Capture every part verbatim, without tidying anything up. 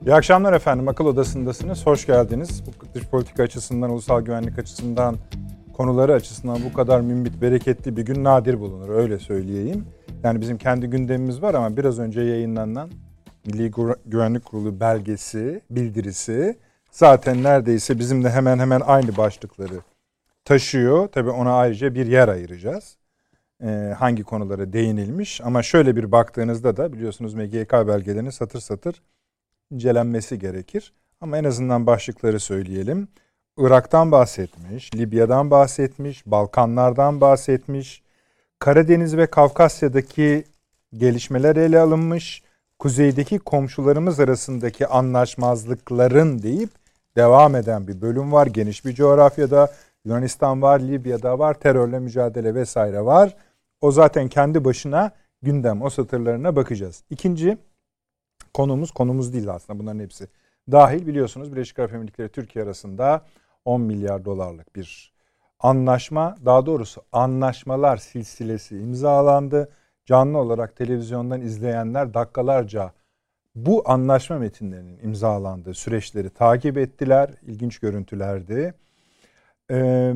İyi akşamlar efendim. Akıl Odası'ndasınız. Hoş geldiniz. Bu dış politika açısından, ulusal güvenlik açısından, konuları açısından bu kadar mümbit, bereketli bir gün nadir bulunur. Öyle söyleyeyim. Yani bizim kendi gündemimiz var ama biraz önce yayınlanan Milli Güvenlik Kurulu belgesi, bildirisi zaten neredeyse bizimle hemen hemen aynı başlıkları taşıyor. Tabii ona ayrıca bir yer ayıracağız. Ee, hangi konulara değinilmiş. Ama şöyle bir baktığınızda da biliyorsunuz M G K belgelerinin satır satır incelenmesi gerekir. Ama en azından başlıkları söyleyelim. Irak'tan bahsetmiş, Libya'dan bahsetmiş, Balkanlardan bahsetmiş, Karadeniz ve Kafkasya'daki gelişmeler ele alınmış, kuzeydeki komşularımız arasındaki anlaşmazlıkların deyip devam eden bir bölüm var. Geniş bir coğrafyada Yunanistan var, Libya'da var, terörle mücadele vesaire var. O zaten kendi başına gündem, o satırlarına bakacağız. İkinci konumuz, konumuz değil aslında bunların hepsi dahil. Biliyorsunuz Birleşik Arap Emirlikleri Türkiye arasında on milyar dolarlık bir anlaşma, daha doğrusu anlaşmalar silsilesi imzalandı. Canlı olarak televizyondan izleyenler dakikalarca bu anlaşma metinlerinin imzalandığı süreçleri takip ettiler. İlginç görüntülerdi. Ee,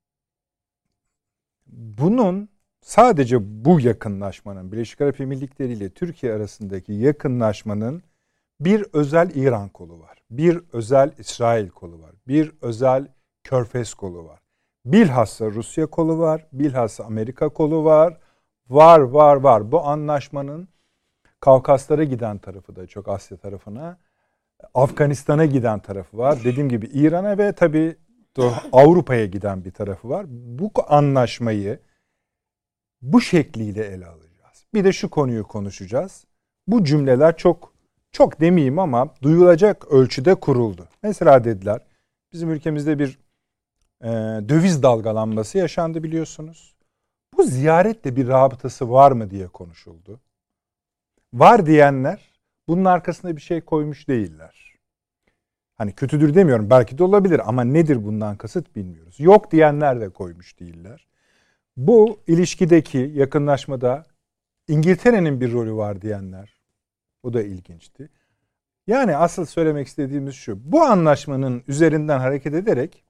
bunun sadece bu yakınlaşmanın, Birleşik Arap Emirlikleri ile Türkiye arasındaki yakınlaşmanın bir özel İran kolu var. Bir özel İsrail kolu var. Bir özel Körfez kolu var. Bilhassa Rusya kolu var. Bilhassa Amerika kolu var. Var, var, var. Bu anlaşmanın Kavkaslara giden tarafı da çok, Asya tarafına. Afganistan'a giden tarafı var. Dediğim gibi İran'a ve tabii Avrupa'ya giden bir tarafı var. Bu anlaşmayı bu şekliyle ele alacağız. Bir de şu konuyu konuşacağız. Bu cümleler çok çok demeyeyim ama duyulacak ölçüde kuruldu. Mesela dediler, bizim ülkemizde bir e, döviz dalgalanması yaşandı biliyorsunuz. Bu ziyaretle bir rabıtası var mı diye konuşuldu. Var diyenler bunun arkasında bir şey koymuş değiller. Hani kötüdür demiyorum, belki de olabilir ama nedir bundan kasıt bilmiyoruz. Yok diyenler de koymuş değiller. Bu ilişkideki yakınlaşmada İngiltere'nin bir rolü var diyenler, bu da ilginçti. Yani asıl söylemek istediğimiz şu, bu anlaşmanın üzerinden hareket ederek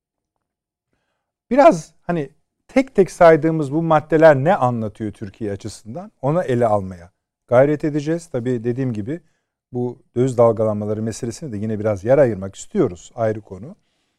biraz hani tek tek saydığımız bu maddeler ne anlatıyor Türkiye açısından ona ele almaya gayret edeceğiz. Tabii dediğim gibi bu döviz dalgalanmaları meselesine de yine biraz yer ayırmak istiyoruz, ayrı konu.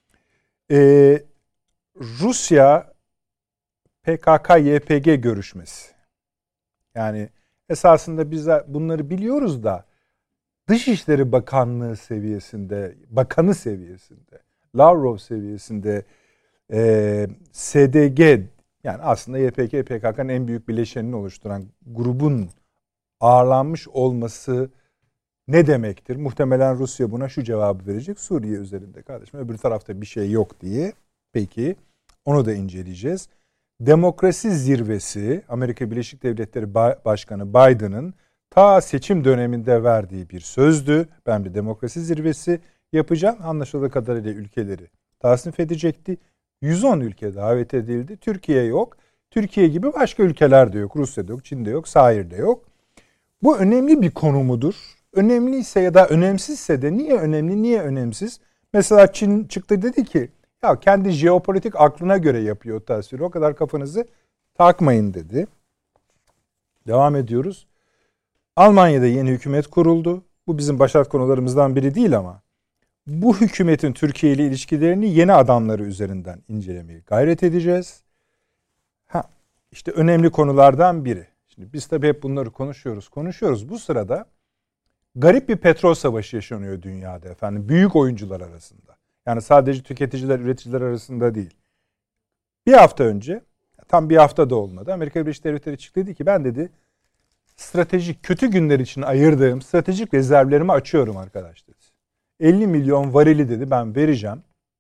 Ee, Rusya P K K Y P G görüşmesi. Yani esasında biz bunları biliyoruz da Dışişleri Bakanlığı seviyesinde, bakanı seviyesinde, Lavrov seviyesinde e, S D G, yani aslında Y P G P K K'nın en büyük bileşenini oluşturan grubun ağırlanmış olması ne demektir? Muhtemelen Rusya buna şu cevabı verecek: Suriye üzerinde kardeşim, öbür tarafta bir şey yok diye. Peki onu da inceleyeceğiz. Demokrasi zirvesi, Amerika Birleşik Devletleri Başkanı Biden'ın ta seçim döneminde verdiği bir sözdü. Ben bir demokrasi zirvesi yapacağım. Anlaşıldığı kadarıyla ülkeleri tasnif edecekti. yüz on ülke davet edildi. Türkiye yok. Türkiye gibi başka ülkeler de yok. Rusya'da yok, Çin'de yok, Sair'de yok. Bu önemli bir konu mudur? Önemliyse ya da önemsizse de niye önemli, niye önemsiz? Mesela Çin çıktı, dedi ki ya kendi jeopolitik aklına göre yapıyor o tasviri. O kadar kafanızı takmayın dedi. Devam ediyoruz. Almanya'da yeni hükümet kuruldu. Bu bizim başat konularımızdan biri değil ama bu hükümetin Türkiye ile ilişkilerini yeni adamları üzerinden incelemeye gayret edeceğiz. Ha, işte önemli konulardan biri. Şimdi biz tabii hep bunları konuşuyoruz, konuşuyoruz. Bu sırada garip bir petrol savaşı yaşanıyor dünyada efendim. Büyük oyuncular arasında. Yani sadece tüketiciler, üreticiler arasında değil. Bir hafta önce, tam bir hafta da olmadı, Amerika Birleşik Devletleri çıktı, dedi ki ben dedi stratejik, kötü günler için ayırdığım stratejik rezervlerimi açıyorum arkadaş dedi. elli milyon varili dedi ben vereceğim.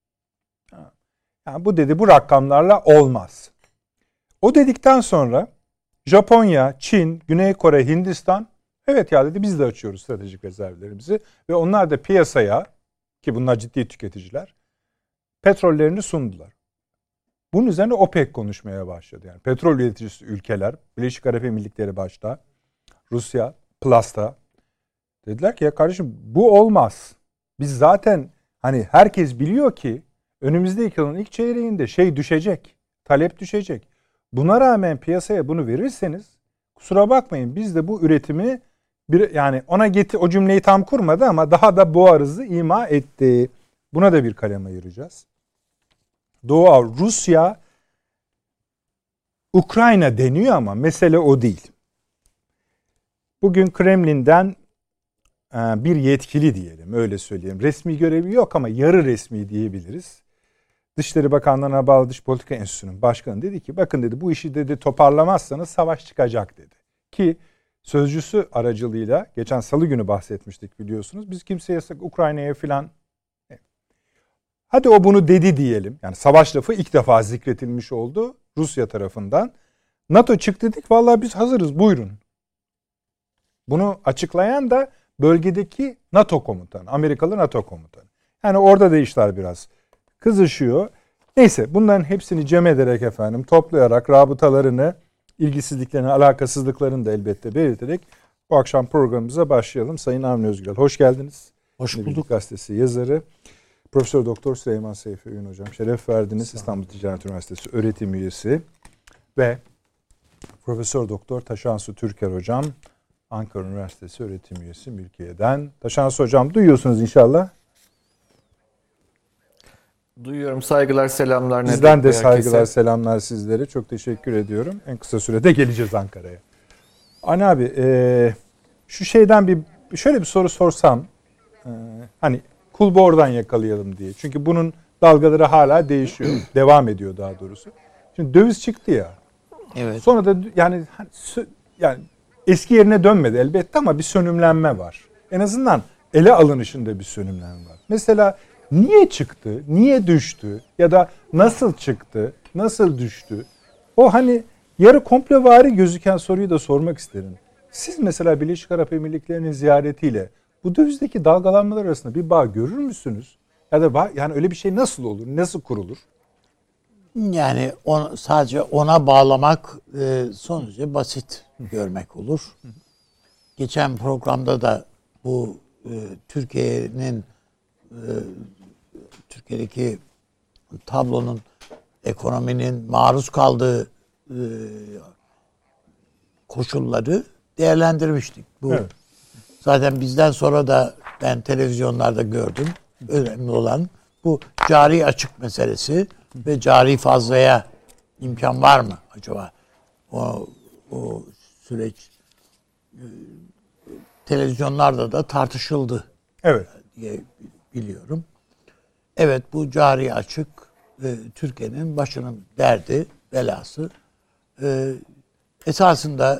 Yani bu dedi bu rakamlarla olmaz. O dedikten sonra Japonya, Çin, Güney Kore, Hindistan, evet ya dedi biz de açıyoruz stratejik rezervlerimizi ve onlar da piyasaya, ki bunlar ciddi tüketiciler, petrollerini sundular. Bunun üzerine OPEC konuşmaya başladı. Yani petrol üreticisi ülkeler, Birleşik Arap Emirlikleri başta, Rusya, Plus'ta, Dediler ki ya kardeşim bu olmaz. Biz zaten hani herkes biliyor ki önümüzdeki yılın ilk çeyreğinde şey düşecek. Talep düşecek. Buna rağmen piyasaya bunu verirseniz kusura bakmayın biz de bu üretimi bir yani ona getir o cümleyi tam kurmadı ama daha da boğarızı ima etti. Buna da bir kalem ayıracağız. Doğu Avrupa, Rusya, Ukrayna deniyor ama mesele o değil. Bugün Kremlin'den bir yetkili diyelim öyle söyleyeyim. Resmi görevi yok ama yarı resmi diyebiliriz. Dışişleri Bakanlığı'na bağlı Dış Politika Enstitüsü'nün başkanı dedi ki bakın dedi bu işi dedi toparlamazsanız savaş çıkacak dedi. Ki sözcüsü aracılığıyla geçen salı günü bahsetmiştik biliyorsunuz. Biz kimseye Ukrayna'ya filan hadi o bunu dedi diyelim. Yani savaş lafı ilk defa zikretilmiş oldu Rusya tarafından. NATO çıktı dedik vallahi biz hazırız buyurun. Bunu açıklayan da bölgedeki NATO komutanı, Amerikalı NATO komutanı. Yani orada da işler biraz kızışıyor. Neyse bunların hepsini cem ederek efendim toplayarak rabıtalarını, ilgisizliklerini, alakasızlıklarını da elbette belirterek bu akşam programımıza başlayalım. Sayın Avni Özgürel hoş geldiniz. Hoş bulduk. Birlik Gazetesi yazarı. Profesör Doktor Süleyman Seyfi Öğün hocam şeref verdiniz. İstanbul Ticaret Üniversitesi öğretim üyesi ve Profesör Doktor Taşansu Türker hocam Ankara Üniversitesi öğretim üyesi Mülkiye'den. Taşansu hocam duyuyorsunuz inşallah. Duyuyorum. Saygılar, selamlar. Bizden de saygılar, herkese. Selamlar sizlere. Çok teşekkür ediyorum. En kısa sürede geleceğiz Ankara'ya. Ani abi, e, şu şeyden bir şöyle bir soru sorsam, e, hani kulbu oradan yakalayalım diye. Çünkü bunun dalgaları hala değişiyor, devam ediyor daha doğrusu. Şimdi döviz çıktı ya. Evet. Sonra da yani yani eski yerine dönmedi elbette ama bir sönümlenme var. En azından ele alınışında bir sönümlenme var. Mesela niye çıktı, niye düştü ya da nasıl çıktı, nasıl düştü? O hani yarı komplovari gözüken soruyu da sormak isterim. Siz mesela Birleşik Arap Emirlikleri'nin ziyaretiyle bu dövizdeki dalgalanmalar arasında bir bağ görür müsünüz? Ya da bağ, yani öyle bir şey nasıl olur, nasıl kurulur? Yani on, sadece ona bağlamak e, sonucu basit görmek olur. Geçen programda da bu e, Türkiye'nin e, Türkiye'deki tablonun ekonominin maruz kaldığı e, koşulları değerlendirmiştik. Bu evet. Zaten bizden sonra da ben televizyonlarda gördüm. Önemli olan bu cari açık meselesi ve cari fazlaya imkan var mı acaba? O, o süreç e, televizyonlarda da tartışıldı. Evet. Diye biliyorum. Evet bu cari açık e, Türkiye'nin başının derdi, belası. E, esasında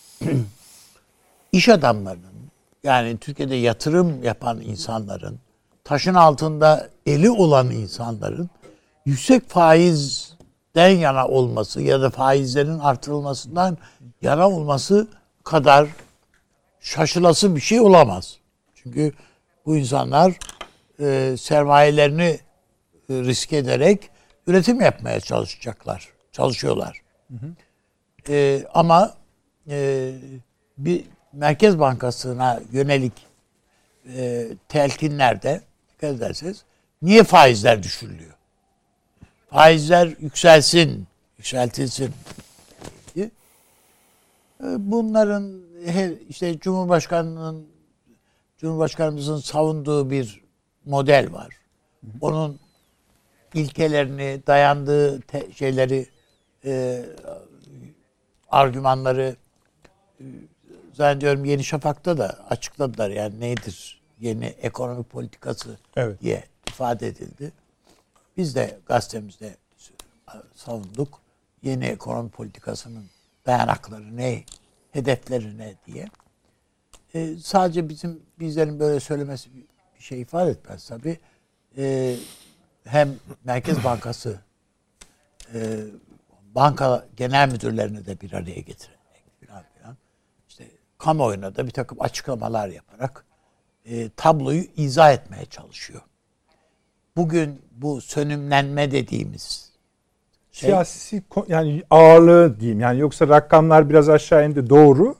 iş adamlarının yani Türkiye'de yatırım yapan insanların taşın altında eli olan insanların yüksek faizden yana olması ya da faizlerin artırılmasından yana olması kadar şaşılası bir şey olamaz. Çünkü bu insanlar e, sermayelerini e, risk ederek üretim yapmaya çalışacaklar, çalışıyorlar. Hı hı. E, ama e, bir Merkez Bankası'na yönelik e, telkinlerde dikkat ederseniz niye faizler düşürülüyor? Faizler yükselsin, yükseltilsin. E, bunların işte Cumhurbaşkanı'nın Cumhurbaşkanımızın savunduğu bir model var. Onun ilkelerini, dayandığı te- şeyleri, e, argümanları e, zannediyorum Yeni Şafak'ta da açıkladılar. Yani nedir yeni ekonomi politikası evet. diye ifade edildi. Biz de gazetemizde savunduk. Yeni ekonomi politikasının dayanakları ne, hedefleri ne diye. Ee, sadece bizim bizlerin böyle söylemesi bir şey ifade etmez tabii. Ee, hem Merkez Bankası e, banka genel müdürlerini de bir araya getirerek falan filan. İşte kamuoyuna da bir takım açıklamalar yaparak e, tabloyu izah etmeye çalışıyor. Bugün bu sönümlenme dediğimiz şey, siyasi yani ağırlığı diyeyim. Yani yoksa rakamlar biraz aşağı indi doğru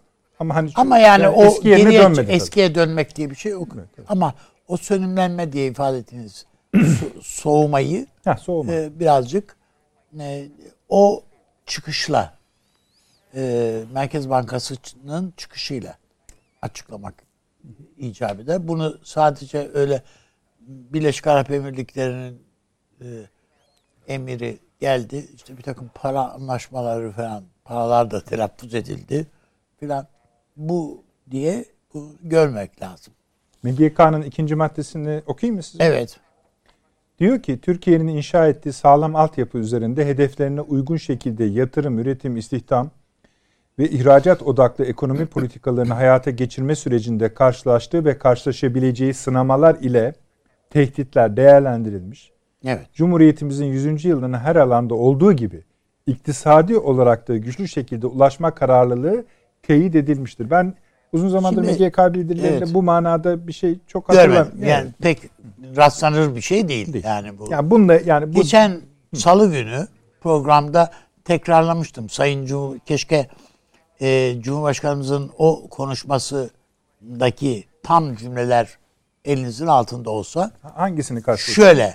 Ama hani ama yani, yani o eski yerine geriye, dönmedi eskiye tabii. dönmek diye bir şey yok. Evet, evet. Ama o sönümlenme diye ifade ettiğiniz so- soğumayı Heh, soğuma. e, birazcık e, o çıkışla e, Merkez Bankası'nın çıkışıyla açıklamak icap eder. Bunu sadece öyle Birleşik Arap Emirlikleri'nin e, emiri geldi. İşte bir takım para anlaşmaları falan, paralar da telaffuz edildi filan. Bu diye bu görmek lazım. M G K'nın ikinci maddesini okuyayım mı size? Evet. Diyor ki Türkiye'nin inşa ettiği sağlam altyapı üzerinde hedeflerine uygun şekilde yatırım, üretim, istihdam ve ihracat odaklı ekonomi politikalarını hayata geçirme sürecinde karşılaştığı ve karşılaşabileceği sınamalar ile tehditler değerlendirilmiş. Evet. Cumhuriyetimizin yüzüncü yılının her alanda olduğu gibi iktisadi olarak da güçlü şekilde ulaşma kararlılığı teyit edilmiştir. Ben uzun zamandır Şimdi, M G K bildirilerinde evet. bu manada bir şey çok hatırlamıyorum. Yani, yani pek rastlanır bir şey değil. değil. Yani bu. Yani bununla yani bu geçen Salı günü programda tekrarlamıştım. Sayın Cum keşke e, Cumhurbaşkanımızın o konuşmasındaki tam cümleler elinizin altında olsa. Hangisini kastediyorsunuz? Şöyle.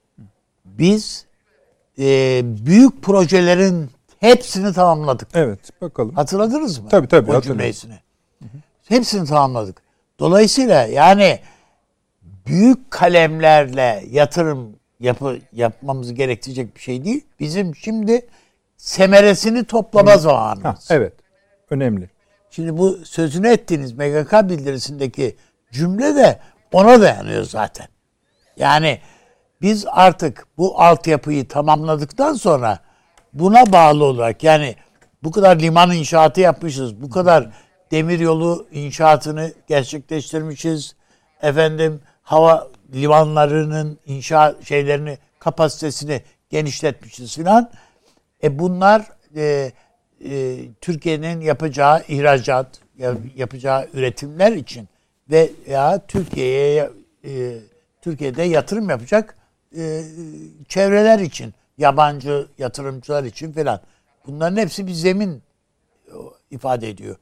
Biz e, büyük projelerin hepsini tamamladık. Evet, bakalım. Hatırladınız mı? Tabii tabii. O cümlesini. Hepsini tamamladık. Dolayısıyla yani büyük kalemlerle yatırım yapı, yapmamız gerektirecek bir şey değil. Bizim şimdi semeresini toplama Hı. zamanımız. Ha, evet. Önemli. Şimdi bu sözünü ettiğiniz M G K bildirisindeki cümle de ona dayanıyor zaten. Yani biz artık bu altyapıyı tamamladıktan sonra buna bağlı olarak yani bu kadar liman inşaatı yapmışız, bu kadar demiryolu inşaatını gerçekleştirmişiz. Efendim hava limanlarının inşa şeylerini kapasitesini genişletmişiz filan. E bunlar e, e, Türkiye'nin yapacağı ihracat, yapacağı üretimler için ve ya Türkiye'ye e, Türkiye'de yatırım yapacak e, çevreler için, yabancı yatırımcılar için filan. Bunların hepsi bir zemin ifade ediyor.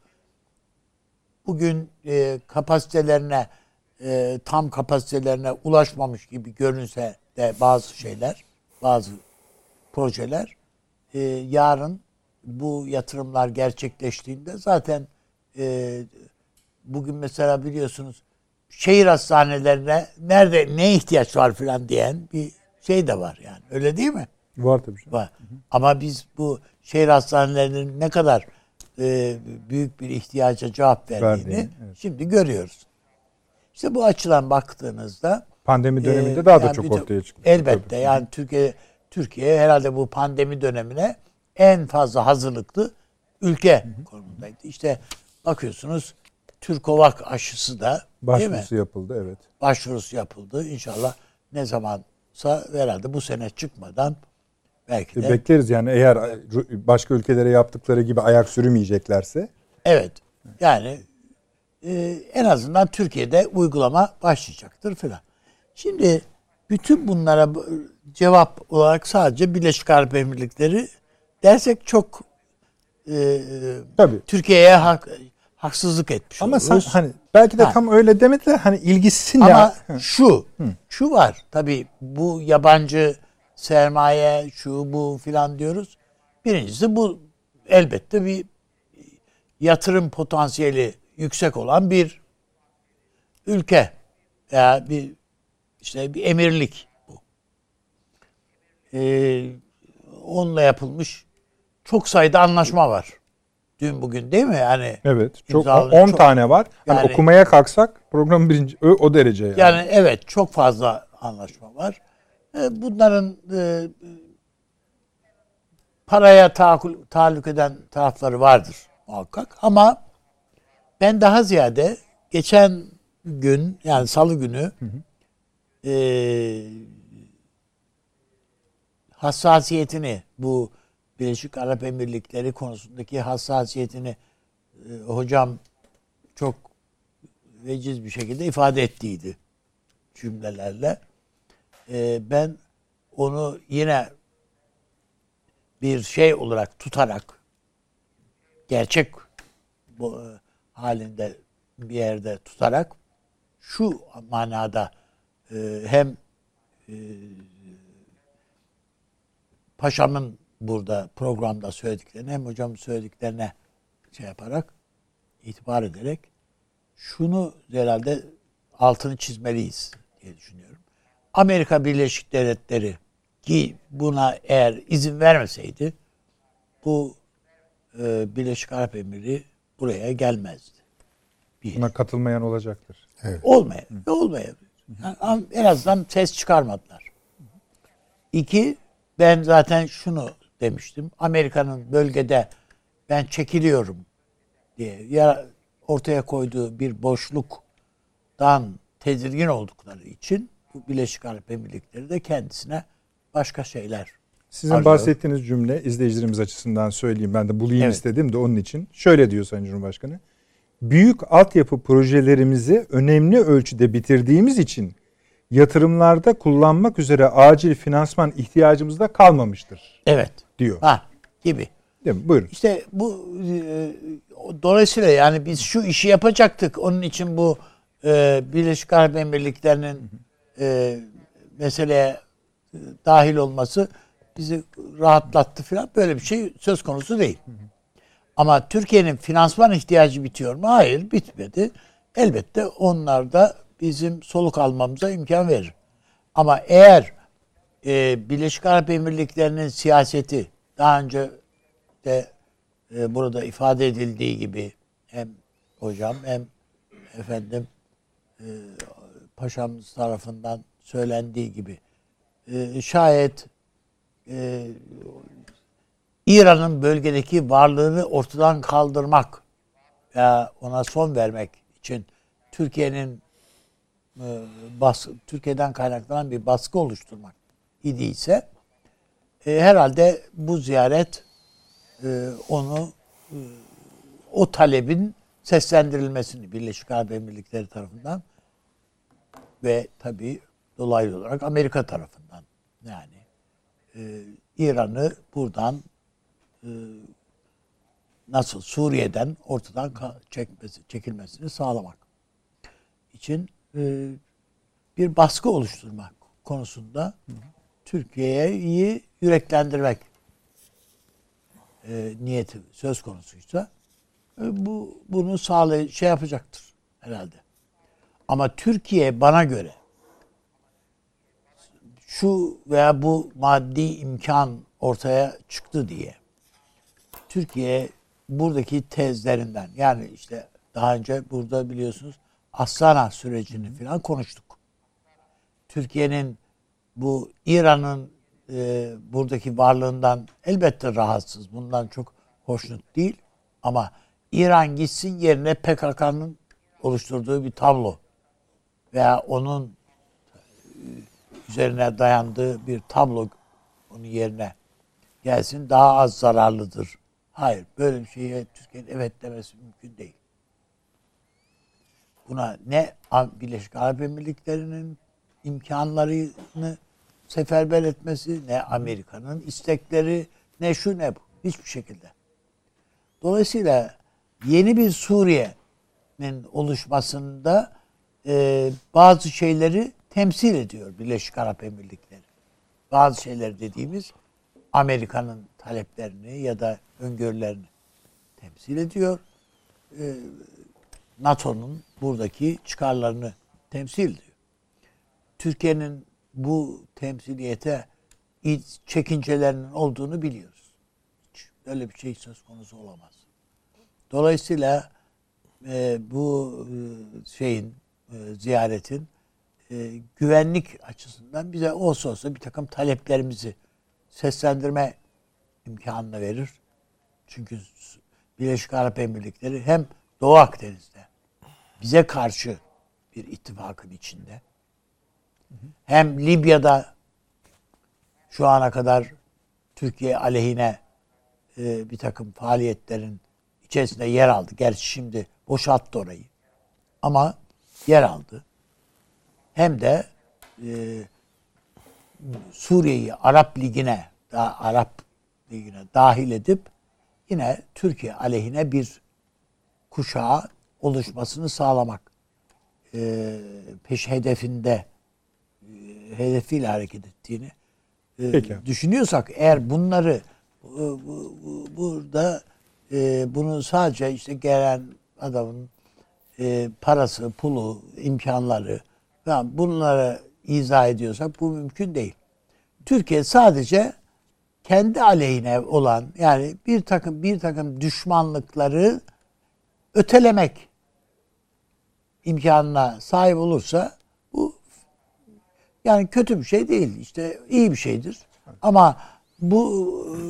Bugün e, kapasitelerine e, tam kapasitelerine ulaşmamış gibi görünse de bazı şeyler, bazı projeler e, yarın bu yatırımlar gerçekleştiğinde zaten e, bugün mesela biliyorsunuz şehir hastanelerine nerede ne ihtiyaç var filan diyen bir şey de var yani. Öyle değil mi? Var tabii. Var. Hı hı. Ama biz bu şehir hastanelerinin ne kadar e, büyük bir ihtiyaca cevap verdiğini Verdiğini, evet. şimdi görüyoruz. İşte bu açıdan baktığınızda pandemi döneminde e, daha yani da çok ortaya çıktı. Elbette tabii. Yani Türkiye Türkiye herhalde bu pandemi dönemine en fazla hazırlıklı ülke hı hı. konumundaydı. İşte bakıyorsunuz Türkovak aşısı da başvurusu yapıldı, evet. Başvurusu yapıldı. İnşallah ne zamansa herhalde bu sene çıkmadan belki de. Bekleriz yani eğer başka ülkelere yaptıkları gibi ayak sürmeyeceklerse. Evet. Yani e, en azından Türkiye'de uygulama başlayacaktır filan. Şimdi bütün bunlara cevap olarak sadece Birleşik Arap Emirlikleri dersek çok e, Türkiye'ye hak, haksızlık etmiş ama oluruz. Sen, hani belki de ha. tam öyle demediler hani ilgisini ama ya. şu Hı. şu var tabii bu yabancı sermaye şu bu filan diyoruz. Birincisi bu elbette bir yatırım potansiyeli yüksek olan bir ülke veya bir işte bir emirlik bu. Ee, onunla yapılmış çok sayıda anlaşma var. Dün bugün değil mi? Yani evet. Çok on tane var. Yani, yani okumaya kalksak program birinci o, o derece yani. Yani evet çok fazla anlaşma var. Bunların e, paraya taalluk, taalluk eden tarafları vardır muhakkak. Ama ben daha ziyade geçen gün yani Salı günü hı hı. E, hassasiyetini bu Birleşik Arap Emirlikleri konusundaki hassasiyetini e, hocam çok veciz bir şekilde ifade ettiydi cümlelerle. E, ben onu yine bir şey olarak tutarak gerçek bu, halinde bir yerde tutarak şu manada e, hem e, paşamın burada programda söylediklerine hem hocamın söylediklerine şey yaparak itibar ederek şunu herhalde altını çizmeliyiz diye düşünüyorum. Amerika Birleşik Devletleri ki buna eğer izin vermeseydi bu e, Birleşik Arap Emirliği buraya gelmezdi. Bir. Buna katılmayan olacaktır. Evet. Olmaya, olmaya. Yani en azından ses çıkarmadılar. İki, ben zaten şunu demiştim. Amerika'nın bölgede ben çekiliyorum diye ya ortaya koyduğu bir boşluktan tedirgin oldukları için bu Birleşik Arap Emirlikleri de kendisine başka şeyler. Sizin arıyor. Bahsettiğiniz cümle izleyicilerimiz açısından söyleyeyim. Ben de bulayım evet. istedim de onun için. Şöyle diyor Sayın Cumhurbaşkanı. Büyük altyapı projelerimizi önemli ölçüde bitirdiğimiz için yatırımlarda kullanmak üzere acil finansman ihtiyacımız da kalmamıştır. Evet. Diyor. Ha, gibi. Değil mi? Buyurun. İşte bu e, dolayısıyla yani biz şu işi yapacaktık. Onun için bu e, Birleşik Arap Emirlikleri'nin e, meseleye e, dahil olması bizi rahatlattı falan. Böyle bir şey söz konusu değil. Hı hı. Ama Türkiye'nin finansman ihtiyacı bitiyor mu? Hayır, bitmedi. Elbette onlar da bizim soluk almamıza imkan verir. Ama eğer e, Birleşik Arap Emirlikleri'nin siyaseti daha önce de e, burada ifade edildiği gibi hem hocam hem efendim e, paşamız tarafından söylendiği gibi e, şayet e, İran'ın bölgedeki varlığını ortadan kaldırmak veya ona son vermek için Türkiye'nin e, bas, Türkiye'den kaynaklanan bir baskı oluşturmak idiyse e, herhalde bu ziyaret e, onu e, o talebin seslendirilmesini Birleşik Arap Emirlikleri tarafından ve tabii dolaylı olarak Amerika tarafından yani e, İran'ı buradan e, nasıl Suriye'den ortadan çekmesi, çekilmesini sağlamak için e, bir baskı oluşturmak konusunda Türkiye'yi yüreklendirmek e, niyeti söz konusuysa e, bu bunu sağlay şey yapacaktır herhalde. Ama Türkiye bana göre şu veya bu maddi imkan ortaya çıktı diye Türkiye buradaki tezlerinden yani işte daha önce burada biliyorsunuz Astana sürecini falan konuştuk. Türkiye'nin bu İran'ın e, buradaki varlığından elbette rahatsız. Bundan çok hoşnut değil. Ama İran gitsin yerine P K K'nın oluşturduğu bir tablo veya onun üzerine dayandığı bir tablo onun yerine gelsin daha az zararlıdır. Hayır, böyle bir şeye Türkiye'nin evet demesi mümkün değil. Buna ne Birleşik Arap Emirlikleri'nin imkanlarını seferber etmesi, ne Amerika'nın istekleri, ne şu ne bu. Hiçbir şekilde. Dolayısıyla yeni bir Suriye'nin oluşmasında e, bazı şeyleri temsil ediyor Birleşik Arap Emirlikleri. Bazı şeyler dediğimiz Amerika'nın taleplerini ya da öngörülerini temsil ediyor. E, NATO'nun buradaki çıkarlarını temsil ediyor. Türkiye'nin bu temsiliyete çekincelerinin olduğunu biliyoruz. Hiç öyle bir şey söz konusu olamaz. Dolayısıyla e, bu e, şeyin, e, ziyaretin e, güvenlik açısından bize olsa olsa bir takım taleplerimizi seslendirme imkanını verir. Çünkü Birleşik Arap Emirlikleri hem Doğu Akdeniz'de bize karşı bir ittifakın içinde hem Libya'da şu ana kadar Türkiye aleyhine e, bir takım faaliyetlerin içerisinde yer aldı. Gerçi şimdi boşalttı orayı. Ama yer aldı. Hem de e, Suriye'yi Arap Ligi'ne, daha Arap Ligi'ne dahil edip yine Türkiye aleyhine bir kuşağı oluşmasını sağlamak e, peş hedefinde e, hedefiyle hareket ettiğini e, düşünüyorsak eğer bunları bu, bu, bu, burada e, bunu sadece işte gelen adamın e, parası, pulu, imkanları falan bunları izah ediyorsak bu mümkün değil. Türkiye sadece kendi aleyhine olan yani bir takım bir takım düşmanlıkları ötelemek imkanına sahip olursa bu yani kötü bir şey değil. İşte iyi bir şeydir. Ama bu e,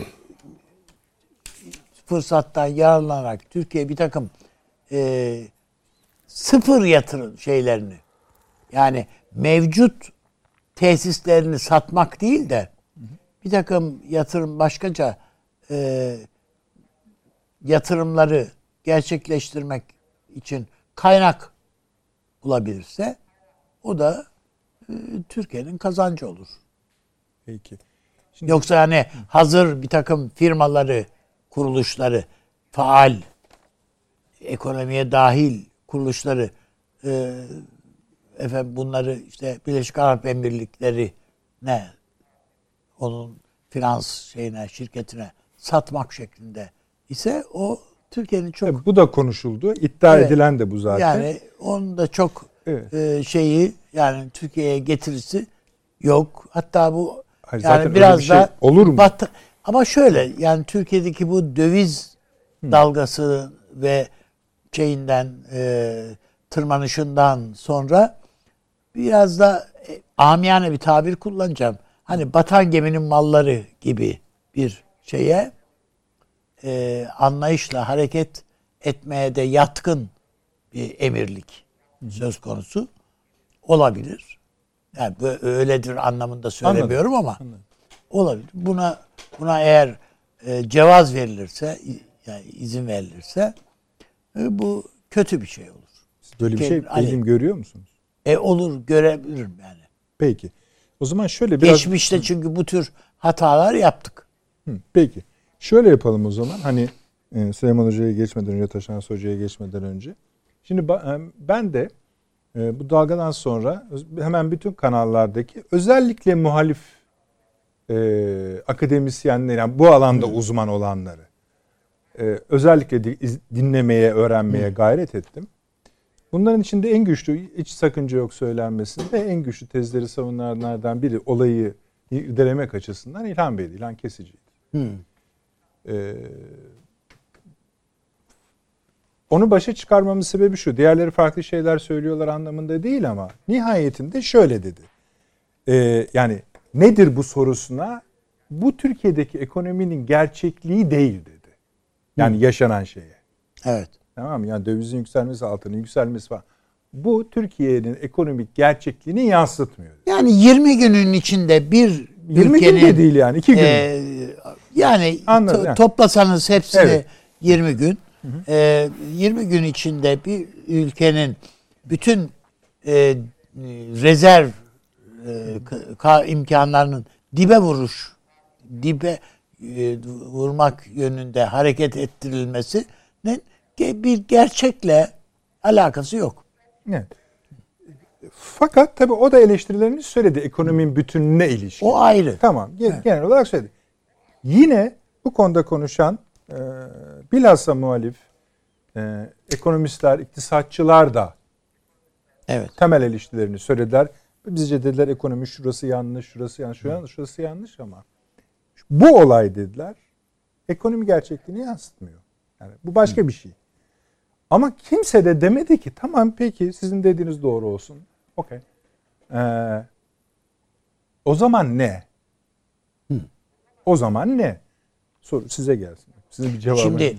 fırsattan yararlanarak Türkiye bir takım e, sıfır yatırım şeylerini yani mevcut tesislerini satmak değil de bir takım yatırım başkaca e, yatırımları gerçekleştirmek için kaynak bulabilirse o da e, Türkiye'nin kazancı olur. Peki. Şimdi, Yoksa hani hazır bir takım firmaları, kuruluşları, faal, ekonomiye dahil kuruluşları e, efendim bunları işte Birleşik Arap Emirlikleri ne onun finans şeyine, şirketine satmak şeklinde ise o Türkiye'nin çok... Tabii bu da konuşuldu. İddia evet, edilen de bu zaten. Yani onun da çok evet. e, şeyi yani Türkiye'ye getirisi yok. Hatta bu hayır, yani biraz şey da olur mu? Bat, ama şöyle yani Türkiye'deki bu döviz hmm. dalgası ve şeyinden e, tırmanışından sonra biraz da e, amiyane bir tabir kullanacağım. Hani batan geminin malları gibi bir şeye e, anlayışla hareket etmeye de yatkın bir emirlik Hı-hı. söz konusu olabilir. Yani öyledir anlamında söylemiyorum Anladım. ama Anladım. olabilir. Buna buna eğer e, cevaz verilirse, yani izin verilirse e, bu kötü bir şey olur. Siz böyle bir şey eğilim görüyor musunuz? E olur, görebilirim yani. Peki. O zaman şöyle biraz... Geçmişte çünkü bu tür hatalar yaptık. Hı, peki. Şöyle yapalım o zaman. Hani e, Süleyman Hoca'ya geçmeden önce, Taşan Hoca'ya geçmeden önce. Şimdi ben de e, bu dalgadan sonra hemen bütün kanallardaki özellikle muhalif e, akademisyenler, yani bu alanda Hı. uzman olanları e, özellikle dinlemeye, öğrenmeye Hı. gayret ettim. Bunların içinde en güçlü, hiç sakınca yok söylenmesinde, en güçlü tezleri savunanlardan biri olayı irdelemek açısından İlhan Bey'di. İlhan Kesici'ydi. Hmm. Ee, onu başa çıkarmamın sebebi şu. Diğerleri farklı şeyler söylüyorlar anlamında değil ama nihayetinde şöyle dedi. Ee, yani nedir bu sorusuna bu Türkiye'deki ekonominin gerçekliği değil dedi. Yani hmm. yaşanan şeye. Evet. Tamam mı? Yani dövizin yükselmesi, altının yükselmesi falan. Bu Türkiye'nin ekonomik gerçekliğini yansıtmıyor. Yani yirmi günün içinde bir yirmi ülkenin... gün de değil yani. iki gün. E, yani Anladım, to, yani. toplasanız hepsini evet. yirmi gün. Hı hı. E, yirmi gün içinde bir ülkenin bütün e, rezerv e, ka, imkanlarının dibe vuruş, dibe e, vurmak yönünde hareket ettirilmesinin bir gerçekle alakası yok. Evet. Fakat tabii o da eleştirilerini söyledi ekonominin bütününe ilişkin. O ayrı. Tamam. Evet. Genel olarak söyledi. Yine bu konuda konuşan e, bilhassa muhalif e, ekonomistler, iktisatçılar da evet. temel eleştirilerini söylediler. Bizce dediler ekonomi şurası yanlış, şurası yanlış, şurası yanlış, şurası yanlış ama bu olay dediler ekonomi gerçekliğini yansıtmıyor. Yani bu başka Hı. bir şey. Ama kimse de demedi ki tamam peki sizin dediğiniz doğru olsun. Okey. Ee, o zaman ne? Hı. O zaman ne? Soru size gelsin. Sizin bir cevabınız. Şimdi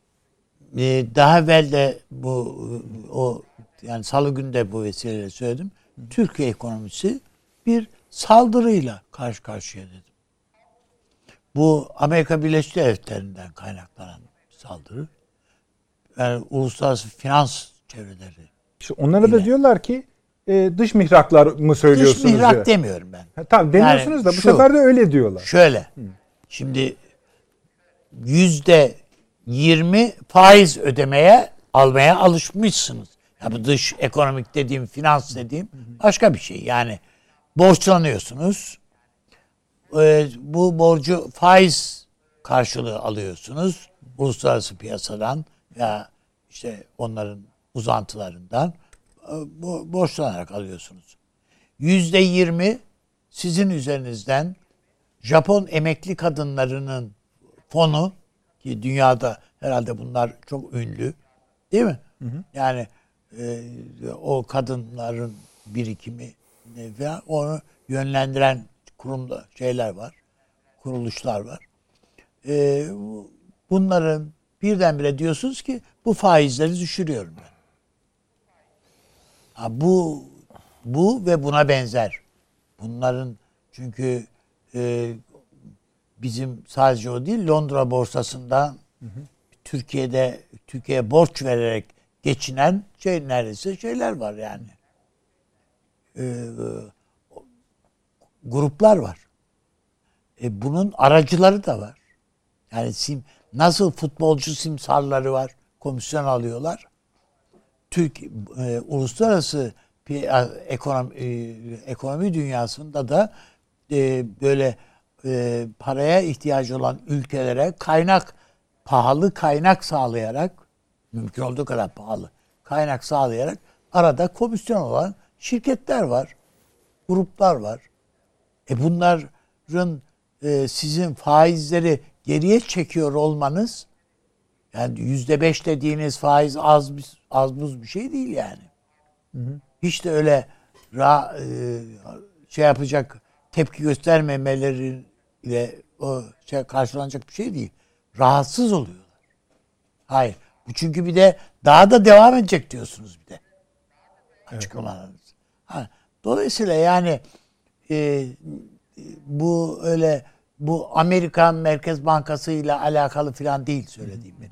e, daha evvel de bu o yani salı günü de bu vesileyle söyledim. Hı. Türkiye ekonomisi bir saldırıyla karşı karşıya dedim. Bu Amerika Birleşik Devletleri'nden kaynaklanan saldırı. Yani uluslararası finans çevreleri. İşte onlara ile. da diyorlar ki e, dış mihraklar mı söylüyorsunuz? Dış mihrak ya? demiyorum ben. Ha, tamam demiyorsunuz yani da bu şu, sefer de öyle diyorlar. Şöyle. Hı. Şimdi yüzde yirmi faiz ödemeye almaya alışmışsınız. Ya bu dış ekonomik dediğim, finans dediğim başka bir şey. Yani borçlanıyorsunuz. Ee, bu borcu faiz karşılığı alıyorsunuz. Uluslararası piyasadan ya işte onların uzantılarından borçlanarak alıyorsunuz. Yüzde yirmi sizin üzerinizden Japon emekli kadınlarının fonu, ki dünyada herhalde bunlar çok ünlü, değil mi? Hı hı. Yani e, o kadınların birikimi ve onu yönlendiren kurumda şeyler var, kuruluşlar var. E, bunların birdenbire diyorsunuz ki bu faizleri düşürüyorum ben. Ha, bu bu ve buna benzer. Bunların çünkü e, bizim sadece o değil, Londra borsasından hı hı. Türkiye'de Türkiye'ye borç vererek geçinen şey neredeyse şeyler var yani. E, e, gruplar var. E, bunun aracıları da var. Yani sim nasıl futbolcu simsarları var, komisyon alıyorlar. Türk e, uluslararası ekonomi e, ekonomi dünyasında da e, böyle e, paraya ihtiyacı olan ülkelere kaynak pahalı kaynak sağlayarak, mümkün olduğu kadar pahalı kaynak sağlayarak arada komisyon olan şirketler var, gruplar var. E bunların e, sizin faizleri geriye çekiyor olmanız, yani yüzde beş dediğiniz faiz az az buz bir şey değil yani. Hı hı. Hiç de öyle ra, e, şey yapacak, tepki göstermemeleriyle o şey karşılanacak bir şey değil. Rahatsız oluyorlar. Hayır. Bu çünkü bir de daha da devam edecek diyorsunuz bir de. Açıklamalarınız. Ha, dolayısıyla yani e, bu öyle bu Amerikan Merkez Bankası ile alakalı falan değil söylediğim benim.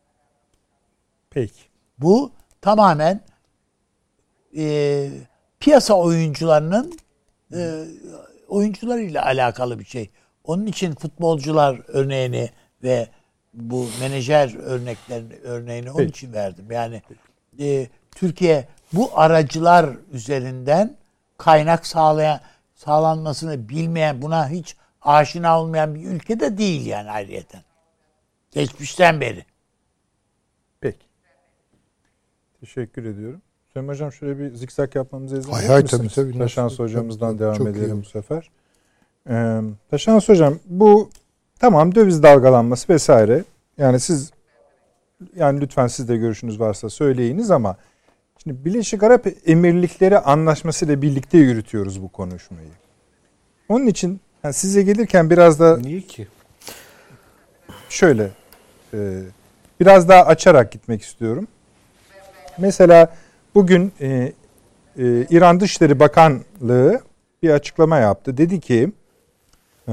Peki. Bu tamamen e, piyasa oyuncularının e, oyuncularıyla alakalı bir şey. Onun için futbolcular örneğini ve bu menajer örneklerini örneğini onun Peki. için verdim. Yani e, Türkiye bu aracılar üzerinden kaynak sağlayan sağlanmasını bilmeyen, buna hiç aşina olmayan bir ülke de değil yani ayrıyeten. Geçmişten beri. Peki. Teşekkür ediyorum. Süleyman Hocam şöyle bir zikzak yapmamıza izin verir misiniz? Tabii tabii. Taşans Hocamızdan tabii, devam edelim iyi. bu sefer. Ee, Taşans Hocam bu tamam döviz dalgalanması vesaire. Yani siz yani lütfen siz de görüşünüz varsa söyleyiniz ama şimdi Birleşik Arap Emirlikleri Anlaşması ile birlikte yürütüyoruz bu konuşmayı. Onun için yani size gelirken biraz da niye ki? Şöyle e, biraz daha açarak gitmek istiyorum. Mesela bugün e, e, İran Dışişleri Bakanlığı bir açıklama yaptı. Dedi ki e,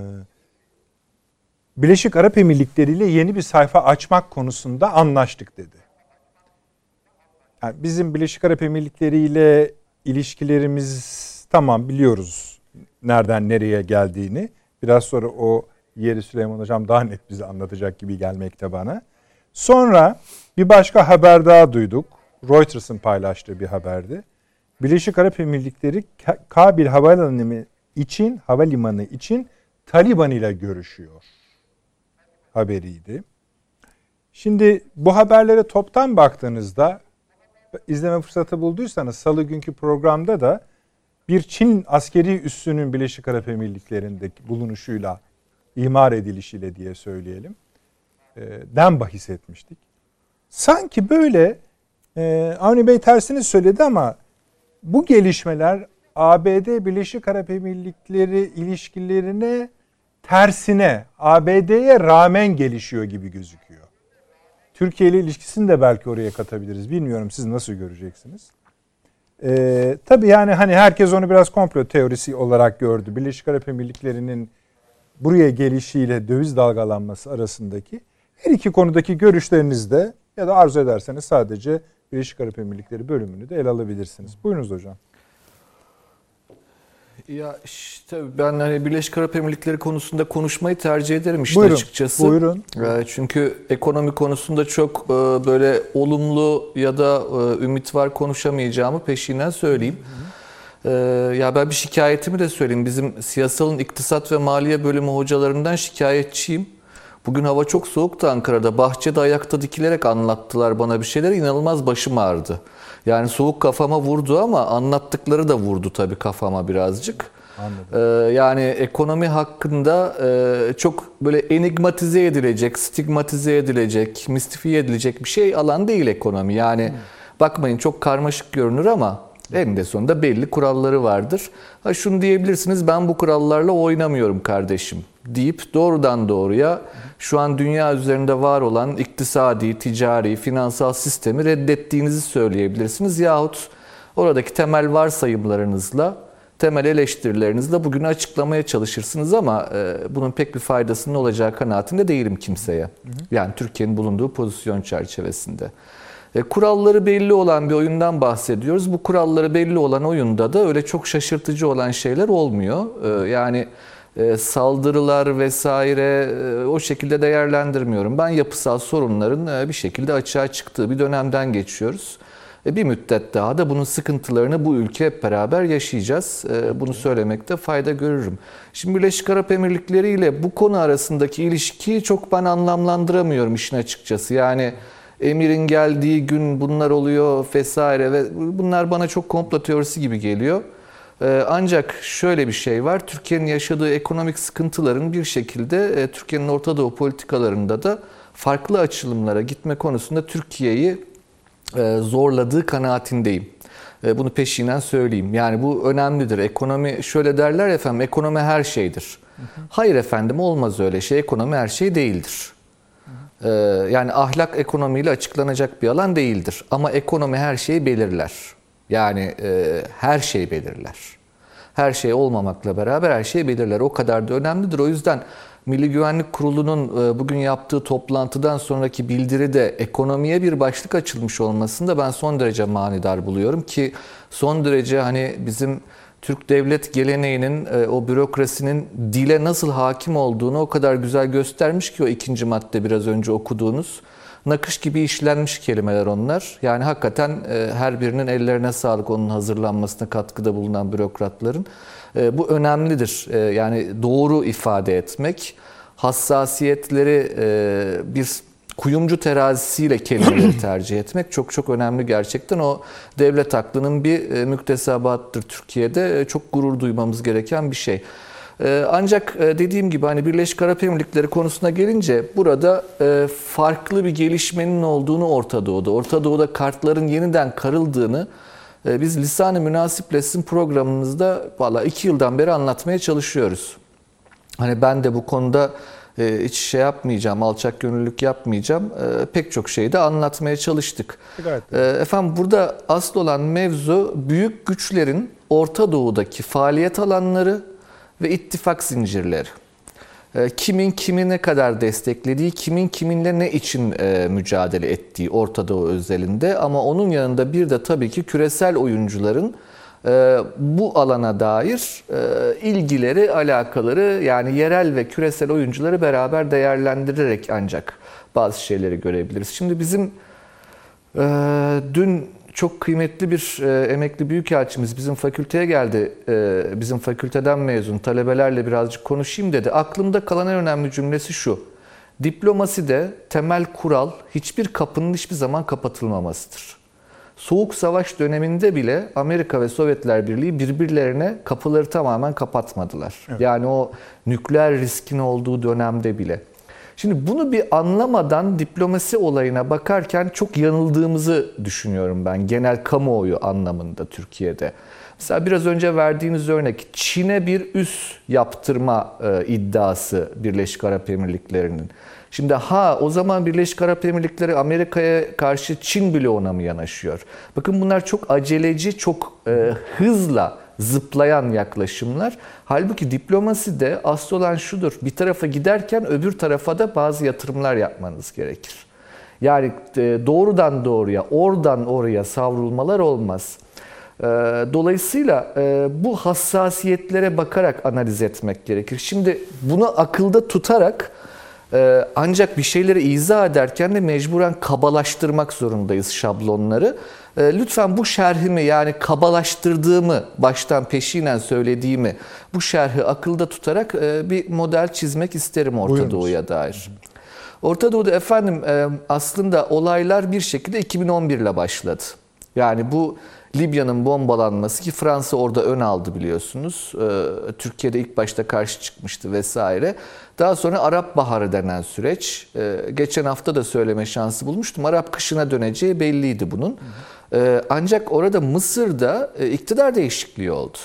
Birleşik Arap Emirlikleri ile yeni bir sayfa açmak konusunda anlaştık dedi. Yani bizim Birleşik Arap Emirlikleri ile ilişkilerimiz tamam biliyoruz nereden nereye geldiğini. Biraz sonra o yeri Süleyman Hocam daha net bize anlatacak gibi gelmekte bana. Sonra bir başka haber daha duyduk. Reuters'ın paylaştığı bir haberdi. Birleşik Arap Emirlikleri Kabil Havalimanı için, havalimanı için Taliban ile görüşüyor haberiydi. Şimdi bu haberlere toptan baktığınızda, izleme fırsatı bulduysanız salı günkü programda da bir Çin askeri üssünün Birleşik Arap Emirlikleri'ndeki bulunuşuyla, imar edilişiyle diye söyleyelim, den bahis etmiştik. Sanki böyle e, Avni Bey tersini söyledi ama bu gelişmeler A B D Birleşik Arap Emirlikleri ilişkilerine tersine A B D'ye rağmen gelişiyor gibi gözüküyor. Türkiye ile ilişkisini de belki oraya katabiliriz. Bilmiyorum siz nasıl göreceksiniz. Ee, tabii yani hani herkes onu biraz komplo teorisi olarak gördü. Birleşik Arap Emirlikleri'nin buraya gelişiyle döviz dalgalanması arasındaki her iki konudaki görüşlerinizde ya da arzu ederseniz sadece Birleşik Arap Emirlikleri bölümünü de ele alabilirsiniz. Buyurunuz hocam. Ya işte ben hani Birleşik Arap Emirlikleri konusunda konuşmayı tercih ederim işte buyurun, açıkçası. Buyurun. Çünkü ekonomi konusunda çok böyle olumlu ya da ümit var konuşamayacağımı peşinden söyleyeyim. Hı hı. Ya ben bir şikayetimi de söyleyeyim. Bizim siyasalın iktisat ve maliye bölümü hocalarından şikayetçiyim. Bugün hava çok soğuktu Ankara'da. Bahçede ayakta dikilerek anlattılar bana bir şeyler. İnanılmaz başım ağrıdı. Yani soğuk kafama vurdu ama anlattıkları da vurdu tabii kafama birazcık. Anladım. Ee, yani ekonomi hakkında e, çok böyle enigmatize edilecek, stigmatize edilecek, mistifiye edilecek bir şey alan değil ekonomi. Yani hmm. bakmayın çok karmaşık görünür ama eninde sonunda belli kuralları vardır. Ha şunu diyebilirsiniz, ben bu kurallarla oynamıyorum kardeşim deyip doğrudan doğruya şu an dünya üzerinde var olan iktisadi, ticari, finansal sistemi reddettiğinizi söyleyebilirsiniz. Yahut oradaki temel varsayımlarınızla, temel eleştirilerinizle bugünü açıklamaya çalışırsınız ama e, bunun pek bir faydasının olacağı kanaatinde değilim kimseye. Yani Türkiye'nin bulunduğu pozisyon çerçevesinde. E, kuralları belli olan bir oyundan bahsediyoruz. Bu kuralları belli olan oyunda da öyle çok şaşırtıcı olan şeyler olmuyor. E, yani e, saldırılar vesaire e, o şekilde değerlendirmiyorum. Ben yapısal sorunların e, bir şekilde açığa çıktığı bir dönemden geçiyoruz. E, bir müddet daha da bunun sıkıntılarını bu ülke hep beraber yaşayacağız. E, bunu söylemekte fayda görürüm. Şimdi Birleşik Arap Emirlikleri ile bu konu arasındaki ilişkiyi çok ben anlamlandıramıyorum işin açıkçası. Yani emirin geldiği gün bunlar oluyor vesaire ve bunlar bana çok komplo teorisi gibi geliyor. Ee, ancak şöyle bir şey var. Türkiye'nin yaşadığı ekonomik sıkıntıların bir şekilde e, Türkiye'nin Orta Doğu politikalarında da farklı açılımlara gitme konusunda Türkiye'yi e, zorladığı kanaatindeyim. E, bunu peşinden söyleyeyim. Yani bu önemlidir. Ekonomi şöyle derler efendim, ekonomi her şeydir. Hı hı. Hayır efendim, olmaz öyle şey. Ekonomi her şey değildir. Yani ahlak ekonomiyle açıklanacak bir alan değildir. Ama ekonomi her şeyi belirler. Yani e, her şeyi belirler. Her şey olmamakla beraber her şeyi belirler. O kadar da önemlidir. O yüzden Milli Güvenlik Kurulu'nun e, bugün yaptığı toplantıdan sonraki bildiride ekonomiye bir başlık açılmış olmasında ben son derece manidar buluyorum ki son derece hani bizim Türk devlet geleneğinin, o bürokrasinin dile nasıl hakim olduğunu o kadar güzel göstermiş ki o ikinci madde biraz önce okuduğunuz. Nakış gibi işlenmiş kelimeler onlar. Yani hakikaten her birinin ellerine sağlık onun hazırlanmasına katkıda bulunan bürokratların. Bu önemlidir. Yani doğru ifade etmek, hassasiyetleri bir kuyumcu terazisiyle kelimeleri tercih etmek çok çok önemli gerçekten. O devlet aklının bir müktesebatıdır Türkiye'de. Çok gurur duymamız gereken bir şey. Ancak dediğim gibi hani Birleşik Arap Emirlikleri konusuna gelince burada farklı bir gelişmenin olduğunu Orta Doğu'da, Orta Doğu'da kartların yeniden karıldığını biz Lisan-ı Münasip Les'in programımızda valla iki yıldan beri anlatmaya çalışıyoruz. Hani ben de bu konuda hiç şey yapmayacağım, alçak gönüllülük yapmayacağım. E, pek çok şeyi de anlatmaya çalıştık. E, efendim burada asıl olan mevzu büyük güçlerin Orta Doğu'daki faaliyet alanları ve ittifak zincirleri. E, kimin kimi ne kadar desteklediği, kimin kiminle ne için e, mücadele ettiği Orta Doğu özelinde. Ama onun yanında bir de tabii ki küresel oyuncuların bu alana dair ilgileri, alakaları yani yerel ve küresel oyuncuları beraber değerlendirerek ancak bazı şeyleri görebiliriz. Şimdi bizim dün çok kıymetli bir emekli büyükelçimiz bizim fakülteye geldi. Bizim fakülteden mezun talebelerle birazcık konuşayım dedi. Aklımda kalan en önemli cümlesi şu: diplomaside temel kural hiçbir kapının hiçbir zaman kapatılmamasıdır. Soğuk Savaş döneminde bile Amerika ve Sovyetler Birliği birbirlerine kapıları tamamen kapatmadılar. Evet. Yani o nükleer riskin olduğu dönemde bile. Şimdi bunu bir anlamadan diplomasi olayına bakarken çok yanıldığımızı düşünüyorum ben. Genel kamuoyu anlamında Türkiye'de. Mesela biraz önce verdiğiniz örnek Çin'e bir üs yaptırma e, iddiası Birleşik Arap Emirlikleri'nin. Şimdi ha o zaman Birleşik Arap Emirlikleri Amerika'ya karşı Çin bloğuna mı yanaşıyor? Bakın bunlar çok aceleci, çok e, hızla zıplayan yaklaşımlar. Halbuki diplomaside asıl olan şudur: bir tarafa giderken öbür tarafa da bazı yatırımlar yapmanız gerekir. Yani e, doğrudan doğruya, oradan oraya savrulmalar olmaz. Dolayısıyla bu hassasiyetlere bakarak analiz etmek gerekir. Şimdi bunu akılda tutarak ancak bir şeyleri izah ederken de mecburen kabalaştırmak zorundayız şablonları. Lütfen bu şerhimi, yani kabalaştırdığımı, baştan peşinen söylediğimi, bu şerhi akılda tutarak bir model çizmek isterim Orta Doğu'ya dair. Orta Doğu'da efendim aslında olaylar bir şekilde iki bin on bir ile başladı. Yani bu Libya'nın bombalanması, ki Fransa orada ön aldı biliyorsunuz. Türkiye'de ilk başta karşı çıkmıştı vesaire. Daha sonra Arap Baharı denen süreç. Geçen hafta da söyleme şansı bulmuştum. Arap kışına döneceği belliydi bunun. Ancak orada Mısır'da iktidar değişikliği oldu.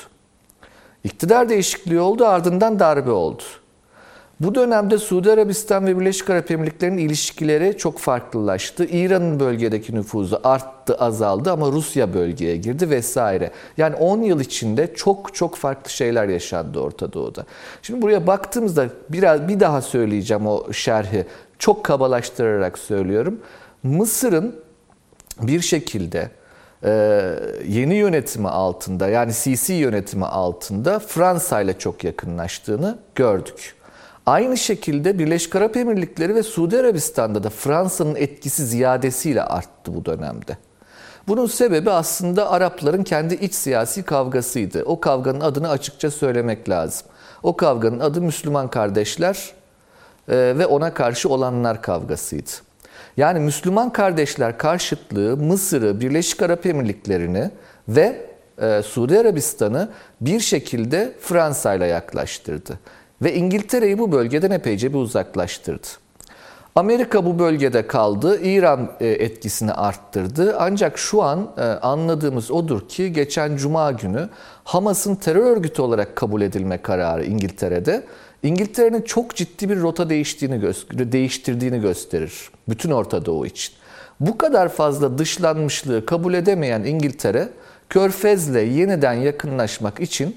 İktidar değişikliği oldu, ardından darbe oldu. Bu dönemde Suudi Arabistan ve Birleşik Arap Emirlikleri'nin ilişkileri çok farklılaştı. İran'ın bölgedeki nüfuzu arttı, azaldı ama Rusya bölgeye girdi vesaire. Yani on yıl içinde çok çok farklı şeyler yaşandı Orta Doğu'da. Şimdi buraya baktığımızda biraz bir daha söyleyeceğim o şerhi. Çok kabalaştırarak söylüyorum. Mısır'ın bir şekilde yeni yönetimi altında, yani Sisi yönetimi altında Fransa ile çok yakınlaştığını gördük. Aynı şekilde Birleşik Arap Emirlikleri ve Suudi Arabistan'da da Fransa'nın etkisi ziyadesiyle arttı bu dönemde. Bunun sebebi aslında Arapların kendi iç siyasi kavgasıydı. O kavganın adını açıkça söylemek lazım. O kavganın adı Müslüman kardeşler ve ona karşı olanlar kavgasıydı. Yani Müslüman kardeşler karşıtlığı Mısır'ı, Birleşik Arap Emirlikleri'ni ve Suudi Arabistan'ı bir şekilde Fransa ile yaklaştırdı. Ve İngiltere'yi bu bölgeden epeyce bir uzaklaştırdı. Amerika bu bölgede kaldı, İran etkisini arttırdı. Ancak şu an anladığımız odur ki geçen Cuma günü Hamas'ın terör örgütü olarak kabul edilme kararı İngiltere'de, İngiltere'nin çok ciddi bir rota değiştiğini değiştirdiğini gösterir bütün Orta Doğu için. Bu kadar fazla dışlanmışlığı kabul edemeyen İngiltere, Körfez'le yeniden yakınlaşmak için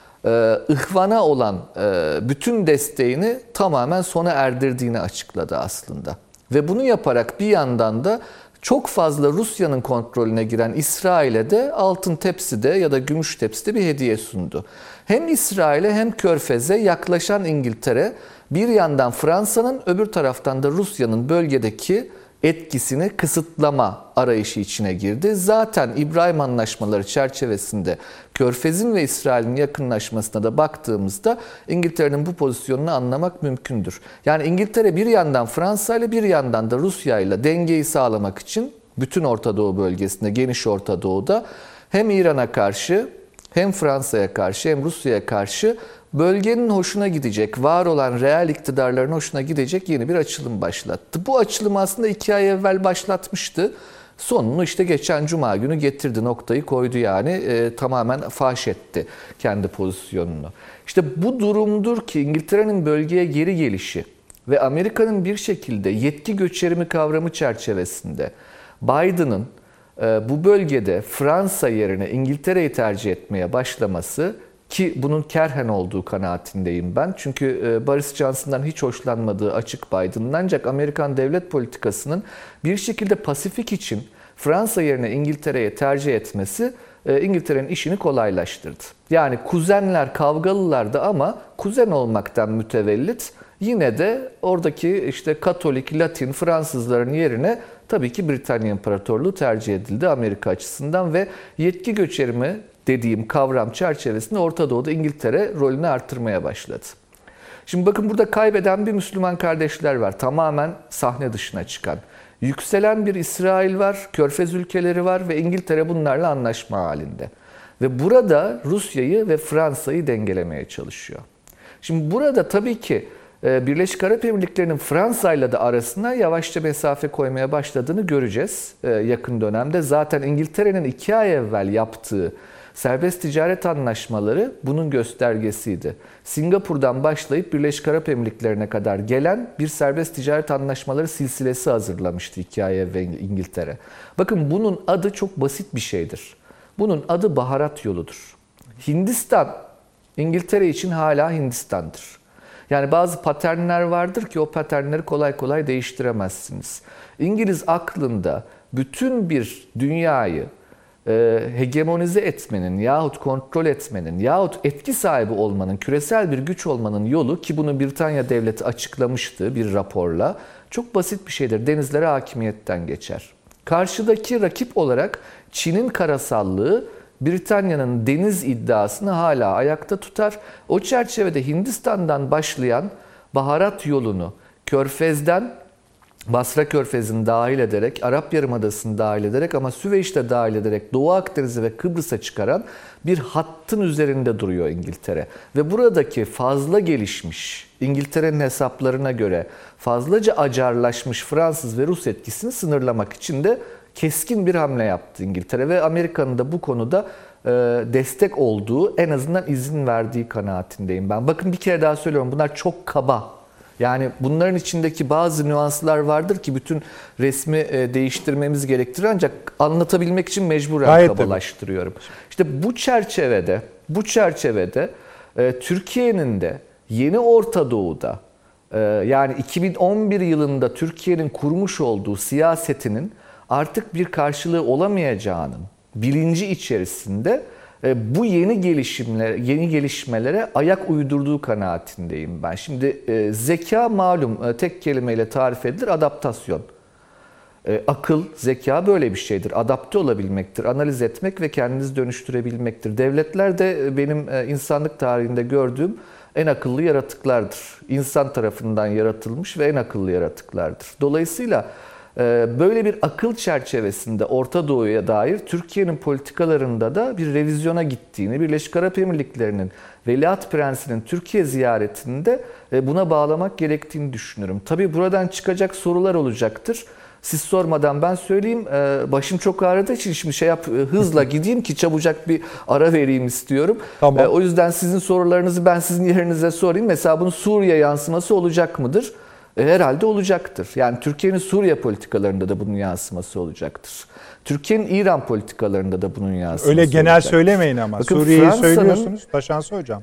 İhvan'a olan bütün desteğini tamamen sona erdirdiğini açıkladı aslında. Ve bunu yaparak bir yandan da çok fazla Rusya'nın kontrolüne giren İsrail'e de altın tepside ya da gümüş tepside bir hediye sundu. Hem İsrail'e hem Körfez'e yaklaşan İngiltere bir yandan Fransa'nın, öbür taraftan da Rusya'nın bölgedeki etkisini kısıtlama arayışı içine girdi. Zaten İbrahim Anlaşmaları çerçevesinde Körfez'in ve İsrail'in yakınlaşmasına da baktığımızda İngiltere'nin bu pozisyonunu anlamak mümkündür. Yani İngiltere bir yandan Fransa ile bir yandan da Rusya ile dengeyi sağlamak için bütün Orta Doğu bölgesinde, geniş Orta Doğu'da hem İran'a karşı hem Fransa'ya karşı hem Rusya'ya karşı bölgenin hoşuna gidecek, var olan reel iktidarların hoşuna gidecek yeni bir açılım başlattı. Bu açılımı aslında iki ay evvel başlatmıştı. Sonunu işte geçen Cuma günü getirdi, noktayı koydu yani e, tamamen faş etti kendi pozisyonunu. İşte bu durumdur ki İngiltere'nin bölgeye geri gelişi ve Amerika'nın bir şekilde yetki göçerimi kavramı çerçevesinde Biden'ın e, bu bölgede Fransa yerine İngiltere'yi tercih etmeye başlaması, ki bunun kerhen olduğu kanaatindeyim ben. Çünkü Boris Johnson'dan hiç hoşlanmadığı açık Biden'ın, ancak Amerikan devlet politikasının bir şekilde Pasifik için Fransa yerine İngiltere'ye tercih etmesi İngiltere'nin işini kolaylaştırdı. Yani kuzenler kavgalılardı ama kuzen olmaktan mütevellit yine de oradaki işte Katolik, Latin Fransızların yerine tabii ki Britanya İmparatorluğu tercih edildi Amerika açısından ve yetki göçerimi dediğim kavram çerçevesinde Orta Doğu'da İngiltere rolünü artırmaya başladı. Şimdi bakın, burada kaybeden bir Müslüman kardeşler var. Tamamen sahne dışına çıkan. Yükselen bir İsrail var, Körfez ülkeleri var ve İngiltere bunlarla anlaşma halinde. Ve burada Rusya'yı ve Fransa'yı dengelemeye çalışıyor. Şimdi burada tabii ki Birleşik Arap Emirlikleri'nin Fransa'yla da arasına yavaşça mesafe koymaya başladığını göreceğiz yakın dönemde. Zaten İngiltere'nin iki ay evvel yaptığı serbest ticaret anlaşmaları bunun göstergesiydi. Singapur'dan başlayıp Birleşik Arap Emirlikleri'ne kadar gelen bir serbest ticaret anlaşmaları silsilesi hazırlamıştı iki ay evvel İngiltere. Bakın, bunun adı çok basit bir şeydir. Bunun adı baharat yoludur. Hindistan, İngiltere için hala Hindistan'dır. Yani bazı paternler vardır ki o paternleri kolay kolay değiştiremezsiniz. İngiliz aklında bütün bir dünyayı hegemonize etmenin yahut kontrol etmenin yahut etki sahibi olmanın, küresel bir güç olmanın yolu, ki bunu Britanya devleti açıklamıştı bir raporla, çok basit bir şeydir. Denizlere hakimiyetten geçer. Karşıdaki rakip olarak Çin'in karasallığı Britanya'nın deniz iddiasını hala ayakta tutar. O çerçevede Hindistan'dan başlayan baharat yolunu Körfez'den, Basra Körfezi'ni dahil ederek, Arap Yarımadası'nı dahil ederek ama Süveyş'te dahil ederek Doğu Akdeniz'e ve Kıbrıs'a çıkaran bir hattın üzerinde duruyor İngiltere. Ve buradaki fazla gelişmiş, İngiltere'nin hesaplarına göre fazlaca acarlaşmış Fransız ve Rus etkisini sınırlamak için de keskin bir hamle yaptı İngiltere. Ve Amerika'nın da bu konuda e, destek olduğu, en azından izin verdiği kanaatindeyim ben. Bakın bir kere daha söylüyorum, bunlar çok kaba. Yani bunların içindeki bazı nüanslar vardır ki bütün resmi değiştirmemiz gerektirir, ancak anlatabilmek için mecburen Gayet kabalaştırıyorum. Tabii. İşte bu çerçevede, bu çerçevede Türkiye'nin de yeni Orta Doğu'da, yani iki bin on bir yılında Türkiye'nin kurmuş olduğu siyasetinin artık bir karşılığı olamayacağının bilinci içerisinde bu yeni gelişimler, yeni gelişmelere ayak uydurduğu kanaatindeyim ben. Şimdi zeka malum tek kelimeyle tarif edilir: adaptasyon. Akıl, zeka böyle bir şeydir. Adapte olabilmektir, analiz etmek ve kendinizi dönüştürebilmektir. Devletler de benim insanlık tarihinde gördüğüm en akıllı yaratıklardır. İnsan tarafından yaratılmış ve en akıllı yaratıklardır. Dolayısıyla böyle bir akıl çerçevesinde Orta Doğu'ya dair Türkiye'nin politikalarında da bir revizyona gittiğini, Birleşik Arap Emirlikleri'nin Veliaht Prensi'nin Türkiye ziyaretinde buna bağlamak gerektiğini düşünüyorum. Tabii buradan çıkacak sorular olacaktır. Siz sormadan ben söyleyeyim, başım çok ağrıdığı için şimdi şey yap, hızla gideyim ki çabucak bir ara vereyim istiyorum. Tamam. O yüzden sizin sorularınızı ben sizin yerinize sorayım. Mesela bunun Suriye yansıması olacak mıdır? Herhalde olacaktır. Yani Türkiye'nin Suriye politikalarında da bunun yansıması olacaktır. Türkiye'nin İran politikalarında da bunun yansıması Öyle genel olacaktır. Söylemeyin ama. Bakın, Suriye'yi söylüyorsunuz. Taşansı Hocam.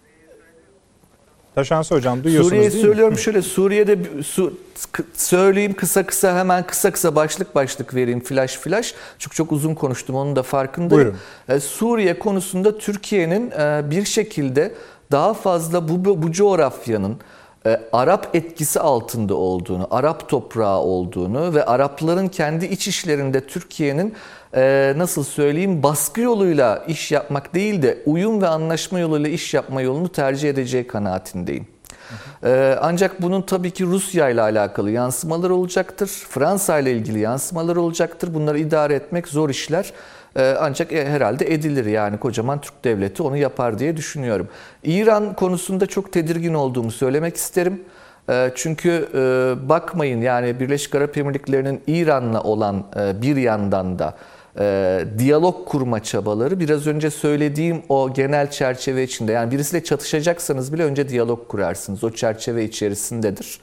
Taşansı Hocam duyuyorsunuz Suriye'yi değil söylüyorum mi? şöyle, Suriye'de su, söyleyeyim kısa kısa, hemen kısa kısa başlık başlık vereyim, flash flash. Çok çok uzun konuştum, onun da farkındayım. Buyurun. Suriye konusunda Türkiye'nin bir şekilde daha fazla bu, bu coğrafyanın Arap etkisi altında olduğunu, Arap toprağı olduğunu ve Arapların kendi iç işlerinde Türkiye'nin nasıl söyleyeyim baskı yoluyla iş yapmak değil de uyum ve anlaşma yoluyla iş yapma yolunu tercih edeceği kanaatindeyim. Hı hı. Ancak bunun tabii ki Rusya ile alakalı yansımaları olacaktır. Fransa ile ilgili yansımaları olacaktır. Bunları idare etmek zor işler. Ancak herhalde edilir, yani kocaman Türk devleti onu yapar diye düşünüyorum. İran konusunda çok tedirgin olduğumu söylemek isterim. Çünkü bakmayın, yani Birleşik Arap Emirlikleri'nin İran'la olan bir yandan da diyalog kurma çabaları biraz önce söylediğim o genel çerçeve içinde. Yani birisiyle çatışacaksanız bile önce diyalog kurarsınız. O çerçeve içerisindedir.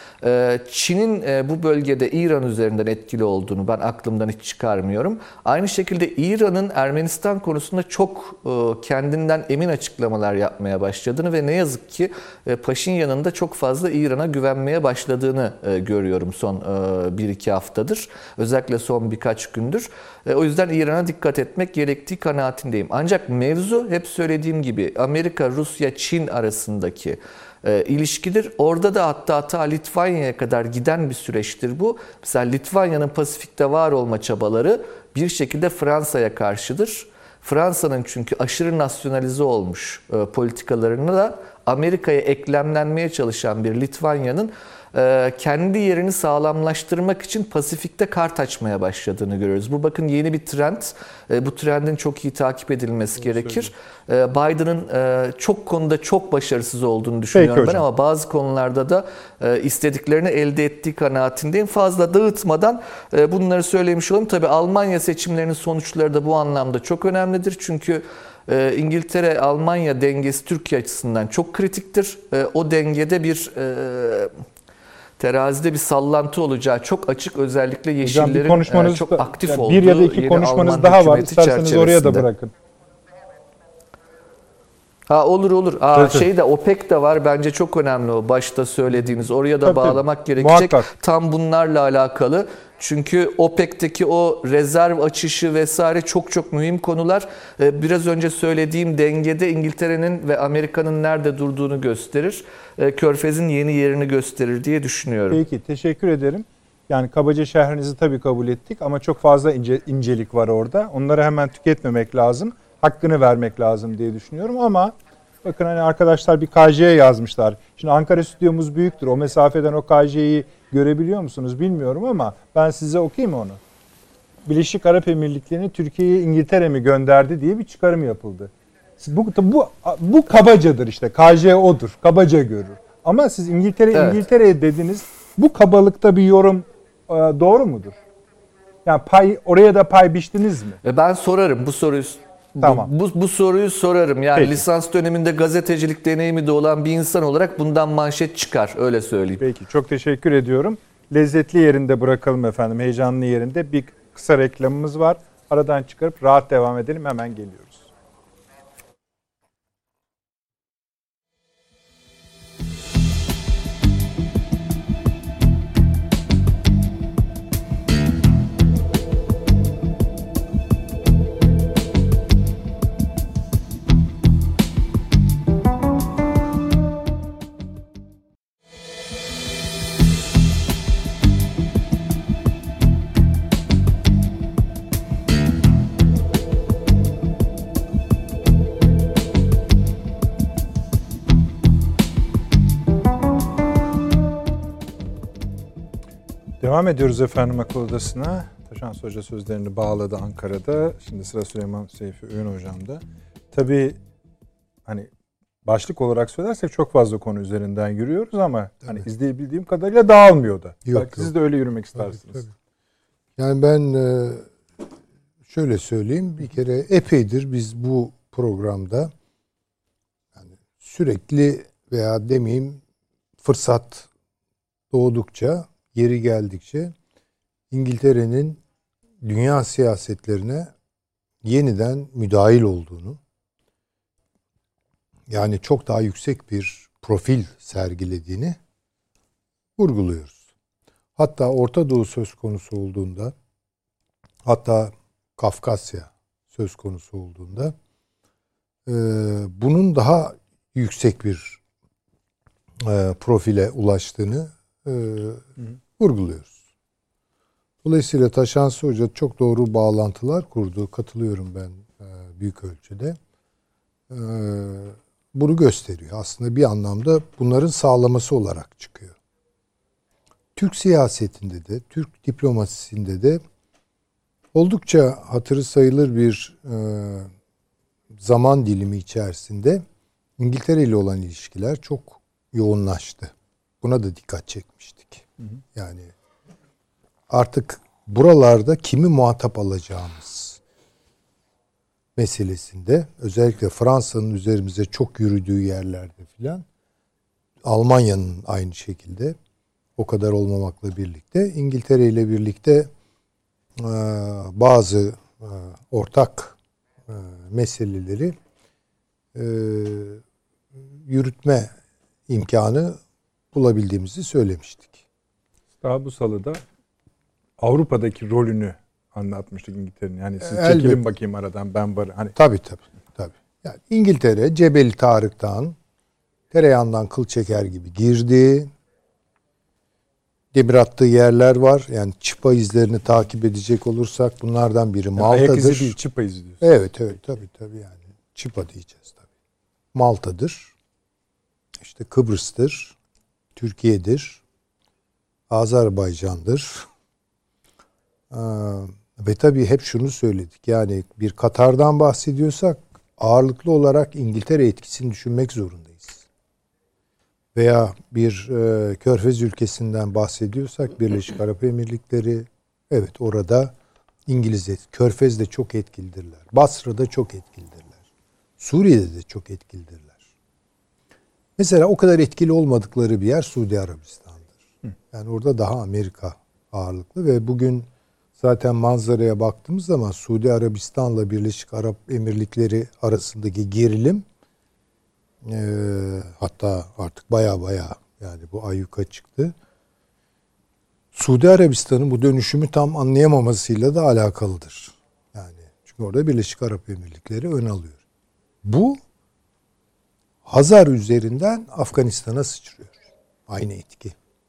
Çin'in bu bölgede İran üzerinden etkili olduğunu ben aklımdan hiç çıkarmıyorum. Aynı şekilde İran'ın Ermenistan konusunda çok kendinden emin açıklamalar yapmaya başladığını ve ne yazık ki Paşinyan'ın da çok fazla İran'a güvenmeye başladığını görüyorum son bir iki haftadır. Özellikle son birkaç gündür. O yüzden İran'a dikkat etmek gerektiği kanaatindeyim. Ancak mevzu hep söylediğim gibi Amerika, Rusya, Çin arasındaki E, ilişkidir. Orada da hatta hatta Litvanya'ya kadar giden bir süreçtir bu. Mesela Litvanya'nın Pasifik'te var olma çabaları bir şekilde Fransa'ya karşıdır. Fransa'nın çünkü aşırı nasyonalize olmuş e, politikalarını da Amerika'ya eklemlenmeye çalışan bir Litvanya'nın e, kendi yerini sağlamlaştırmak için Pasifik'te kart açmaya başladığını görüyoruz. Bu bakın yeni bir trend. E, bu trendin çok iyi takip edilmesi Bunu gerekir. E, Biden'ın e, çok konuda çok başarısız olduğunu düşünüyorum ben, ama bazı konularda da e, istediklerini elde ettiği kanaatindeyim. Fazla dağıtmadan e, bunları söylemiş olayım. Tabii Almanya seçimlerinin sonuçları da bu anlamda çok önemlidir. Çünkü e, İngiltere-Almanya dengesi Türkiye açısından çok kritiktir. E, o dengede bir e, terazide bir sallantı olacağı çok açık, özellikle Yeşillerin çok aktif yani olduğu bir ya da iki konuşmanız daha var. İsterseniz oraya da bırakın. Ha olur olur. Aa, Evet, şey de OPEC de var. Bence çok önemli o başta söylediğiniz. Oraya da tabii, bağlamak tabii. gerekecek. Muhakkak. Tam bunlarla alakalı. Çünkü OPEC'teki o rezerv açışı vesaire çok çok mühim konular. Ee, biraz önce söylediğim dengede İngiltere'nin ve Amerika'nın nerede durduğunu gösterir. Ee, Körfez'in yeni yerini gösterir diye düşünüyorum. Peki, teşekkür ederim. Yani kabaca şerhinizi tabii kabul ettik ama çok fazla ince, incelik var orada. Onları hemen tüketmemek lazım. Hakkını vermek lazım diye düşünüyorum ama bakın hani arkadaşlar bir K J'ye yazmışlar. Şimdi Ankara stüdyomuz büyüktür. O mesafeden o K J'yi görebiliyor musunuz bilmiyorum ama ben size okuyayım onu. Birleşik Arap Emirlikleri'ni Türkiye'ye İngiltere mi gönderdi diye bir çıkarım yapıldı. Bu, bu, bu kabacadır işte. K J odur. Kabaca görür. Ama siz İngiltere Evet. İngiltere'ye dediniz. Bu kabalıkta bir yorum e, doğru mudur? Yani pay oraya da pay biçtiniz mi? E, Ben sorarım bu soruyu. Tamam. Bu, bu, bu soruyu sorarım. Yani Peki. lisans döneminde gazetecilik deneyimi de olan bir insan olarak bundan manşet çıkar. Öyle söyleyeyim. Peki, çok teşekkür ediyorum. Lezzetli yerinde bırakalım efendim. Heyecanlı yerinde bir kısa reklamımız var. Aradan çıkarıp rahat devam edelim. Hemen geliyoruz. Devam ediyoruz efendim akıl odasına. Taşans Hoca sözlerini bağladı Ankara'da. Şimdi sıra Süleyman Seyfi Öğün Hocam'da. Tabii hani başlık olarak söylersek çok fazla konu üzerinden yürüyoruz ama evet. Hani izleyebildiğim kadarıyla dağılmıyor da. Yok, Belki yok. Siz de öyle yürümek istersiniz. Tabii, tabii. Yani ben şöyle söyleyeyim, bir kere epeydir biz bu programda yani sürekli veya demeyeyim fırsat doğdukça, yeri geldikçe İngiltere'nin dünya siyasetlerine yeniden müdahil olduğunu, yani çok daha yüksek bir profil sergilediğini vurguluyoruz. Hatta Orta Doğu söz konusu olduğunda, hatta Kafkasya söz konusu olduğunda e, bunun daha yüksek bir e, profile ulaştığını e, vurguluyoruz. Dolayısıyla Taşansı Hoca çok doğru bağlantılar kurdu. Katılıyorum ben e, büyük ölçüde. E, bunu gösteriyor. Aslında bir anlamda bunların sağlaması olarak çıkıyor. Türk siyasetinde de, Türk diplomasisinde de oldukça hatırı sayılır bir e, zaman dilimi içerisinde İngiltere ile olan ilişkiler çok yoğunlaştı. Buna da dikkat çekmiştik. Hı hı. Yani artık buralarda kimi muhatap alacağımız meselesinde, özellikle Fransa'nın üzerimize çok yürüdüğü yerlerde filan, Almanya'nın aynı şekilde, o kadar olmamakla birlikte İngiltere ile birlikte e, bazı e, ortak e, meseleleri e, yürütme imkanı bulabildiğimizi söylemiştik. Daha bu salıda Avrupa'daki rolünü anlatmıştık İngiltere'nin. Yani siz Elbette. Çekilin bakayım aradan ben varım. Hani... Tabii tabii. tabii. Yani İngiltere Cebeli Tarık'tan tereyağından kıl çeker gibi girdi. Demir attığı yerler var. Yani çıpa izlerini takip edecek olursak bunlardan biri yani Malta'dır. Ayak izi değil, çıpa izi diyorsun. Evet evet tabii tabii yani. Çıpa diyeceğiz tabii. Malta'dır. İşte Kıbrıs'tır. Türkiye'dir. Azerbaycan'dır. Ee, ve tabii hep şunu söyledik. Yani bir Katar'dan bahsediyorsak ağırlıklı olarak İngiltere etkisini düşünmek zorundayız. Veya bir e, Körfez ülkesinden bahsediyorsak Birleşik Arap Emirlikleri, evet orada İngiliz et, Körfez'de çok etkilidirler. Basra'da çok etkilidirler. Suriye'de de çok etkilidirler. Mesela o kadar etkili olmadıkları bir yer Suudi Arabistan'dır. Yani orada daha Amerika ağırlıklı ve bugün zaten manzaraya baktığımız zaman Suudi Arabistan'la Birleşik Arap Emirlikleri arasındaki gerilim Ee, hatta artık baya baya yani bu ayyuka çıktı. Suudi Arabistan'ın bu dönüşümü tam anlayamamasıyla da alakalıdır. Yani çünkü orada Birleşik Arap Emirlikleri ön alıyor. Bu Hazar üzerinden Afganistan'a sıçrıyor. Aynı etki.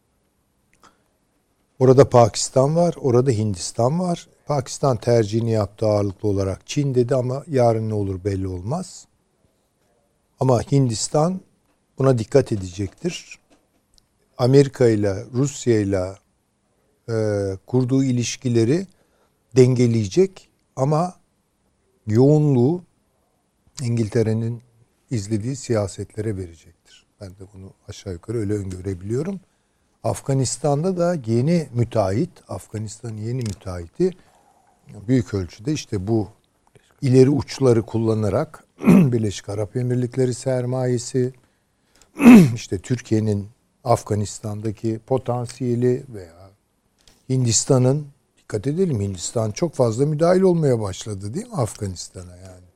Orada Pakistan var, orada Hindistan var. Pakistan tercihini yaptı ağırlıklı olarak. Çin dedi ama yarın ne olur belli olmaz. Ama Hindistan buna dikkat edecektir. Amerika ile Rusya ile kurduğu ilişkileri dengeleyecek ama yoğunluğu İngiltere'nin izlediği siyasetlere verecektir. Ben de bunu aşağı yukarı öyle öngörebiliyorum. Afganistan'da da yeni müteahhit, Afganistan'ın yeni müteahhiti büyük ölçüde işte bu ileri uçları kullanarak Birleşik Arap Emirlikleri sermayesi, işte Türkiye'nin Afganistan'daki potansiyeli veya Hindistan'ın, dikkat edelim Hindistan çok fazla müdahil olmaya başladı değil mi Afganistan'a yani.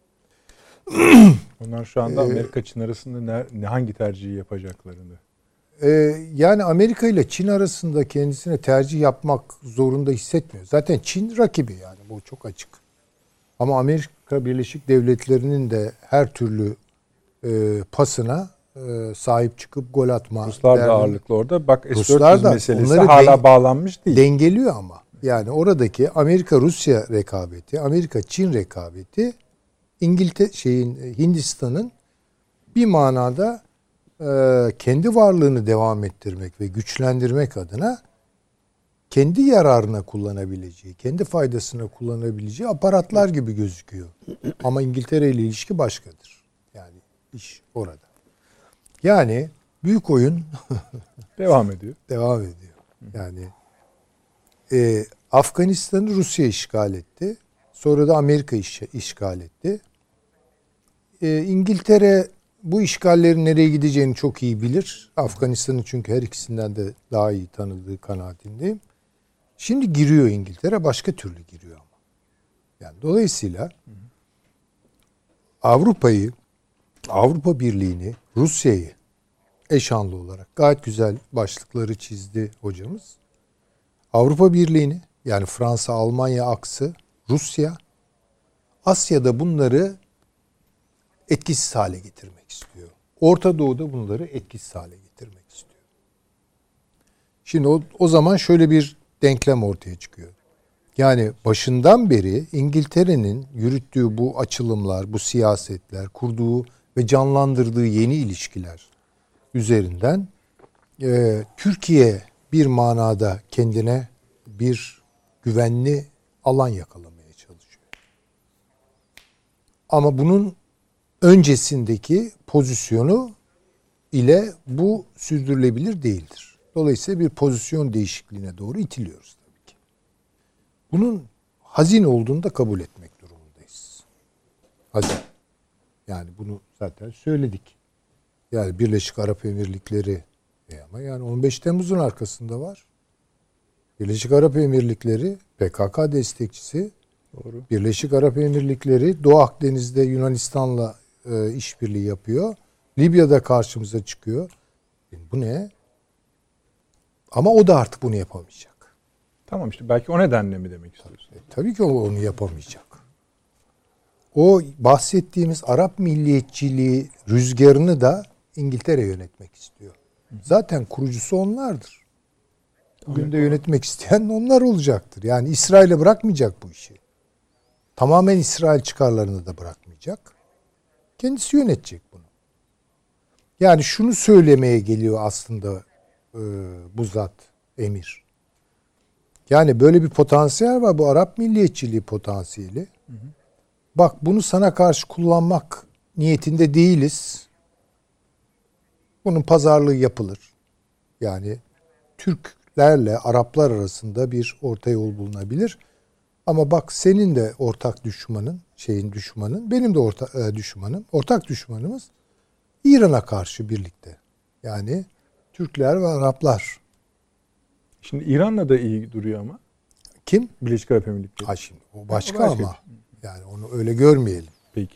Onlar şu anda Amerika Çin arasında ne, hangi tercihi yapacaklarını. Ee, yani Amerika ile Çin arasında kendisine tercih yapmak zorunda hissetmiyor. Zaten Çin rakibi yani bu çok açık. Ama Amerika Birleşik Devletleri'nin de her türlü e, pasına e, sahip çıkıp gol atma. Ruslar da derdi. ağırlıklı orada. Bak S dört yüz Ruslar da meselesi hala den- bağlanmış değil. Dengeliyor ama. Yani oradaki Amerika-Rusya rekabeti, Amerika-Çin rekabeti İngiltere şeyin Hindistan'ın bir manada e, kendi varlığını devam ettirmek ve güçlendirmek adına kendi yararına kullanabileceği, kendi faydasına kullanabileceği aparatlar gibi gözüküyor. Ama İngiltere ile ilişki başkadır. Yani iş orada. Yani büyük oyun devam ediyor. Devam ediyor. Yani e, Afganistan'ı Rusya işgal etti. Sonra da Amerika iş, işgal etti. E, İngiltere bu işgallerin nereye gideceğini çok iyi bilir. Afganistan'ı çünkü her ikisinden de daha iyi tanıdığı kanaatindeyim. Şimdi giriyor İngiltere, başka türlü giriyor ama. Yani dolayısıyla Avrupa'yı, Avrupa Birliği'ni, Rusya'yı eşanlı olarak gayet güzel başlıkları çizdi hocamız. Avrupa Birliği'ni yani Fransa, Almanya aksı, Rusya, Asya'da bunları etkisiz hale getirmek istiyor. Orta Doğu'da bunları etkisiz hale getirmek istiyor. Şimdi o, o zaman şöyle bir denklem ortaya çıkıyor. Yani başından beri İngiltere'nin yürüttüğü bu açılımlar, bu siyasetler, kurduğu ve canlandırdığı yeni ilişkiler üzerinden e, Türkiye bir manada kendine bir güvenli alan yakalamaya çalışıyor. Ama bunun öncesindeki pozisyonu ile bu sürdürülebilir değildir. Dolayısıyla bir pozisyon değişikliğine doğru itiliyoruz tabii ki. Bunun hazin olduğunu da kabul etmek durumundayız. Hazin. Yani bunu zaten söyledik. Yani Birleşik Arap Emirlikleri ama yani on beş Temmuz'un arkasında var. Birleşik Arap Emirlikleri P K K destekçisi. Doğru. Birleşik Arap Emirlikleri Doğu Akdeniz'de Yunanistan'la e, işbirliği yapıyor. Libya'da karşımıza çıkıyor. Yani bu ne? Ama o da artık bunu yapamayacak. Tamam işte belki o nedenle mi demek istiyorsun? E, tabii ki o onu yapamayacak. O bahsettiğimiz Arap milliyetçiliği rüzgarını da İngiltere yönetmek istiyor. Zaten kurucusu onlardır. Bugün de yönetmek isteyen onlar olacaktır. Yani İsrail'e bırakmayacak bu işi. Tamamen İsrail çıkarlarını da bırakmayacak. Kendisi yönetecek bunu. Yani şunu söylemeye geliyor aslında e, bu zat emir. Yani böyle bir potansiyel var. Bu Arap milliyetçiliği potansiyeli. Hı hı. Bak bunu sana karşı kullanmak niyetinde değiliz. Bunun pazarlığı yapılır. Yani Türklerle Araplar arasında bir orta yol bulunabilir. Ama bak senin de ortak düşmanın, şeyin düşmanın, benim de orta e, düşmanım, ortak düşmanımız İran'a karşı birlikte. Yani Türkler ve Araplar. Şimdi İran'la da iyi duruyor ama. Kim? Birleşik Arap Emirlikleri. Ha şimdi o başka, o başka ama. Yani onu öyle görmeyelim. Peki.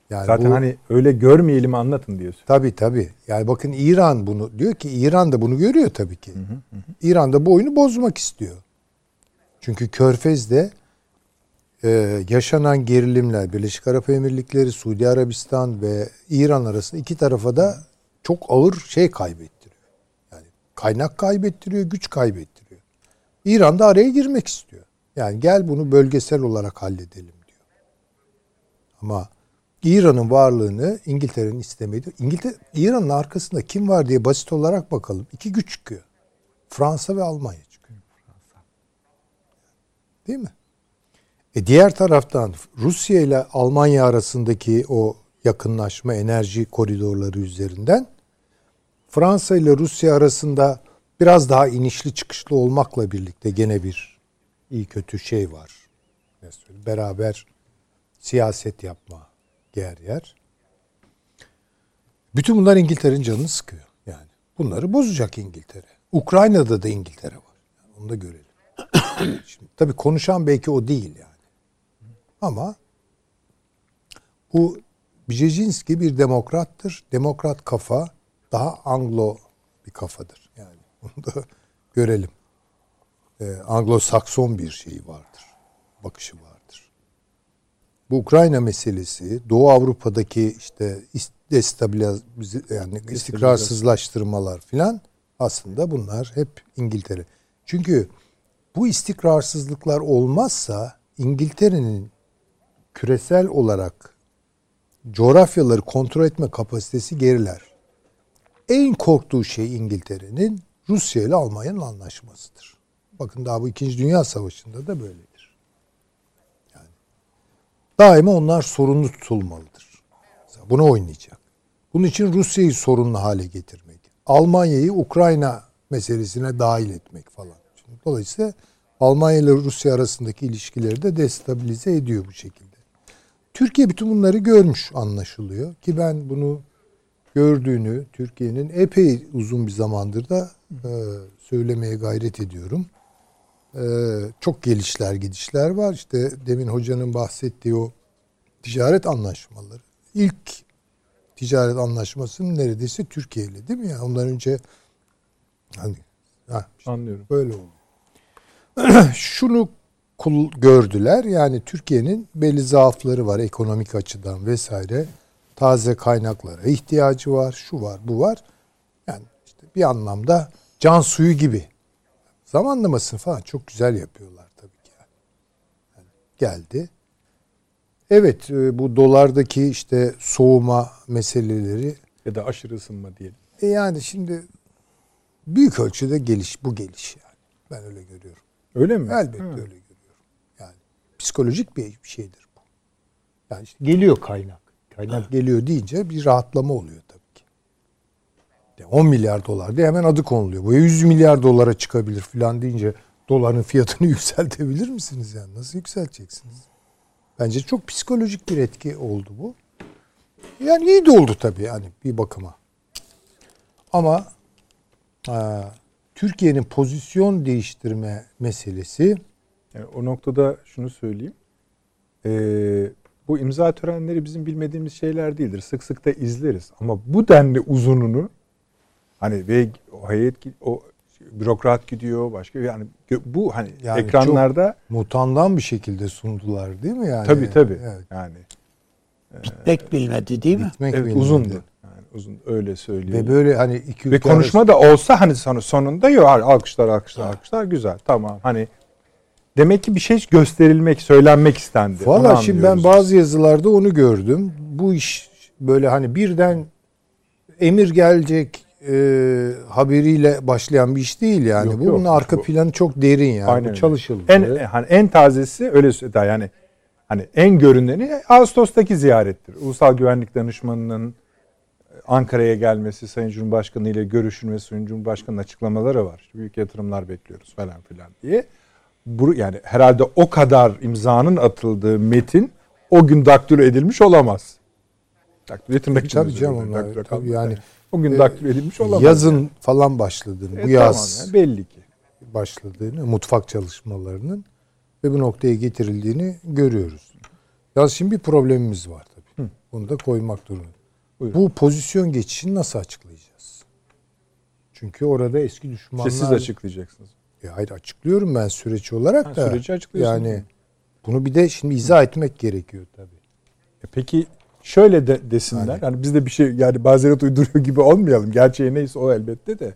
Yani zaten bu, hani öyle görmeyelim anlatın diyorsun. Tabii tabii. Yani bakın İran bunu diyor ki İran da bunu görüyor tabii ki. Hı hı hı. İran da bu oyunu bozmak istiyor. Çünkü Körfez'de e, yaşanan gerilimler Birleşik Arap Emirlikleri, Suudi Arabistan ve İran arasında iki tarafa da çok ağır şey kaybettiriyor. Yani kaynak kaybettiriyor, güç kaybettiriyor. İran da araya girmek istiyor. Yani gel bunu bölgesel olarak halledelim diyor. Ama İran'ın varlığını İngiltere'nin istemedi. İngiltere, İran'ın arkasında kim var diye basit olarak bakalım. İki güç çıkıyor. Fransa ve Almanya çıkıyor. Değil mi? E diğer taraftan Rusya ile Almanya arasındaki o yakınlaşma enerji koridorları üzerinden Fransa ile Rusya arasında biraz daha inişli çıkışlı olmakla birlikte gene bir iyi kötü şey var. Mesela beraber siyaset yapma yer yer. Bütün bunlar İngiltere'nin canını sıkıyor. Yani bunları bozacak İngiltere. Ukrayna'da da İngiltere var. Yani onu da görelim. Şimdi, tabii konuşan belki o değil yani. Ama bu Brzezinski bir demokrattır. Demokrat kafa daha Anglo bir kafadır. Yani bunu da görelim. Ee, Anglo-Sakson bir şeyi vardır. Bakışı vardır. Bu Ukrayna meselesi, Doğu Avrupa'daki işte destabiliz yani istikrarsızlaştırmalar filan aslında bunlar hep İngiltere. Çünkü bu istikrarsızlıklar olmazsa İngiltere'nin küresel olarak coğrafyaları kontrol etme kapasitesi geriler. En korktuğu şey İngiltere'nin Rusya ile Almanya'nın anlaşmasıdır. Bakın daha bu İkinci Dünya Savaşı'nda da böyledir. Yani daima onlar sorunlu tutulmalıdır. Mesela buna oynayacak. Bunun için Rusya'yı sorunlu hale getirmek, Almanya'yı Ukrayna meselesine dahil etmek falan. Şimdi dolayısıyla Almanya ile Rusya arasındaki ilişkileri de destabilize ediyor bu şekilde. Türkiye bütün bunları görmüş anlaşılıyor ki ben bunu gördüğünü Türkiye'nin epey uzun bir zamandır da e, söylemeye gayret ediyorum. E, çok gelişler gidişler var. İşte demin hocanın bahsettiği o ticaret anlaşmaları. İlk ticaret anlaşmasının neredeyse Türkiye ile değil mi? Yani ondan önce hani ha, işte anlıyorum. Böyle oldu. Şunu kul gördüler. Yani Türkiye'nin belli zaafları var ekonomik açıdan vesaire. Taze kaynaklara ihtiyacı var. Şu var, bu var. Yani işte bir anlamda can suyu gibi. Zamanlamasını falan çok güzel yapıyorlar tabii ki. Yani. Yani geldi. Evet, bu dolardaki işte soğuma meseleleri ya da aşırı ısınma diyelim. E yani şimdi büyük ölçüde geliş bu geliş yani. Ben öyle görüyorum. Öyle mi? Elbette Hı. öyle görüyorum. Yani psikolojik bir şeydir bu. Yani işte geliyor kaynak. Kaynak geliyor deyince bir rahatlama oluyor tabii ki. on milyar dolar diye hemen adı konuluyor. Bu yüz milyar dolara çıkabilir falan deyince doların fiyatını yükseltebilir misiniz yani? Nasıl yükselteceksiniz? Bence çok psikolojik bir etki oldu bu. Yani iyi de oldu tabii yani bir bakıma. Ama e, Türkiye'nin pozisyon değiştirme meselesi. Yani o noktada şunu söyleyeyim. Ee, bu imza törenleri bizim bilmediğimiz şeyler değildir. Sık sık da izleriz. Ama bu denli uzununu hani ve o heyet o bürokrat gidiyor başka yani bu hani yani ekranlarda mutandan bir şekilde sundular değil mi yani? Tabii tabii. Evet. Yani bitmek e, bilmedi değil mi? Bitmek evet, bilmedi. Uzundu. Yani uzun öyle söyleyeyim. Ve böyle hani iki ve konuşma arası... da olsa hani sonunda yok alkışlar alkışlar alkışlar güzel tamam hani demek ki bir şey gösterilmek, söylenmek istendi. Valla şimdi ben bazı yazılarda onu gördüm. Bu iş böyle hani birden emir gelecek e, haberiyle başlayan bir iş değil yani. Yok, bu yok, bunun arka bu. planı çok derin yani. Aynen bu çalışıldı. En hani en tazesi öyle daha yani hani en görüneni Ağustos'taki ziyarettir. Ulusal Güvenlik Danışmanı'nın Ankara'ya gelmesi, Sayın Cumhurbaşkanı ile görüşülmesi, Sayın Cumhurbaşkanı'nın açıklamaları var. Büyük yatırımlar bekliyoruz falan filan diye. Bu yani herhalde o kadar imzanın atıldığı metin o gün daktilo edilmiş olamaz. Daktilo etmek için. Tabii canım onlar. Tabii yani o gün e, daktilo edilmiş olamaz. Yazın yani. falan başladığını, e, bu yaz tamam yani, belli ki başladığını, mutfak çalışmalarının ve bu noktaya getirildiğini görüyoruz. Yalnız şimdi bir problemimiz var tabii. Hı. Bunu da koymak durumunda. Bu pozisyon geçişini nasıl açıklayacağız? Çünkü orada eski düşmanlar... İşte siz açıklayacaksınız. E hayır, açıklıyorum ben süreç olarak ha, da. Süreci açıklıyorsunuz. Yani bunu bir de şimdi izah etmek gerekiyor tabii. E peki şöyle de desinler. Hani, hani biz de bir şey yani mazeret uyduruyor gibi olmayalım. Gerçeği neyse o elbette de.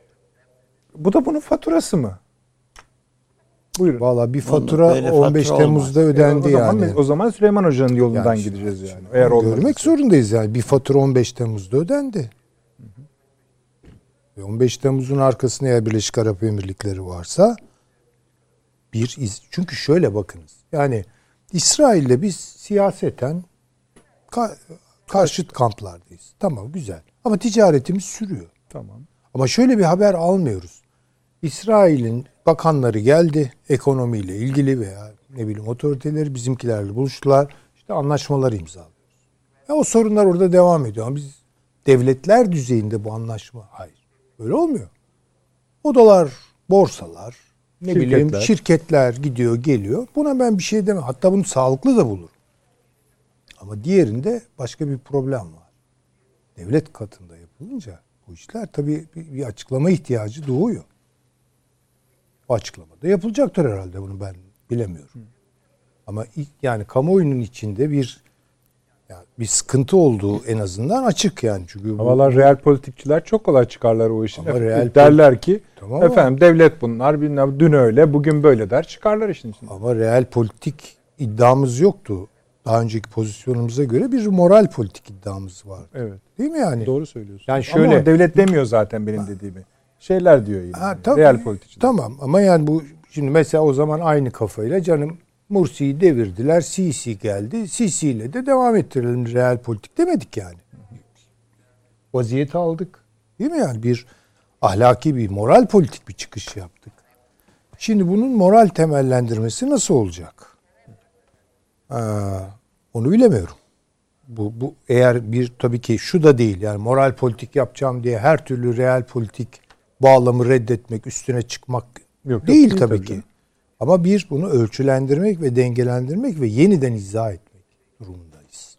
Bu da bunun faturası mı? Buyurun. Valla bir fatura on beş Temmuz'da ödendi e, o zaman, yani. O zaman Süleyman Hoca'nın yolundan yani gideceğiz yani. Eğer görmek zorundayız yani. Bir fatura on beş Temmuz'da ödendi. Hı hı. Ve on beş Temmuz'un arkasında eğer Birleşik Arap Emirlikleri varsa bir iz. Çünkü şöyle bakınız. Yani İsrail'le biz siyaseten ka- karşıt kamplardayız. Tamam, güzel. Ama ticaretimiz sürüyor. Tamam. Ama şöyle bir haber almıyoruz. İsrail'in bakanları geldi ekonomiyle ilgili veya ne bileyim otoriteleri bizimkilerle buluştular. İşte anlaşmalar imzalıyoruz. Ya o sorunlar orada devam ediyor. Ama biz devletler düzeyinde bu anlaşma hayır. Öyle olmuyor. Odalar, borsalar, ne şirketler. bileyim şirketler gidiyor geliyor. Buna ben bir şey demem. Hatta bunu sağlıklı da bulurum. Ama diğerinde başka bir problem var. Devlet katında yapılınca bu işler tabii bir, bir açıklama ihtiyacı doğuyor. O açıklamada yapılacaktır herhalde, bunu ben bilemiyorum. Hı. Ama yani kamuoyunun içinde bir yani bir sıkıntı olduğu en azından açık yani. Çünkü bu, Havalar real politikçiler çok kolay çıkarlar o işin. Real derler ki tamam efendim ama, devlet bunlar bilmem dün öyle bugün böyle der çıkarlar işin içinde. Ama real politik iddiamız yoktu. Daha önceki pozisyonumuza göre bir moral politik iddiamız var. Evet. Değil mi yani? Doğru söylüyorsun. Yani şöyle, ama devlet demiyor zaten benim dediğimi. Şeyler diyor yine. Ha, tabii, real politikçiler. Tamam ama yani bu şimdi mesela o zaman aynı kafayla canım Mursi'yi devirdiler. Sisi geldi. Sisi ile de devam ettirelim real politik demedik yani. Vaziyeti aldık. Değil mi yani? Bir ahlaki bir moral politik bir çıkış yaptık. Şimdi bunun moral temellendirmesi nasıl olacak? Aa, onu bilemiyorum. Bu, bu eğer bir tabii ki şu da değil yani moral politik yapacağım diye her türlü real politik bağlamı reddetmek, üstüne çıkmak yok, değil, yok, değil tabii, tabii ki. Ama bir bunu ölçülendirmek ve dengelendirmek ve yeniden izah etmek durumundayız.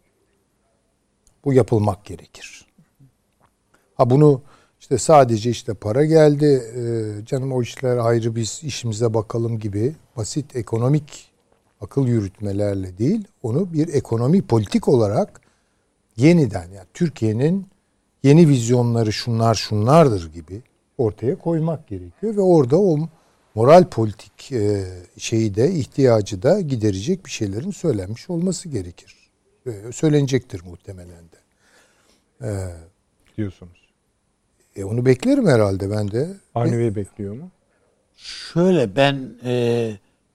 Bu yapılmak gerekir. Ha bunu işte sadece işte para geldi, e, canım o işler ayrı biz işimize bakalım gibi basit ekonomik akıl yürütmelerle değil, onu bir ekonomi politik olarak yeniden yani Türkiye'nin yeni vizyonları şunlar şunlardır gibi ortaya koymak gerekiyor ve orada o moral politik e, şeyi de ihtiyacı da giderecek bir şeylerin söylenmiş olması gerekir. E, söylenecektir muhtemelen de. E, diyorsunuz. E, onu beklerim herhalde ben de. Avni Bey bekliyor mu? Şöyle ben e,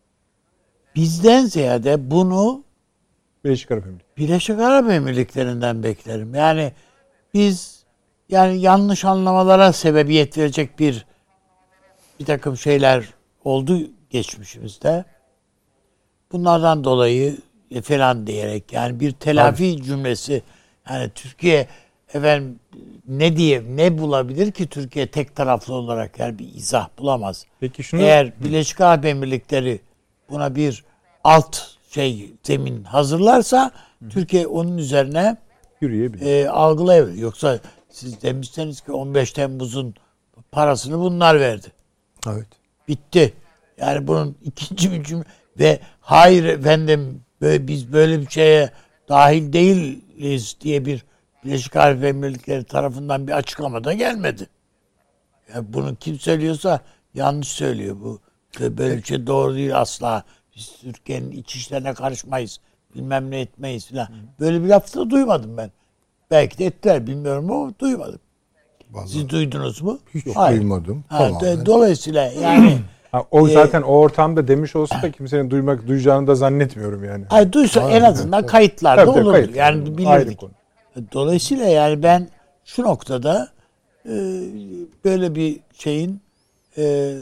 bizden ziyade bunu Birleşik Arap Emirlikleri. Birleşik Arap Emirlikleri'nden beklerim. Yani biz yani yanlış anlamalara sebebiyet verecek bir bir takım şeyler oldu geçmişimizde. Bunlardan dolayı e, falan diyerek yani bir telafi Abi. cümlesi yani Türkiye efendim ne diye ne bulabilir ki Türkiye tek taraflı olarak yani bir izah bulamaz. Peki şunu eğer Birleşik Arap Emirlikleri buna bir alt şey zemin hazırlarsa Hı. Türkiye onun üzerine yürüyebilir. E, algılayabilir. Yoksa siz demişseniz ki on beş Temmuz'un parasını bunlar verdi. Evet. Bitti. Yani bunun ikinci bir cümle ve hayır efendim böyle, biz böyle bir şeye dahil değiliz diye bir Birleşik Arap Emirlikleri tarafından bir açıklama da gelmedi. Yani bunu kim söylüyorsa yanlış söylüyor bu. Böyle bir şey doğru değil asla. Biz Türkiye'nin iç işlerine karışmayız. Bilmem ne etmeyiz falan. Böyle bir laf da duymadım ben. Belki de ettiler bilmiyorum ama duymadım. Vallahi siz duydunuz mu? Hiç Hayır. duymadım. Ha, do- dolayısıyla yani ha, o zaten e, o ortamda demiş olsa da kimsenin duymak duyacağını da zannetmiyorum yani. Hayır duysa Aynen. en azından evet. kayıtlarda tabii, olur. Kayıt, yani bilirdik. Dolayısıyla yani ben şu noktada e, böyle bir şeyin e,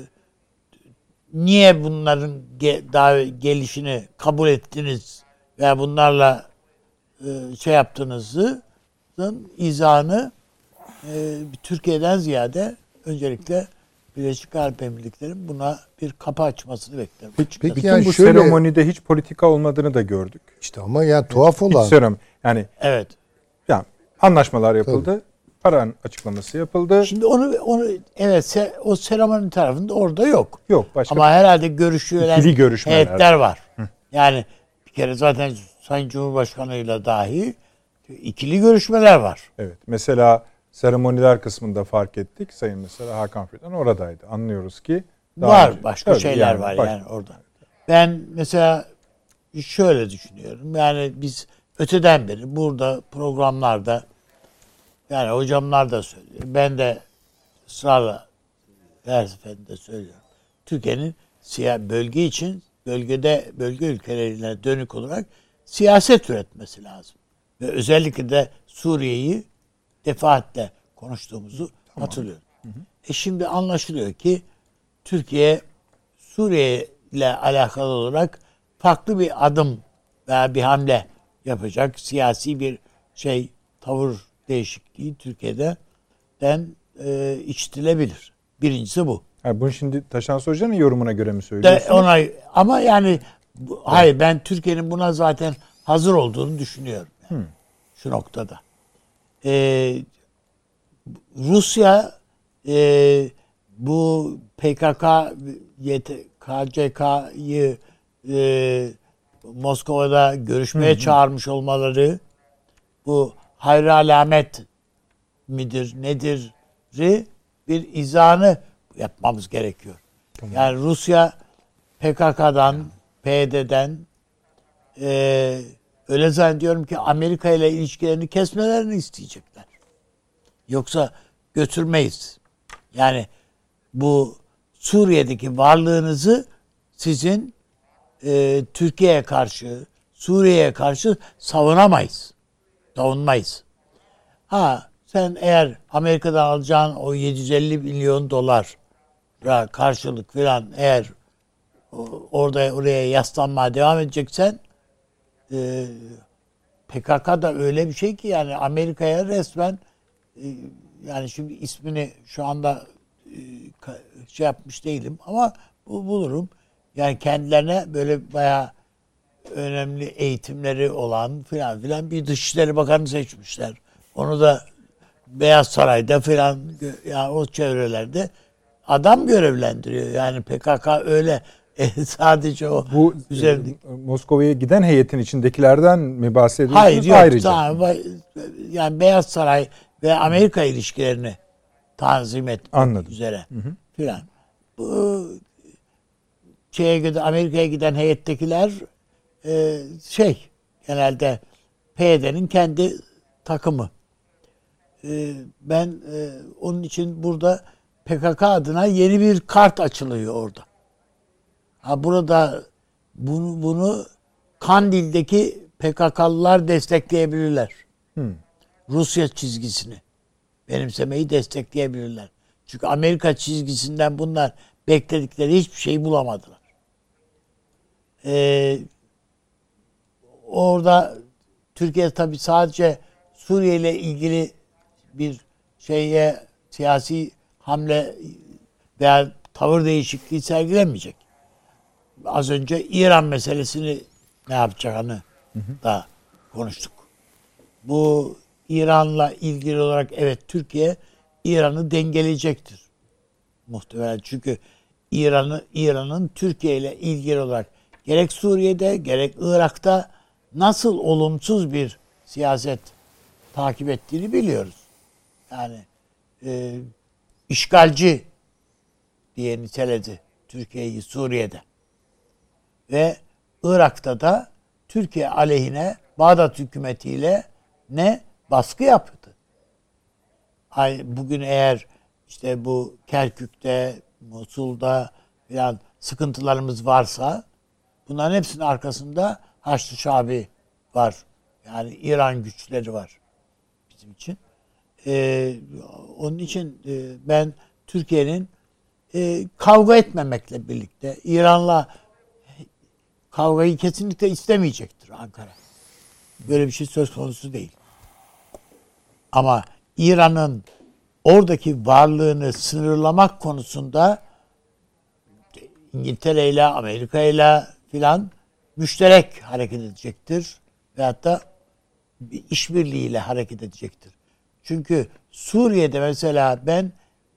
niye bunların ge- daha gelişini kabul ettiniz veya bunlarla e, şey yaptığınızı izahını e, Türkiye'den ziyade öncelikle Birleşik Arap Emirlikleri'nin buna bir kapı açmasını beklerim. Peki, Peki bütün yani bu şöyle, seremonide hiç politika olmadığını da gördük. İşte ama ya tuhaf Hiç olan. seremoni. Yani Evet. yani anlaşmalar yapıldı. Tabii. Paran açıklaması yapıldı. Şimdi onu onu evet se, o seremoni tarafında orada yok. Yok başka. Ama herhalde görüşülen İkili görüşmeler. heyetler var. Hı. Yani bir kere zaten Sayın Cumhurbaşkanı'yla dahi ikili görüşmeler var. Evet. Mesela seremoniler kısmında fark ettik. Sayın mesela Hakan Fidan oradaydı. Anlıyoruz ki Var önce, başka tabii şeyler yani, var baş... yani orada. Ben mesela şöyle düşünüyorum. Yani biz öteden beri burada programlarda yani hocamlar da söylüyor. Ben de ısrarla her seferinde söylüyorum. Türkiye'nin siyah bölge için bölgede bölge ülkelerine dönük olarak siyaset üretmesi lazım. Ve özellikle de Suriye'yi defaatle konuştuğumuzu tamam. hatırlıyorum. Hı hı. E şimdi anlaşılıyor ki Türkiye Suriye ile alakalı olarak farklı bir adım veya bir hamle yapacak. Siyasi bir şey tavır değişikliği Türkiye'de den e, içtilebilir. Birincisi bu. Yani bunu şimdi Taşansı Hoca'nın yorumuna göre mi söylüyorsunuz? De ona, ama yani bu, evet. hayır ben Türkiye'nin buna zaten hazır olduğunu düşünüyorum. Yani. Hmm. Şu noktada. Ee, Rusya e, bu P K K K C K'yı e, Moskova'da görüşmeye hı hı. çağırmış olmaları bu hayır alamet midir nedir bir izahını yapmamız gerekiyor. Tamam. Yani Rusya P K K'dan, P Y D'den e, öyle zannediyorum ki Amerika ile ilişkilerini kesmelerini isteyecekler. Yoksa götürmeyiz. Yani bu Suriye'deki varlığınızı sizin e, Türkiye'ye karşı, Suriye'ye karşı savunamayız. Savunmayız. Ha sen eğer Amerika'dan alacağın o yedi yüz elli milyon dolar karşılık falan eğer orada oraya yaslanmaya devam edeceksen e, P K K da öyle bir şey ki yani Amerika'ya resmen e, yani şimdi ismini şu anda e, şey yapmış değilim ama bu bulurum. Yani kendilerine böyle bayağı önemli eğitimleri olan filan filan bir Dışişleri Bakanı seçmişler. Onu da Beyaz Saray'da filan yani o çevrelerde adam görevlendiriyor. Yani P K K öyle e, sadece o bu üzerinde Moskova'ya giden heyetin içindekilerden mi bahsediyorsunuz? Hayır yok. Ayrıca. Tamam, yani Beyaz Saray ve Amerika ilişkilerini tanzim etmek Anladım. üzere filan. Bu şeye giden Amerika'ya giden heyettekiler e, şey genelde P Y D'nin kendi takımı. E, ben e, onun için burada P K K adına yeni bir kart açılıyor orada. Ha burada bunu bunu Kandil'deki P K K'lılar destekleyebilirler. Hmm. Rusya çizgisini benimsemeyi destekleyebilirler. Çünkü Amerika çizgisinden bunlar bekledikleri hiçbir şey bulamadılar. Ee, orada Türkiye tabii sadece Suriye ile ilgili bir şeye siyasi hamle veya tavır değişikliği sergilemeyecek. Az önce İran meselesini ne yapacağını hı hı. da konuştuk. Bu İran'la ilgili olarak evet Türkiye İran'ı dengeleyecektir. Muhtemelen çünkü İran'ı İran'ın Türkiye ile ilgili olarak gerek Suriye'de gerek Irak'ta nasıl olumsuz bir siyaset takip ettiğini biliyoruz. Yani e, işgalci diye niteledi Türkiye'yi Suriye'de. Ve Irak'ta da Türkiye aleyhine Bağdat hükümetiyle ne baskı yaptı. Bugün eğer işte bu Kerkük'te, Musul'da falan sıkıntılarımız varsa bunların hepsinin arkasında Haçlı Şabi var. Yani İran güçleri var bizim için. Ee, onun için e, ben Türkiye'nin e, kavga etmemekle birlikte İran'la kavgayı kesinlikle istemeyecektir Ankara. Böyle bir şey söz konusu değil. Ama İran'ın oradaki varlığını sınırlamak konusunda İngiltere ile Amerika ile filan müşterek hareket edecektir. Veyahut da bir işbirliğiyle hareket edecektir. Çünkü Suriye'de mesela ben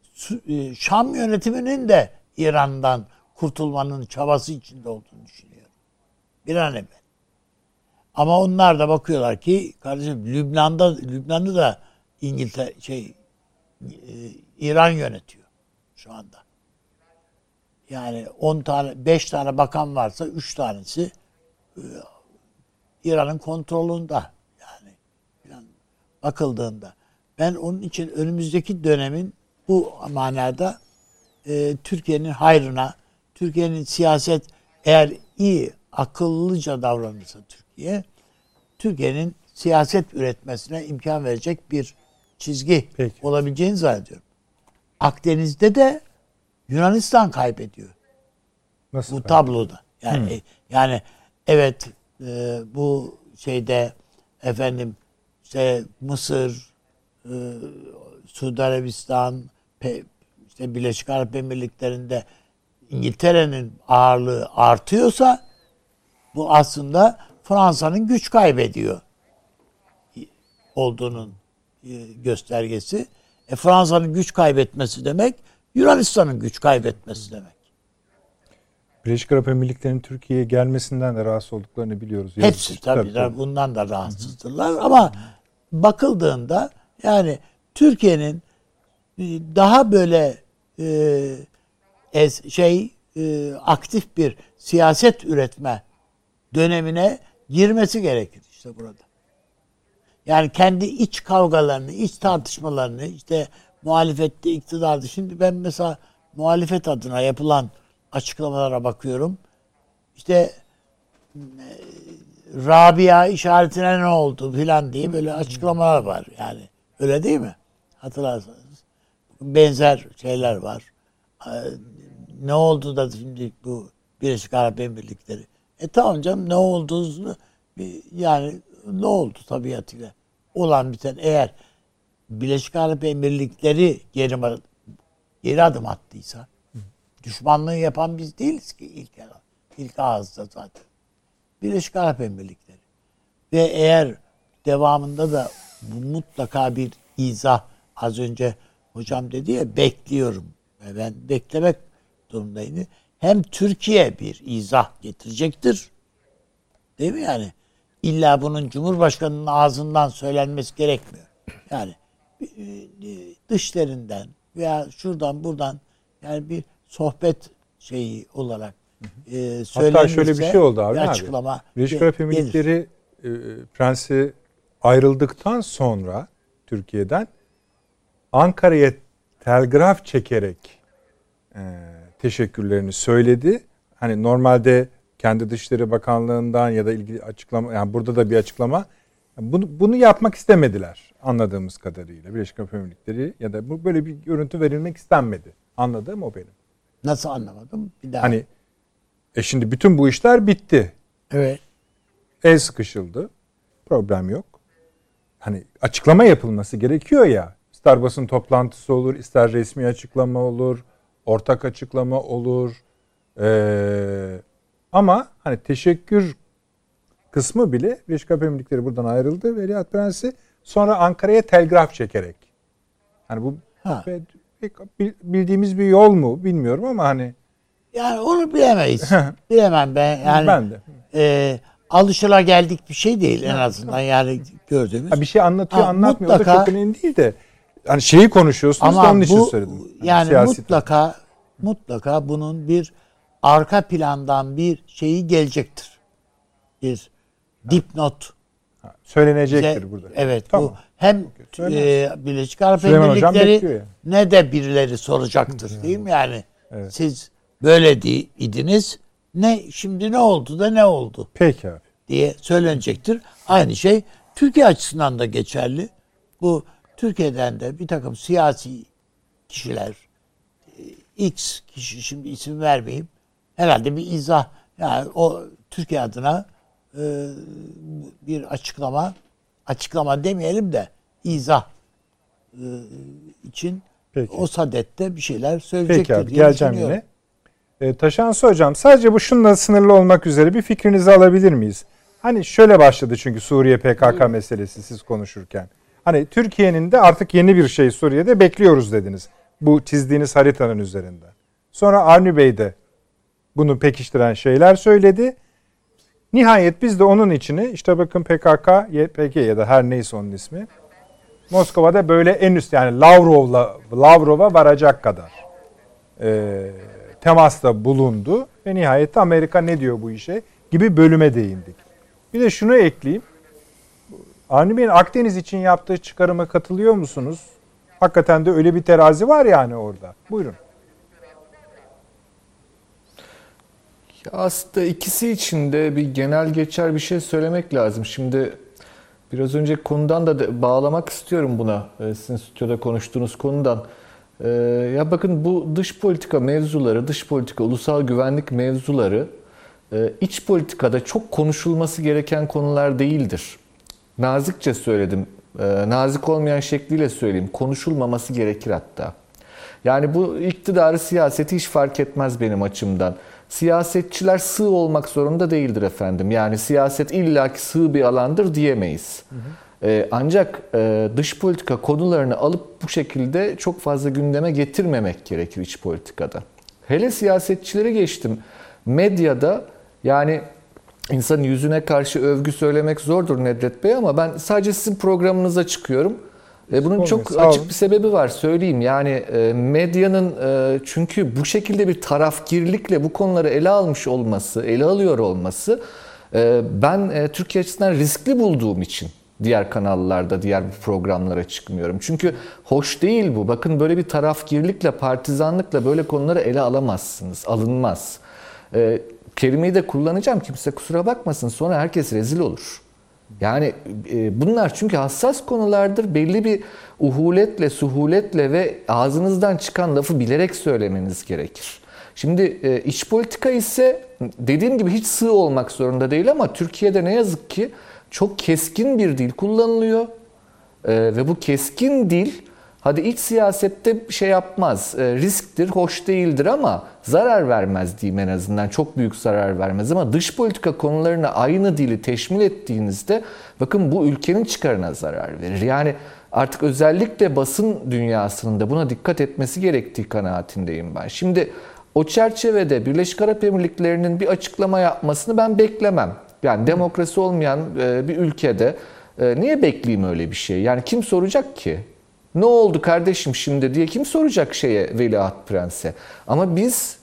Şam yönetiminin de İran'dan kurtulmanın çabası içinde olduğunu düşünüyorum. Bir an evvel. Ama onlar da bakıyorlar ki kardeşim Lübnan'da Lübnan'ı da İngiltere şey İran yönetiyor şu anda. Yani on tane beş tane bakan varsa üç tanesi İran'ın kontrolünde. Yani yani bakıldığında ben onun için önümüzdeki dönemin bu manada e, Türkiye'nin hayrına, Türkiye'nin siyaset eğer iyi, akıllıca davranırsa Türkiye, Türkiye'nin siyaset üretmesine imkan verecek bir çizgi Peki. olabileceğini zannediyorum. Akdeniz'de de Yunanistan kaybediyor. Nasıl bu kaybediyor? Tabloda. Yani hmm. yani evet e, bu şeyde efendim işte Mısır, e, Suudi Arabistan, Pe, işte Birleşik Arap Emirlikleri'nde İngiltere'nin ağırlığı artıyorsa bu aslında Fransa'nın güç kaybediyor olduğunun göstergesi. E Fransa'nın güç kaybetmesi demek Yunanistan'ın güç kaybetmesi demek. Birleşik Arap Emirlikleri'nin Türkiye'ye gelmesinden de rahatsız olduklarını biliyoruz. Hepsi Yazıcı. tabii, tabii bundan da rahatsızdırlar. Hı-hı. Ama bakıldığında yani Türkiye'nin daha böyle e, şey e, aktif bir siyaset üretme dönemine girmesi gerekir işte burada. Yani kendi iç kavgalarını, iç tartışmalarını işte muhalefette, iktidarda. Şimdi ben mesela muhalefet adına yapılan açıklamalara bakıyorum. İşte Rabia işaretine ne oldu filan diye böyle açıklamalar var yani. Öyle değil mi? Hatırlarsanız. Benzer şeyler var. Ne oldu da şimdi bu Birleşik Arap Emirlikleri? E tamam canım ne olduğunu yani ne oldu tabiatıyla olan biten eğer Birleşik Arap Emirlikleri geri, geri adım attıysa düşmanlığı yapan biz değiliz ki ilk ilk ağızda zaten. Birleşik Arap Emirlikleri. Ve eğer devamında da bu mutlaka bir izah az önce hocam dedi ya bekliyorum. Ve ben beklemek durumdayım. Hem Türkiye bir izah getirecektir. Değil mi yani? İlla bunun Cumhurbaşkanı'nın ağzından söylenmesi gerekmiyor. Yani dışlarından veya şuradan buradan yani bir sohbet şeyi olarak e, hatta şöyle bir şey oldu abi. Açıklama abi. Birleşik Arap Emirlikleri e, Prensi ayrıldıktan sonra Türkiye'den Ankara'ya telgraf çekerek e, teşekkürlerini söyledi. Hani normalde kendi Dışişleri Bakanlığı'ndan ya da ilgili açıklama yani burada da bir açıklama bunu bunu yapmak istemediler anladığımız kadarıyla. Birleşik Arap Emirlikleri ya da bu böyle bir görüntü verilmek istenmedi. Anladığım o benim. Nasıl anlamadım? Bir daha. Hani e şimdi bütün bu işler bitti. Evet. El sıkışıldı. Problem yok. Hani açıklama yapılması gerekiyor ya. İster basın toplantısı olur, ister resmi açıklama olur, ortak açıklama olur. Ee, ama hani teşekkür kısmı bile Birleşik Arap Emirlikleri buradan ayrıldı. Veliaht Prensi sonra Ankara'ya telgraf çekerek. Hani bu ha. bildiğimiz bir yol mu bilmiyorum ama hani. Yani onu bilemeyiz. Bilemem ben. Yani, ben de. E, alışılageldik bir şey değil en azından yani gördüğümüz. Ha, bir şey anlatıyor ha, anlatmıyor mutlaka, o da çok önemli değil de. Hani şeyi konuşuyorsunuz da onun için söyledim. Yani, yani mutlaka tabii. mutlaka bunun bir arka plandan bir şeyi gelecektir. Bir dipnot. Ha, söylenecektir bize, burada. Evet tamam. Bu hem e, Birleşik Arap Emirlikleri ne de birileri soracaktır değil mi yani? Evet. Siz böyle idiniz. Ne şimdi ne oldu da ne oldu? Peki abi. Diye söylenecektir. Aynı şey Türkiye açısından da geçerli. Bu Türkiye'den de bir takım siyasi kişiler X kişi şimdi isim vermeyeyim. Herhalde bir izah yani o Türkiye adına e, bir açıklama açıklama demeyelim de izah için Peki. o sadette bir şeyler söyleyecektir. Peki abi, geleceğim yine. E, Taşansı Hocam, sadece bu şununla sınırlı olmak üzere bir fikrinizi alabilir miyiz? Hani şöyle başladı çünkü Suriye P K K Hı. meselesi siz konuşurken. Hani Türkiye'nin de artık yeni bir şey Suriye'de bekliyoruz dediniz. Bu çizdiğiniz haritanın üzerinde. Sonra Avni Bey de bunu pekiştiren şeyler söyledi. Nihayet biz de onun içini işte bakın P K K, Y P G ya da her neyse onun ismi, Moskova'da böyle en üst yani Lavrov'la Lavrov'a varacak kadar e, temasta bulundu ve nihayet Amerika ne diyor bu işe gibi bölüme değindik. Bir de şunu ekleyeyim. Avni Bey'in Akdeniz için yaptığı çıkarıma katılıyor musunuz? Hakikaten de öyle bir terazi var yani orada. Buyurun. Ya aslında ikisi için de bir genel geçer bir şey söylemek lazım. Şimdi biraz önce konudan da de bağlamak istiyorum buna. Sizin stüdyoda konuştuğunuz konudan. Ee, ya bakın bu dış politika mevzuları, dış politika, ulusal güvenlik mevzuları e, iç politikada çok konuşulması gereken konular değildir. Nazikçe söyledim. E, nazik olmayan şekliyle söyleyeyim. Konuşulmaması gerekir hatta. Yani bu iktidarı, siyaseti hiç fark etmez benim açımdan. Siyasetçiler sığ olmak zorunda değildir efendim. Yani siyaset illaki sığ bir alandır diyemeyiz. Hı hı. Ee, ancak e, dış politika konularını alıp bu şekilde çok fazla gündeme getirmemek gerekir iç politikada. Hele siyasetçileri geçtim. Medyada yani insanın yüzüne karşı övgü söylemek zordur Nedret Bey ama ben sadece sizin programınıza çıkıyorum. E bunun çok açık bir sebebi var söyleyeyim. Yani e, medyanın e, çünkü bu şekilde bir tarafgirlikle bu konuları ele almış olması, ele alıyor olması e, ben e, Türkiye açısından riskli bulduğum için diğer kanallarda, diğer programlara çıkmıyorum. Çünkü hoş değil bu. Bakın böyle bir tarafgirlikle, partizanlıkla böyle konuları ele alamazsınız, alınmaz. E, kelimeyi de kullanacağım, kimse kusura bakmasın, sonra herkes rezil olur. Yani e, bunlar çünkü hassas konulardır. Belli bir uhuletle, suhuletle ve ağzınızdan çıkan lafı bilerek söylemeniz gerekir. Şimdi e, iç politika ise dediğim gibi hiç sığ olmak zorunda değil ama Türkiye'de ne yazık ki çok keskin bir dil kullanılıyor. E, ve bu keskin dil hadi iç siyasette şey yapmaz, e, risktir, hoş değildir ama zarar vermez diyeyim en azından. Çok büyük zarar vermez ama dış politika konularına aynı dili teşmil ettiğinizde bakın bu ülkenin çıkarına zarar verir. Yani artık özellikle basın dünyasının da buna dikkat etmesi gerektiği kanaatindeyim ben. Şimdi o çerçevede Birleşik Arap Emirlikleri'nin bir açıklama yapmasını ben beklemem. Yani demokrasi olmayan bir ülkede niye bekleyeyim öyle bir şey? Yani kim soracak ki? Ne oldu kardeşim şimdi diye kim soracak şeye, Veliaht Prens'e? Ama biz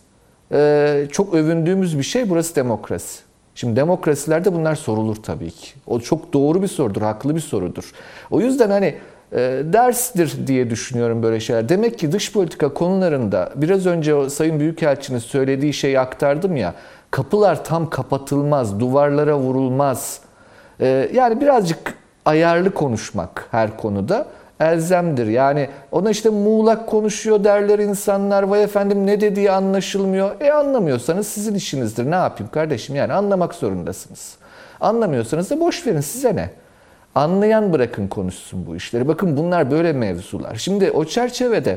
e, çok övündüğümüz bir şey, burası demokrasi. Şimdi demokrasilerde bunlar sorulur tabii ki. O çok doğru bir sorudur, haklı bir sorudur. O yüzden hani e, derstir diye düşünüyorum böyle şeyler. Demek ki dış politika konularında biraz önce o Sayın Büyükelçinin söylediği şeyi aktardım ya. Kapılar tam kapatılmaz, duvarlara vurulmaz. E, yani birazcık ayarlı konuşmak her konuda elzemdir. Yani ona işte muğlak konuşuyor derler insanlar. Vay efendim ne dediği anlaşılmıyor. E anlamıyorsanız sizin işinizdir. Ne yapayım kardeşim? Yani anlamak zorundasınız. Anlamıyorsanız da boş verin, size ne? Anlayan bırakın konuşsun bu işleri. Bakın bunlar böyle mevzular. Şimdi o çerçevede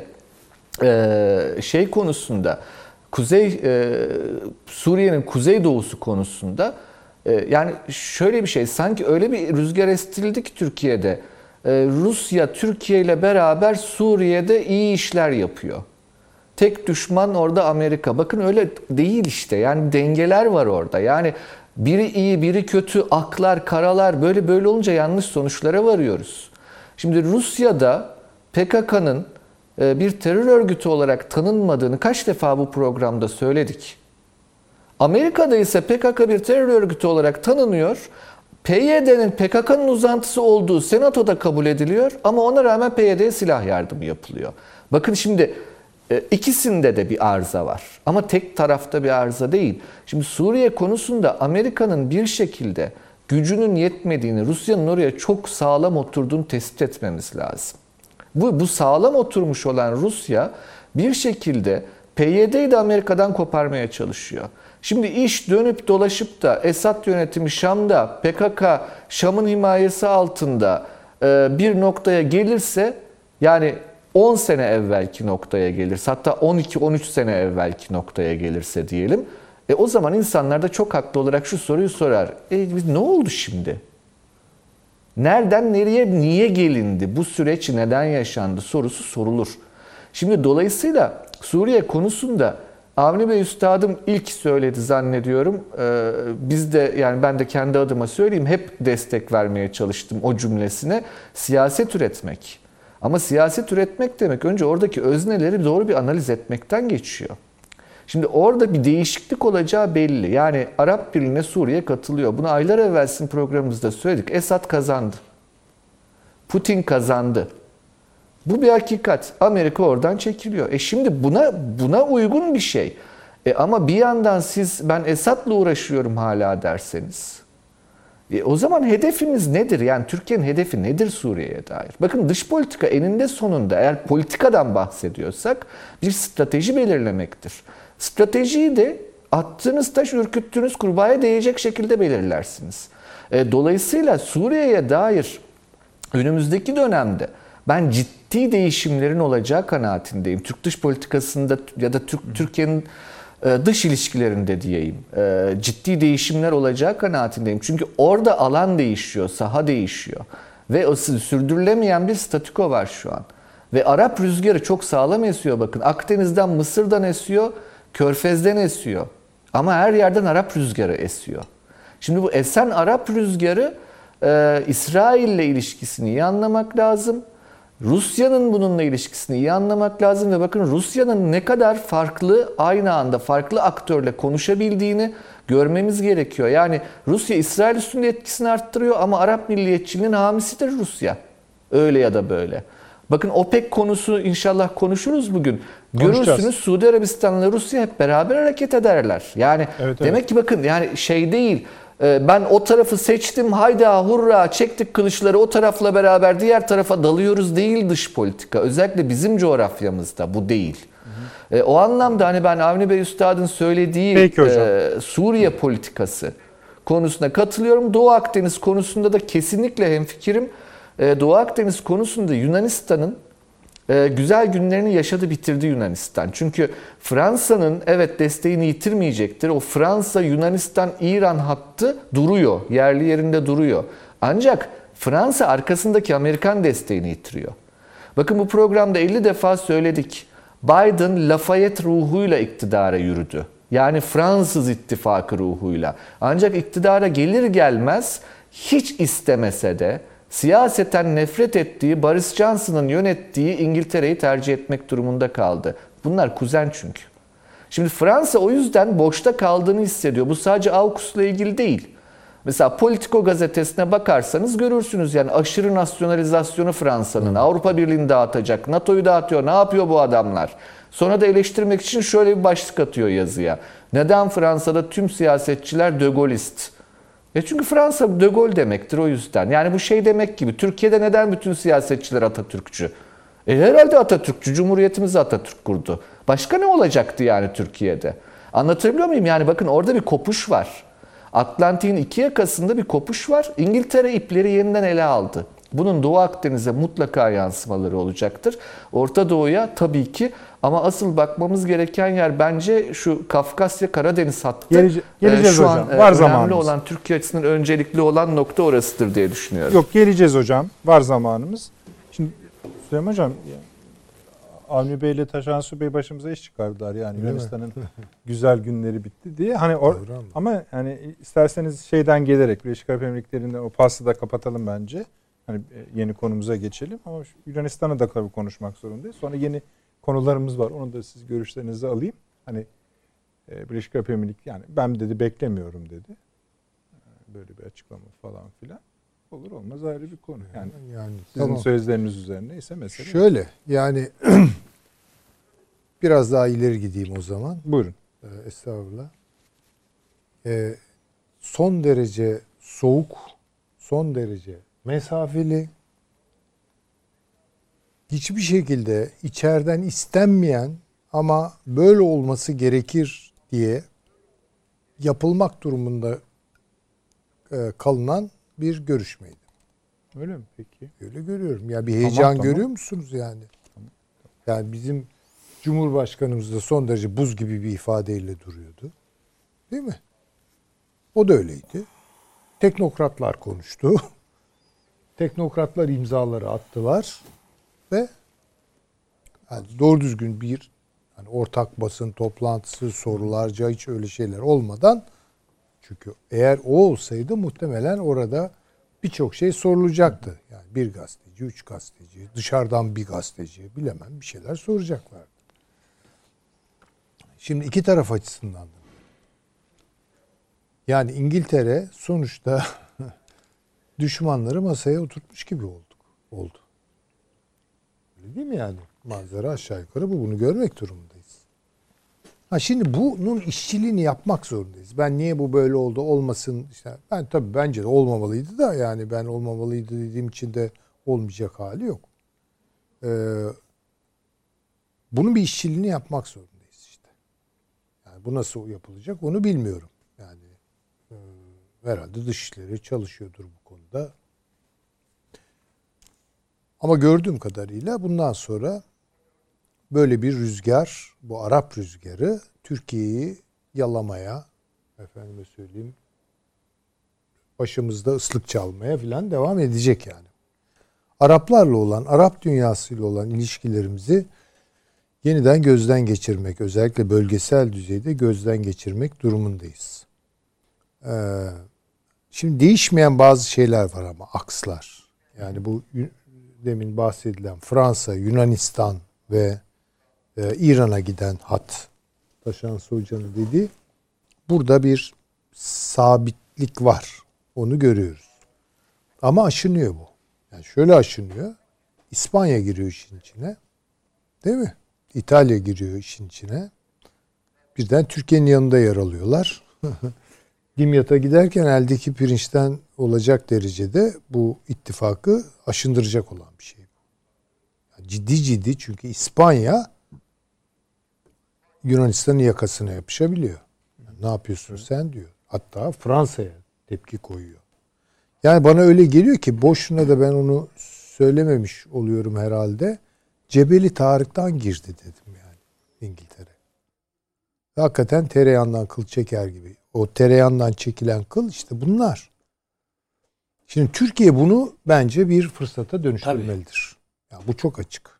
şey konusunda Kuzey Suriye'nin kuzeydoğusu konusunda yani şöyle bir şey, sanki öyle bir rüzgar estirildi ki Türkiye'de. Rusya Türkiye ile beraber Suriye'de iyi işler yapıyor. Tek düşman orada Amerika. Bakın öyle değil işte. Yani dengeler var orada. Yani biri iyi, biri kötü, aklar, karalar böyle böyle olunca yanlış sonuçlara varıyoruz. Şimdi Rusya'da P K K'nın bir terör örgütü olarak tanınmadığını kaç defa bu programda söyledik. Amerika'da ise P K K bir terör örgütü olarak tanınıyor. P Y D'nin P K K'nın uzantısı olduğu Senato'da kabul ediliyor ama ona rağmen P Y D'ye silah yardımı yapılıyor. Bakın şimdi ikisinde de bir arıza var ama tek tarafta bir arıza değil. Şimdi Suriye konusunda Amerika'nın bir şekilde gücünün yetmediğini, Rusya'nın oraya çok sağlam oturduğunu tespit etmemiz lazım. Bu, bu sağlam oturmuş olan Rusya bir şekilde P Y D'yi de Amerika'dan koparmaya çalışıyor. Şimdi iş dönüp dolaşıp da Esad yönetimi Şam'da, P K K Şam'ın himayesi altında bir noktaya gelirse Yani on sene evvelki noktaya gelirse, hatta on iki on üç sene evvelki noktaya gelirse diyelim. E o zaman insanlar da çok haklı olarak şu soruyu sorar. E biz ne oldu şimdi? Nereden nereye, niye gelindi? Bu süreç neden yaşandı sorusu sorulur. Şimdi dolayısıyla Suriye konusunda Avni Bey Üstadım ilk söyledi zannediyorum. Ee, biz de, yani ben de kendi adıma söyleyeyim, hep destek vermeye çalıştım o cümlesine. Siyaset üretmek. Ama siyaset üretmek demek önce oradaki özneleri doğru bir analiz etmekten geçiyor. Şimdi orada bir değişiklik olacağı belli. Yani Arap Birliği'ne Suriye katılıyor. Bunu aylar evvel sizin programımızda söyledik. Esad kazandı. Putin kazandı. Bu bir hakikat. Amerika oradan çekiliyor. E şimdi buna buna uygun bir şey. E ama bir yandan siz ben Esad'la uğraşıyorum hala derseniz. E o zaman hedefimiz nedir? Yani Türkiye'nin hedefi nedir Suriye'ye dair? Bakın dış politika eninde sonunda eğer politikadan bahsediyorsak bir strateji belirlemektir. Stratejiyi de attığınız taş ürküttüğünüz kurbağaya değecek şekilde belirlersiniz. E, dolayısıyla Suriye'ye dair önümüzdeki dönemde ben ciddi değişimlerin olacağı kanaatindeyim. Türk dış politikasında ya da Türk Türkiye'nin dış ilişkilerinde diyeyim. Ciddi değişimler olacağı kanaatindeyim. Çünkü orada alan değişiyor, saha değişiyor. Ve o sürdürülemeyen bir statüko var şu an. Ve Arap rüzgarı çok sağlam esiyor bakın. Akdeniz'den, Mısır'dan esiyor, Körfez'den esiyor. Ama her yerden Arap rüzgarı esiyor. Şimdi bu esen Arap rüzgarı e, İsrail'le ilişkisini iyi anlamak lazım. Rusya'nın bununla ilişkisini iyi anlamak lazım ve bakın Rusya'nın ne kadar farklı, aynı anda farklı aktörle konuşabildiğini görmemiz gerekiyor. Yani Rusya İsrail üstünde etkisini arttırıyor ama Arap milliyetçiliğinin hamisidir Rusya. Öyle ya da böyle. Bakın OPEC konusu inşallah konuşuruz bugün. Görürsünüz Suudi Arabistan'la Rusya hep beraber hareket ederler. Yani evet, demek evet. ki bakın yani şey değil. Ben o tarafı seçtim, hayda hurra çektik kılıçları o tarafla beraber diğer tarafa dalıyoruz değil dış politika. Özellikle bizim coğrafyamızda bu değil. Hı hı. O anlamda hani ben Avni Bey Üstad'ın söylediği e, Suriye politikası konusuna katılıyorum. Doğu Akdeniz konusunda da kesinlikle hemfikirim. E, Doğu Akdeniz konusunda Yunanistan'ın Ee, güzel günlerini yaşadı bitirdi Yunanistan. Çünkü Fransa'nın evet desteğini yitirmeyecektir. O Fransa-Yunanistan-İran hattı duruyor. Yerli yerinde duruyor. Ancak Fransa arkasındaki Amerikan desteğini yitiriyor. Bakın bu programda elli defa söyledik. Biden Lafayette ruhuyla iktidara yürüdü. Yani Fransız ittifakı ruhuyla. Ancak iktidara gelir gelmez hiç istemese de siyaseten nefret ettiği, Boris Johnson'ın yönettiği İngiltere'yi tercih etmek durumunda kaldı. Bunlar kuzen çünkü. Şimdi Fransa o yüzden boşta kaldığını hissediyor. Bu sadece AUKUS'la ilgili değil. Mesela Politico gazetesine bakarsanız görürsünüz yani aşırı nasyonalizasyonu Fransa'nın. Avrupa Birliği'ni dağıtacak, NATO'yu dağıtıyor. Ne yapıyor bu adamlar? Sonra da eleştirmek için şöyle bir başlık atıyor yazıya. Neden Fransa'da tüm siyasetçiler de Gaulle'ist? E çünkü Fransa de Gaulle demektir o yüzden. Yani bu şey demek gibi. Türkiye'de neden bütün siyasetçiler Atatürkçü? E herhalde Atatürkçü. Cumhuriyetimiz Atatürk kurdu. Başka ne olacaktı yani Türkiye'de? Anlatabiliyor muyum? Yani bakın orada bir kopuş var. Atlantik'in iki yakasında bir kopuş var. İngiltere ipleri yeniden ele aldı. Bunun Doğu Akdeniz'e mutlaka yansımaları olacaktır. Orta Doğu'ya tabii ki ama asıl bakmamız gereken yer bence şu Kafkasya-Karadeniz hattı. Gelece, geleceğiz şu hocam. an Var önemli zamanımız. olan Türkiye açısından öncelikli olan nokta orasıdır diye düşünüyorum. Yok geleceğiz hocam. Var zamanımız. Şimdi Süleyman Hocam Avni Bey ile Taşansu Bey başımıza iş çıkardılar. Yani Yunanistan'ın güzel günleri bitti diye. Hani or, ama yani isterseniz şeyden gelerek Birleşik Arap Emirlikleri'nden o pası da kapatalım bence. Hani yeni konumuza geçelim ama Yunanistan'ı da tabii konuşmak zorundayız. Sonra yeni konularımız var. Onu da siz görüşlerinizi alayım. Hani Birleşik Arap Emirlikleri yani ben dedi beklemiyorum dedi. Böyle bir açıklama falan filan. Olur olmaz ayrı bir konu. Yani, yani sizin tamam. sözleriniz üzerine ise mesele. Şöyle yani biraz daha ileri gideyim o zaman. Buyurun. Ee, estağfurullah. Ee, son derece soğuk, son derece mesafeli, hiçbir şekilde içeriden istenmeyen ama böyle olması gerekir diye yapılmak durumunda e, kalınan bir görüşmeydi. Öyle mi peki? Öyle görüyorum. Ya bir heyecan tamam, görüyor tamam. musunuz yani? Yani bizim Cumhurbaşkanımız da son derece buz gibi bir ifadeyle duruyordu. Değil mi? O da öyleydi. Teknokratlar konuştu. Teknokratlar imzaları attılar ve yani doğru düzgün bir yani ortak basın toplantısı, sorularca hiç öyle şeyler olmadan, çünkü eğer o olsaydı muhtemelen orada birçok şey sorulacaktı. Yani bir gazeteci, üç gazeteci, dışarıdan bir gazeteci, bilemem bir şeyler soracaklardı. Şimdi iki taraf açısından da. Yani İngiltere sonuçta düşmanları masaya oturtmuş gibi olduk. Oldu. Öyle değil mi yani? Manzara aşağı yukarı bu. Bunu görmek durumundayız. Ha şimdi bunun işçiliğini yapmak zorundayız. Ben niye bu böyle oldu olmasın işte. Ben tabii bence de olmamalıydı da yani ben olmamalıydı dediğim için de olmayacak hali yok. Ee, bunun bir işçiliğini yapmak zorundayız işte. Yani bu nasıl yapılacak onu bilmiyorum. Yani e, herhalde dışişleri çalışıyordur bu konuda. Ama gördüğüm kadarıyla bundan sonra böyle bir rüzgar, bu Arap rüzgarı Türkiye'yi yalamaya, efendime söyleyeyim, başımızda ıslık çalmaya falan devam edecek yani. Araplarla olan, Arap dünyasıyla olan ilişkilerimizi yeniden gözden geçirmek, özellikle bölgesel düzeyde gözden geçirmek durumundayız. Ee, şimdi değişmeyen bazı şeyler var ama akslar. Yani bu demin bahsedilen Fransa, Yunanistan ve e, İran'a giden hat, Taşansı Hoca'nın dediği, burada bir sabitlik var. Onu görüyoruz. Ama aşınıyor bu. Yani şöyle aşınıyor. İspanya giriyor işin içine. Değil mi? İtalya giriyor işin içine. Birden Türkiye'nin yanında yer alıyorlar. Dimyat'a giderken eldeki pirinçten olacak derecede bu ittifakı aşındıracak olan bir şey. Yani ciddi ciddi, çünkü İspanya Yunanistan'ın yakasına yapışabiliyor. Yani ne yapıyorsun sen diyor. Hatta Fransa'ya tepki koyuyor. Yani bana öyle geliyor ki boşuna da ben onu söylememiş oluyorum herhalde. Cebeli Tarık'tan girdi dedim yani İngiltere. Hakikaten tereyağından kıl çeker gibi. O tereyağından çekilen kıl işte bunlar. Şimdi Türkiye bunu bence bir fırsata dönüştürmelidir. Yani bu çok açık.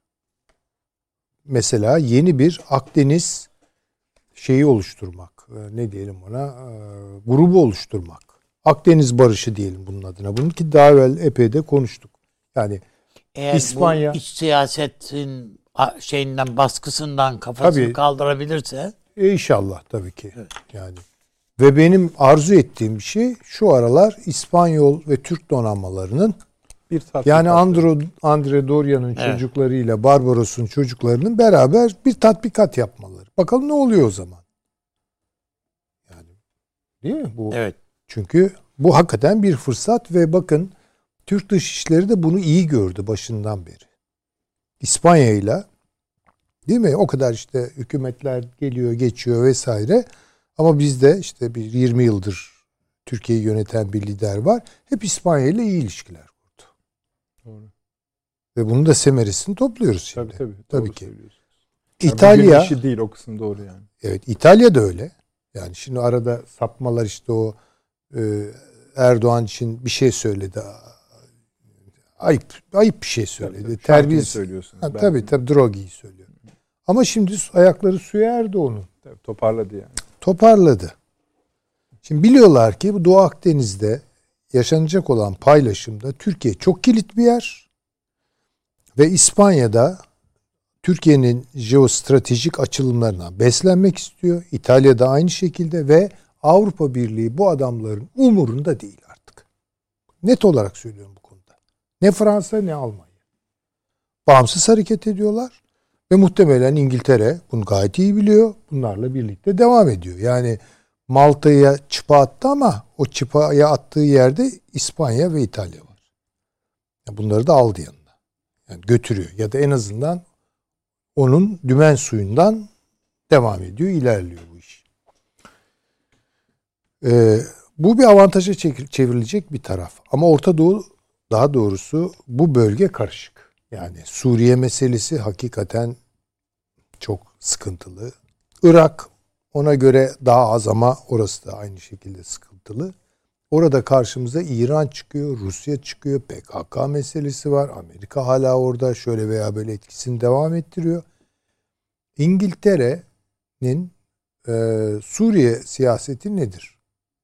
Mesela yeni bir Akdeniz şeyi oluşturmak. Ne diyelim ona? Grubu oluşturmak. Akdeniz barışı diyelim bunun adına. Bunu ki daha evvel epey de konuştuk. Yani eğer İspanya, bu iç siyasetin şeyinden, baskısından kafasını tabii, kaldırabilirse e inşallah tabii ki. Evet. Yani ve benim arzu ettiğim bir şey şu aralar İspanyol ve Türk donanmalarının, bir yani Andro, Andre Doria'nın evet. çocuklarıyla Barbaros'un çocuklarının beraber bir tatbikat yapmaları. Bakalım ne oluyor o zaman? Yani değil mi bu? Evet. Çünkü bu hakikaten bir fırsat ve bakın Türk Dışişleri de bunu iyi gördü başından beri. İspanya'yla, değil mi? O kadar işte hükümetler geliyor, geçiyor vesaire. Ama bizde işte bir yirmi yıldır Türkiye'yi yöneten bir lider var. Hep İspanya ile iyi ilişkiler kurdu. Doğru. Ve bunun da semeresini topluyoruz şimdi. Tabii tabii. Tabii ki. Yani İtalya işi değil, o kısım doğru yani. Evet, İtalya da öyle. Yani şimdi arada sapmalar, işte o e, Erdoğan için bir şey söyledi. Ayıp, ayıp bir şey söyledi. Tabii, tabii. Terbiyesiz söylüyorsunuz. Ha, tabii tabii Draghi'yi söylüyor. Ama şimdi ayakları suya erdi onun. Tabii, toparladı yani. Toparladı. Şimdi biliyorlar ki bu Doğu Akdeniz'de yaşanacak olan paylaşımda Türkiye çok kilit bir yer. Ve İspanya'da Türkiye'nin jeostratejik açılımlarına beslenmek istiyor. İtalya'da aynı şekilde ve Avrupa Birliği bu adamların umurunda değil artık. Net olarak söylüyorum bu konuda. Ne Fransa ne Almanya. Bağımsız hareket ediyorlar ve muhtemelen İngiltere bunu gayet iyi biliyor. Bunlarla birlikte devam ediyor. Yani Malta'ya çıpa attı ama o çıpaya attığı yerde İspanya ve İtalya var. Yani bunları da aldı yanına. Yani götürüyor ya da en azından onun dümen suyundan devam ediyor, ilerliyor bu iş. Ee, bu bir avantaja çevrilecek bir taraf. Ama Orta Doğu daha doğrusu bu bölge karışık. Yani Suriye meselesi hakikaten çok sıkıntılı. Irak ona göre daha az ama orası da aynı şekilde sıkıntılı. Orada karşımıza İran çıkıyor, Rusya çıkıyor, P K K meselesi var. Amerika hala orada şöyle veya böyle etkisini devam ettiriyor. İngiltere'nin e, Suriye siyaseti nedir?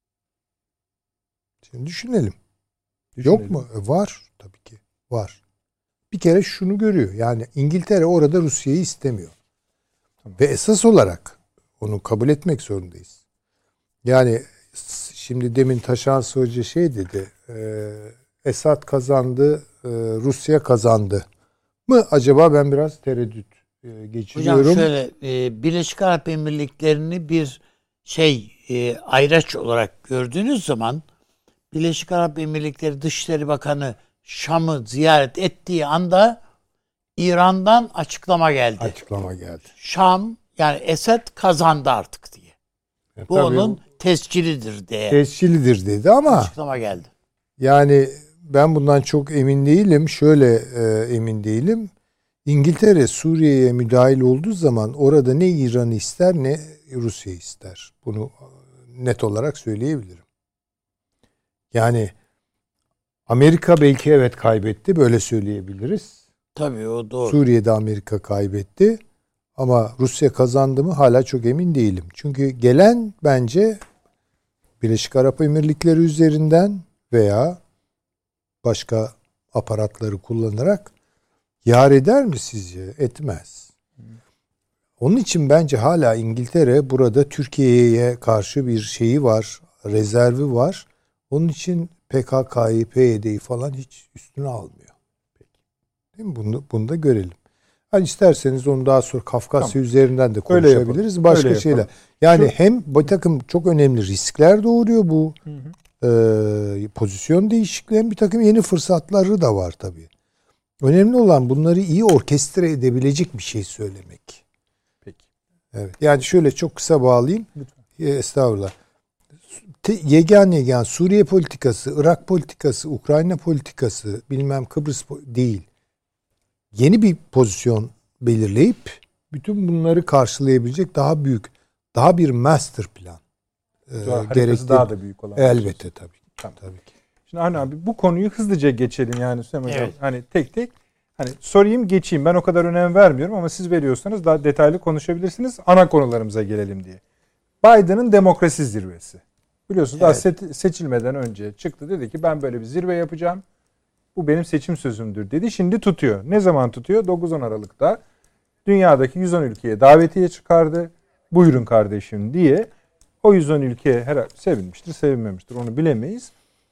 Şimdi düşünelim. düşünelim. Yok mu? E, var tabii ki. Var. Bir kere şunu görüyor. Yani İngiltere orada Rusya'yı istemiyor. Tamam. Ve esas olarak onu kabul etmek zorundayız. Yani şimdi demin Taşan Hoca şey dedi. E, Esad kazandı, e, Rusya kazandı mı? Acaba ben biraz tereddüt e, geçiriyorum. Hocam şöyle e, Birleşik Arap Emirlikleri'ni bir şey e, ayraç olarak gördüğünüz zaman Birleşik Arap Emirlikleri Dışişleri Bakanı Şam'ı ziyaret ettiği anda İran'dan açıklama geldi. Açıklama geldi. Şam yani Esed kazandı artık diye. E, Bu onun tescilidir diye. Tescilidir dedi ama açıklama geldi. Yani ben bundan çok emin değilim. Şöyle e, emin değilim. İngiltere Suriye'ye müdahil olduğu zaman orada ne İran'ı ister ne Rusya ister. Bunu net olarak söyleyebilirim. Yani Amerika belki evet kaybetti. Böyle söyleyebiliriz. Tabii o doğru. Suriye'de Amerika kaybetti. Ama Rusya kazandı mı hala çok emin değilim. Çünkü gelen bence Birleşik Arap Emirlikleri üzerinden veya başka aparatları kullanarak yar eder mi sizce? Etmez. Onun için bence hala İngiltere burada Türkiye'ye karşı bir şeyi var, rezervi var. Onun için P K K'yı, P Y D'yi falan hiç üstüne almıyor. Değil mi? Bunu, bunu da görelim. Hani isterseniz onu daha sonra Kafkasya tamam. üzerinden de konuşabiliriz. Başka Öyle şeyler. Yani Şu, hem bir takım çok önemli riskler doğuruyor bu hı hı. E, pozisyon değişikliği, hem bir takım yeni fırsatları da var tabii. Önemli olan bunları iyi orkestre edebilecek bir şey söylemek. Peki. Evet. Yani şöyle çok kısa bağlayayım. Lütfen. Estağfurullah. Yegane yegane Suriye politikası, Irak politikası, Ukrayna politikası, bilmem Kıbrıs değil. Yeni bir pozisyon belirleyip bütün bunları karşılayabilecek daha büyük, daha bir master plan e, gerekli. Daha da büyük olan. Elbette tabii. Tamam. Tabii ki. Şimdi Avni abi bu konuyu hızlıca geçelim yani Süleyman evet. Hocam. Hani tek tek hani sorayım geçeyim. Ben o kadar önem vermiyorum ama siz veriyorsanız daha detaylı konuşabilirsiniz. Ana konularımıza gelelim diye. Biden'ın demokrasi zirvesi. Biliyorsunuz evet. daha seçilmeden önce çıktı, dedi ki ben böyle bir zirve yapacağım. Bu benim seçim sözümdür dedi. Şimdi tutuyor. Ne zaman tutuyor? dokuz on Aralık'ta dünyadaki yüz on ülkeye davetiye çıkardı. Buyurun kardeşim diye. O yüz on ülke herhalde sevinmiştir, sevinmemiştir. Onu bilemeyiz.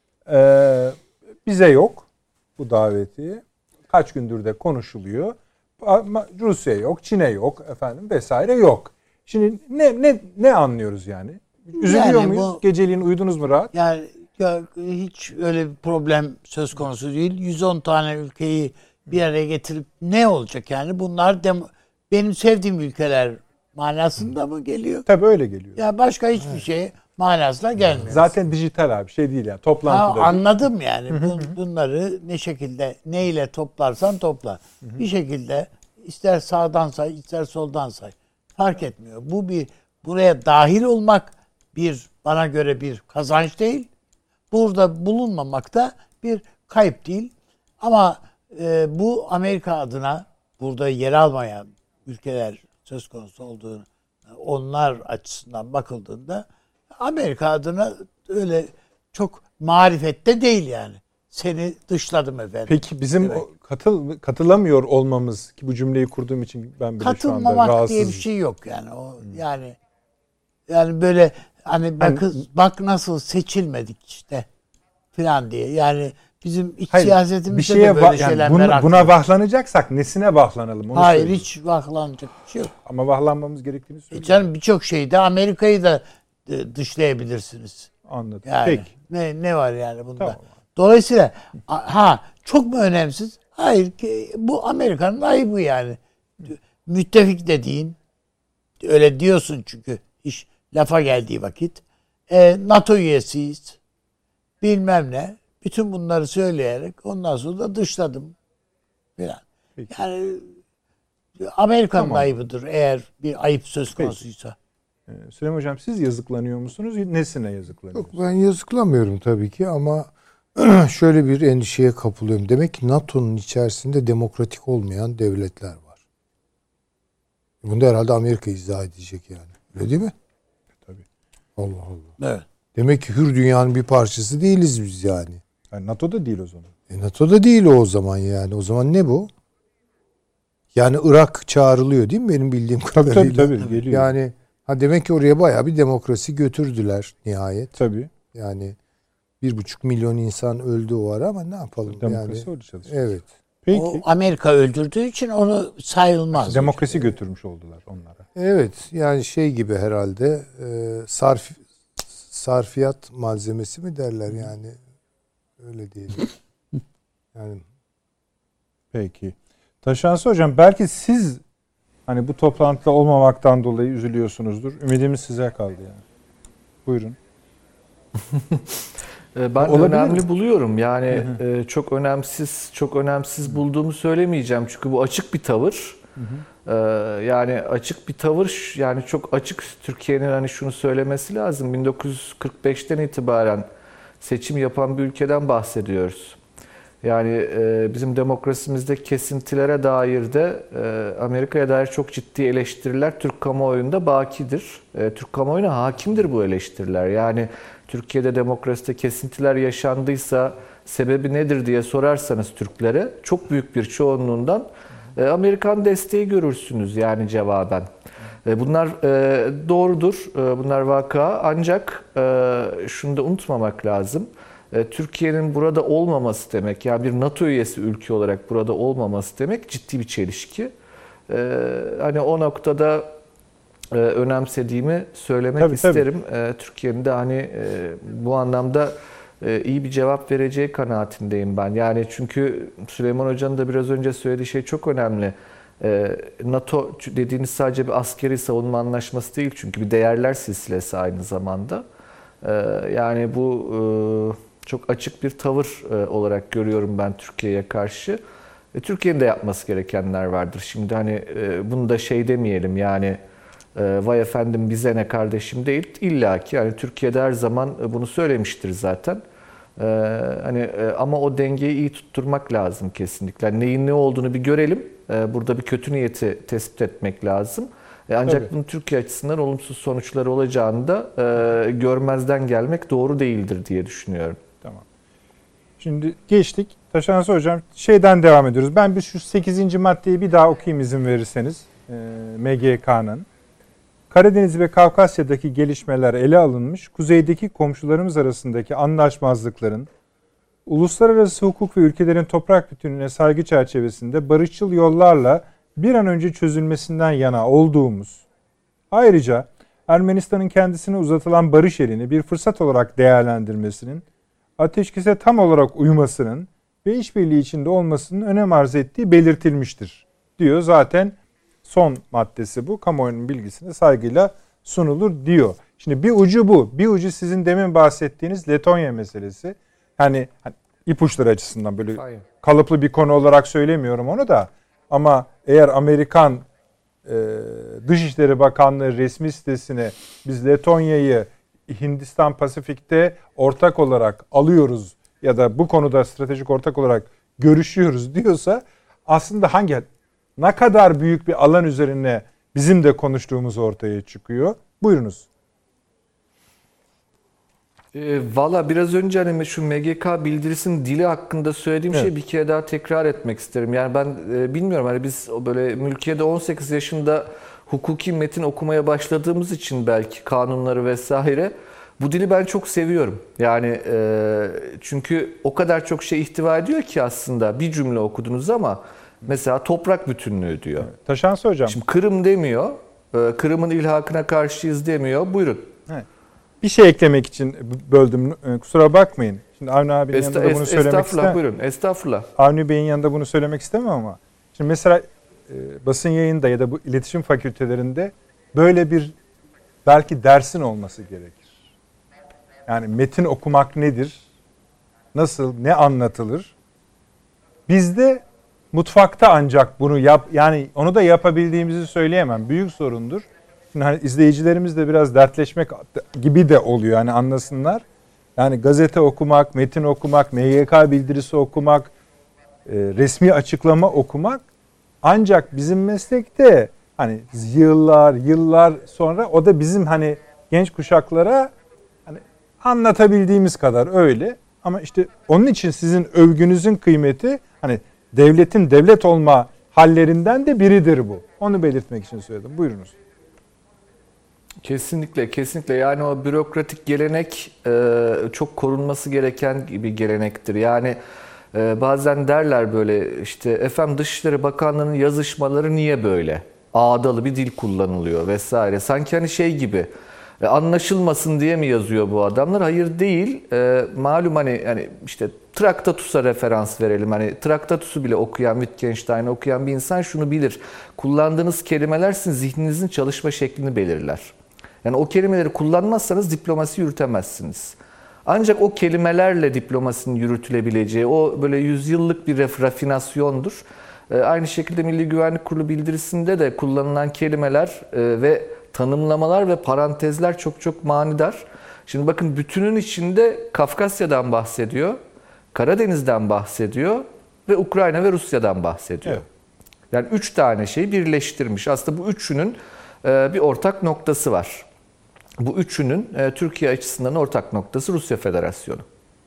Ee, bize yok bu davetiye. Kaç gündür de konuşuluyor. Ama Rusya yok, Çin'e yok efendim vesaire yok. Şimdi ne ne ne anlıyoruz yani? Üzülüyor yani muyuz? Bu, Geceliğin uyudunuz mu rahat? Yani ya, hiç öyle bir problem söz konusu değil. yüz on tane ülkeyi bir araya getirip ne olacak yani? Bunlar dem- benim sevdiğim ülkeler manasında mı geliyor? Tabii öyle geliyor. Ya başka hiçbir evet. şey manasına gelmiyor. Zaten dijital abi, şey değil yani toplantıda. Ha, anladım yani. Bun, bunları ne şekilde, neyle toplarsan topla. Bir şekilde ister sağdan say, ister soldan say. Fark etmiyor. Bu bir buraya dahil olmak bir bana göre bir kazanç değil. Burada bulunmamak da bir kayıp değil. Ama e, bu Amerika adına burada yer almayan ülkeler söz konusu olduğunu, onlar açısından bakıldığında Amerika adına öyle çok marifette değil yani. Seni dışladım efendim. Peki bizim o katıl katılamıyor olmamız, ki bu cümleyi kurduğum için ben bile şu anda rahatsızım. Katılmamak diye bir şey yok yani. O hmm. yani yani böyle hani bak, hani, bak nasıl seçilmedik işte falan diye. Yani bizim iç hayır, siyasetimizde de böyle va- şeyler yani bunu, merak buna vahlanacaksak nesine vahlanalım? Onu hayır söyleyeyim. Hiç vahlanacak bir şey yok. Ama vahlanmamız gerektiğini söylüyorum. E canım birçok şeyde Amerika'yı da dışlayabilirsiniz. Anladım. Yani Peki. Ne, ne var yani bunda? Tamam. Dolayısıyla ha çok mu önemsiz? Hayır, bu Amerika'nın ayıbı yani. Müttefik dediğin öyle diyorsun çünkü iş lafa geldiği vakit e, NATO üyesiyiz. Bilmem ne. Bütün bunları söyleyerek ondan sonra da dışladım falan. Peki. Yani Amerika'nın Tamam. ayıbıdır eğer bir ayıp söz konusuysa. Ee, Süleyman Hocam siz yazıklanıyor musunuz? Nesine yazıklanıyorsunuz? Yok, ben yazıklamıyorum tabii ki ama şöyle bir endişeye kapılıyorum. Demek ki NATO'nun içerisinde demokratik olmayan devletler var. Bunu da herhalde Amerika izah edecek yani. Öyle değil mi? Tabii. Allah Allah. Evet. Demek ki hür dünyanın bir parçası değiliz biz yani. Yani NATO'da değil o zaman. E NATO'da değil o, o zaman yani. O zaman ne bu? Yani Irak çağrılıyor değil mi benim bildiğim kadarıyla? Tabii tabii, tabii geliyor. Yani ha demek ki oraya bayağı bir demokrasi götürdüler nihayet. Tabii. Yani bir buçuk milyon insan öldü o ara ama ne yapalım Demokrasi yani. orada çalışıyor. Evet. Peki. O Amerika öldürdüğü için onu sayılmaz. Demokrasi götürmüş oldular onlara. Evet yani şey gibi herhalde e, sarf sarfiyat malzemesi mi derler yani, öyle diyelim. Yani Peki. Taşansı Hocam belki siz hani bu toplantıda olmamaktan dolayı üzülüyorsunuzdur. Ümidimiz size kaldı yani. Buyurun. Ben de Olabilir önemli mi? buluyorum. Yani e, çok önemsiz, çok önemsiz bulduğumu söylemeyeceğim. Çünkü bu açık bir tavır. Hı hı. Ee, yani açık bir tavır, yani çok açık. Türkiye'nin hani şunu söylemesi lazım. bin dokuz yüz kırk beşten itibaren seçim yapan bir ülkeden bahsediyoruz. Yani e, bizim demokrasimizde kesintilere dair de e, Amerika'ya dair çok ciddi eleştiriler Türk kamuoyunda bakidir. E, Türk kamuoyuna hakimdir bu eleştiriler. Yani Türkiye'de demokraside kesintiler yaşandıysa sebebi nedir diye sorarsanız Türklere çok büyük bir çoğunluğundan e, Amerikan desteği görürsünüz yani cevaben. E, bunlar e, doğrudur, e, bunlar vaka, ancak e, şunu da unutmamak lazım. Türkiye'nin burada olmaması demek, yani bir NATO üyesi ülke olarak burada olmaması demek ciddi bir çelişki. Ee, hani o noktada e, önemsediğimi söylemek Tabii, isterim. Ee, Türkiye'nin de hani e, bu anlamda e, iyi bir cevap vereceği kanaatindeyim ben. Yani çünkü Süleyman Hoca'nın da biraz önce söylediği şey çok önemli. Ee, NATO dediğiniz sadece bir askeri savunma anlaşması değil, çünkü bir değerler silsilesi aynı zamanda. Ee, yani bu e, çok açık bir tavır e, olarak görüyorum ben Türkiye'ye karşı. E, Türkiye'nin de yapması gerekenler vardır. Şimdi hani e, bunu da şey demeyelim yani e, vay efendim bize ne kardeşim değil. İlla ki yani Türkiye'de her zaman e, bunu söylemiştir zaten. E, hani e, ama o dengeyi iyi tutturmak lazım kesinlikle. Yani neyin ne olduğunu bir görelim. E, burada bir kötü niyeti tespit etmek lazım. E, ancak Tabii. bunun Türkiye açısından olumsuz sonuçları olacağını da e, görmezden gelmek doğru değildir diye düşünüyorum. Tamam. Şimdi geçtik. Taşansı Hocam şeyden devam ediyoruz. Ben bir şu sekizinci maddeyi bir daha okuyayım izin verirseniz. Ee, M G K'nın. Karadeniz ve Kafkasya'daki gelişmeler ele alınmış. Kuzeydeki komşularımız arasındaki anlaşmazlıkların uluslararası hukuk ve ülkelerin toprak bütünlüğüne saygı çerçevesinde barışçıl yollarla bir an önce çözülmesinden yana olduğumuz, ayrıca Ermenistan'ın kendisine uzatılan barış elini bir fırsat olarak değerlendirmesinin, ateşkese tam olarak uymasının ve işbirliği içinde olmasının önem arz ettiği belirtilmiştir diyor. Zaten son maddesi bu. Kamuoyunun bilgisine saygıyla sunulur diyor. Şimdi bir ucu bu. Bir ucu sizin demin bahsettiğiniz Letonya meselesi. Hani, hani ipuçları açısından böyle Hayır. kalıplı bir konu olarak söylemiyorum onu da. Ama eğer Amerikan e, Dışişleri Bakanlığı resmi sitesine biz Letonya'yı Hindistan Pasifik'te ortak olarak alıyoruz ya da bu konuda stratejik ortak olarak görüşüyoruz diyorsa aslında hangi ne kadar büyük bir alan üzerine bizim de konuştuğumuz ortaya çıkıyor. Buyurunuz. E, Valla biraz önce hani şu M G K bildirisinin dili hakkında söylediğim Evet. şeyi bir kere daha tekrar etmek isterim. Yani ben e, bilmiyorum hani biz o böyle mülkiyede on sekiz yaşında hukuki metin okumaya başladığımız için belki kanunları vesaire bu dili ben çok seviyorum. Yani e, çünkü o kadar çok şey ihtiva ediyor ki aslında bir cümle okudunuz ama mesela toprak bütünlüğü diyor. Taşansı Hocam. Şimdi Kırım demiyor. e, Kırım'ın ilhakına karşıyız demiyor. Buyurun. Evet. Bir şey eklemek için böldüm. Kusura bakmayın. Şimdi Avni abinin Esta, yanında da bunu est, söylemek estağfurullah istemem. buyurun. Estağfurullah. Avni Bey'in yanında bunu söylemek istemem ama. Şimdi mesela e, basın yayında ya da bu iletişim fakültelerinde böyle bir belki dersin olması gerekir. Yani metin okumak nedir? nasıl, ne anlatılır? Bizde mutfakta ancak bunu yap, yani onu da yapabildiğimizi söyleyemem. Büyük sorundur. Şimdi hani izleyicilerimiz de biraz dertleşmek gibi de oluyor. Yani anlasınlar. Yani gazete okumak, metin okumak, M Y K bildirisi okumak, e, resmi açıklama okumak ancak bizim meslekte hani yıllar yıllar sonra o da bizim hani genç kuşaklara hani anlatabildiğimiz kadar öyle. Ama işte onun için sizin övgünüzün kıymeti hani devletin devlet olma hallerinden de biridir bu. Onu belirtmek için söyledim. Buyurunuz. Kesinlikle, kesinlikle. Yani o bürokratik gelenek e, çok korunması gereken bir gelenektir. Yani e, bazen derler böyle işte efendim Dışişleri Bakanlığı'nın yazışmaları niye böyle? Ağdalı bir dil kullanılıyor vesaire. Sanki hani şey gibi e, anlaşılmasın diye mi yazıyor bu adamlar? Hayır değil. E, malum hani hani işte Traktatus'a referans verelim. Hani Traktatus'u bile okuyan, Wittgenstein'i okuyan bir insan şunu bilir. Kullandığınız kelimeler sizin zihninizin çalışma şeklini belirler. Yani o kelimeleri kullanmazsanız diplomasi yürütemezsiniz. Ancak o kelimelerle diplomasinin yürütülebileceği, o böyle yüzyıllık bir rafinasyondur. Aynı şekilde Milli Güvenlik Kurulu bildirisinde de kullanılan kelimeler ve tanımlamalar ve parantezler çok çok manidar. Şimdi bakın bütünün içinde Kafkasya'dan bahsediyor, Karadeniz'den bahsediyor ve Ukrayna ve Rusya'dan bahsediyor. Evet. Yani üç tane şeyi birleştirmiş. Aslında bu üçünün bir ortak noktası var. Bu üçünün Türkiye açısından ortak noktası Rusya Federasyonu.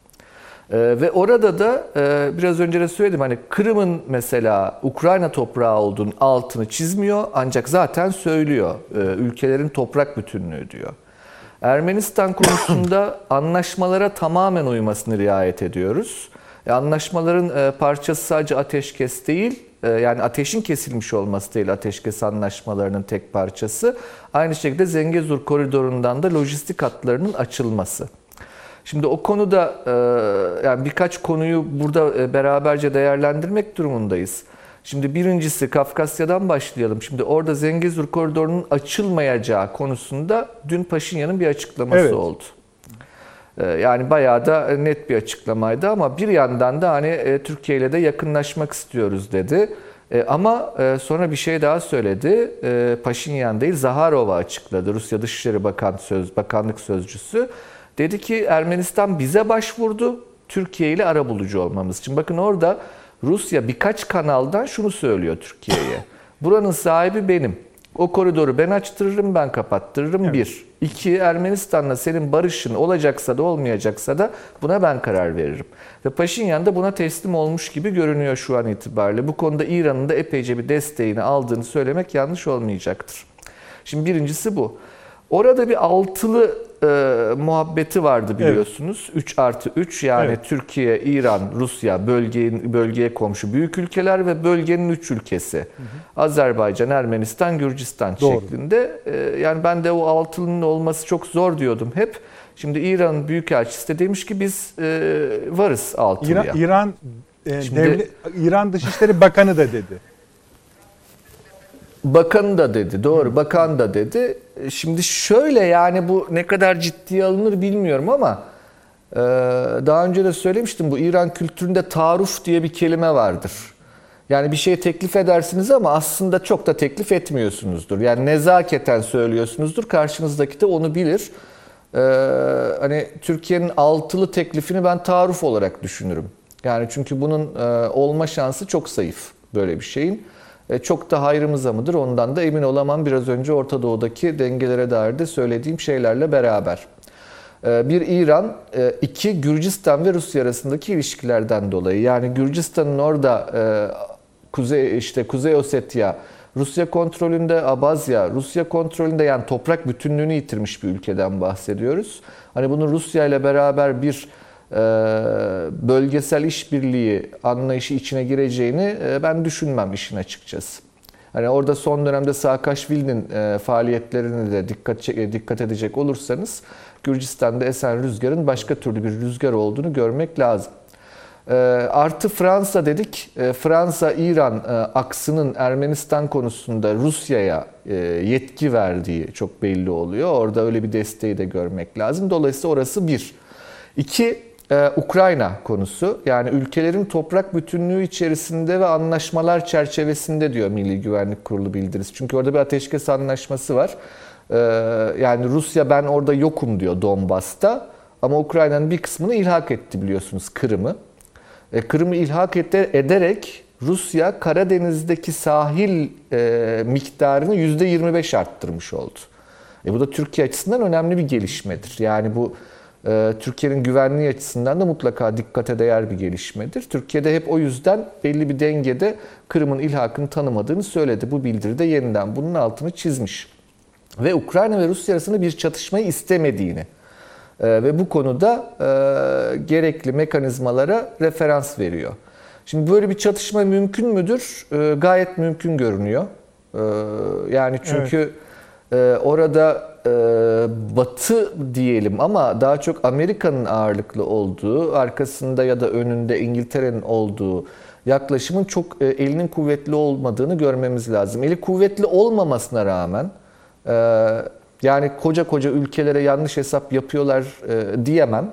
Ve orada da biraz önce de söyledim hani Kırım'ın mesela Ukrayna toprağı olduğunun altını çizmiyor ancak zaten söylüyor. Ülkelerin toprak bütünlüğü diyor. Ermenistan konusunda anlaşmalara tamamen uymasını riayet ediyoruz. Anlaşmaların parçası sadece ateşkes değil, yani ateşin kesilmiş olması değil ateşkes anlaşmalarının tek parçası. Aynı şekilde Zengezur koridorundan da lojistik hatlarının açılması. Şimdi o konuda yani birkaç konuyu burada beraberce değerlendirmek durumundayız. Şimdi birincisi Kafkasya'dan başlayalım. Şimdi orada Zengezur koridorunun açılmayacağı konusunda dün Paşinyan'ın bir açıklaması evet. oldu. Yani bayağı da net bir açıklamaydı ama bir yandan da hani Türkiye ile de yakınlaşmak istiyoruz dedi. Ama sonra bir şey daha söyledi. Paşinyan değil Zaharova açıkladı. Rusya Dışişleri Bakan Söz, Bakanlık Sözcüsü. Dedi ki Ermenistan bize başvurdu. Türkiye ile arabulucu olmamız için. Bakın orada Rusya birkaç kanaldan şunu söylüyor Türkiye'ye. Buranın sahibi benim. O koridoru ben açtırırım, ben kapattırırım. Evet. Bir. İki, Ermenistan'la senin barışın olacaksa da olmayacaksa da buna ben karar veririm. Ve Paşinyan da buna teslim olmuş gibi görünüyor şu an itibariyle. Bu konuda İran'ın da epeyce bir desteğini aldığını söylemek yanlış olmayacaktır. Şimdi birincisi bu. Orada bir altılı e, muhabbeti vardı biliyorsunuz. Evet. üç artı üç yani evet. Türkiye, İran, Rusya bölge, bölgeye komşu büyük ülkeler ve bölgenin üç ülkesi. Hı hı. Azerbaycan, Ermenistan, Gürcistan Doğru. şeklinde. E, yani ben de o altılının olması çok zor diyordum hep. Şimdi İran'ın büyükelçisi de demiş ki biz e, varız altılıya. İran, İran, e, Şimdi, devlet, İran Dışişleri Bakanı da dedi. Bakan da dedi, doğru. Bakan da dedi. Şimdi şöyle yani bu ne kadar ciddiye alınır bilmiyorum ama e, daha önce de söylemiştim bu İran kültüründe taarruf diye bir kelime vardır. Yani bir şey teklif edersiniz ama aslında çok da teklif etmiyorsunuzdur. Yani nezaketen söylüyorsunuzdur. Karşınızdaki de onu bilir. E, hani Türkiye'nin altılı teklifini ben taarruf olarak düşünürüm. Yani çünkü bunun e, olma şansı çok zayıf böyle bir şeyin. Çok da hayrımıza mıdır ondan da emin olamam biraz önce Orta Doğu'daki dengelere dair de söylediğim şeylerle beraber. Bir İran, iki Gürcistan ve Rusya arasındaki ilişkilerden dolayı. Yani Gürcistan'ın orada Kuzey işte Kuzey Ossetya Rusya kontrolünde, Abazya Rusya kontrolünde yani toprak bütünlüğünü yitirmiş bir ülkeden bahsediyoruz. Hani bunun Rusya ile beraber bir bölgesel işbirliği anlayışı içine gireceğini ben düşünmem işin açıkçası. Hani orada son dönemde Saakashvili'nin faaliyetlerine de dikkat dikkat edecek olursanız Gürcistan'da esen rüzgarın başka türlü bir rüzgar olduğunu görmek lazım. Artı Fransa dedik. Fransa-İran aksının Ermenistan konusunda Rusya'ya yetki verdiği çok belli oluyor. Orada öyle bir desteği de görmek lazım. Dolayısıyla orası bir. İki, Ee, Ukrayna konusu. Yani ülkelerin toprak bütünlüğü içerisinde ve anlaşmalar çerçevesinde diyor Milli Güvenlik Kurulu bildirisi. Çünkü orada bir ateşkes anlaşması var. Ee, yani Rusya ben orada yokum diyor Donbas'ta. Ama Ukrayna'nın bir kısmını ilhak etti biliyorsunuz Kırım'ı. Ee, Kırım'ı ilhak ederek Rusya Karadeniz'deki sahil e, miktarını yüzde yirmi beş arttırmış oldu. E, bu da Türkiye açısından önemli bir gelişmedir. Yani bu Türkiye'nin güvenliği açısından da mutlaka dikkate değer bir gelişmedir. Türkiye'de hep o yüzden belli bir dengede Kırım'ın ilhakını tanımadığını söyledi. Bu bildiride yeniden bunun altını çizmiş. Ve Ukrayna ve Rusya arasında bir çatışmayı istemediğini ve bu konuda gerekli mekanizmalara referans veriyor. Şimdi böyle bir çatışma mümkün müdür? Gayet mümkün görünüyor. Yani çünkü evet. orada Batı diyelim ama daha çok Amerika'nın ağırlıklı olduğu, arkasında ya da önünde İngiltere'nin olduğu yaklaşımın çok elinin kuvvetli olmadığını görmemiz lazım. Eli kuvvetli olmamasına rağmen yani koca koca ülkelere yanlış hesap yapıyorlar diyemem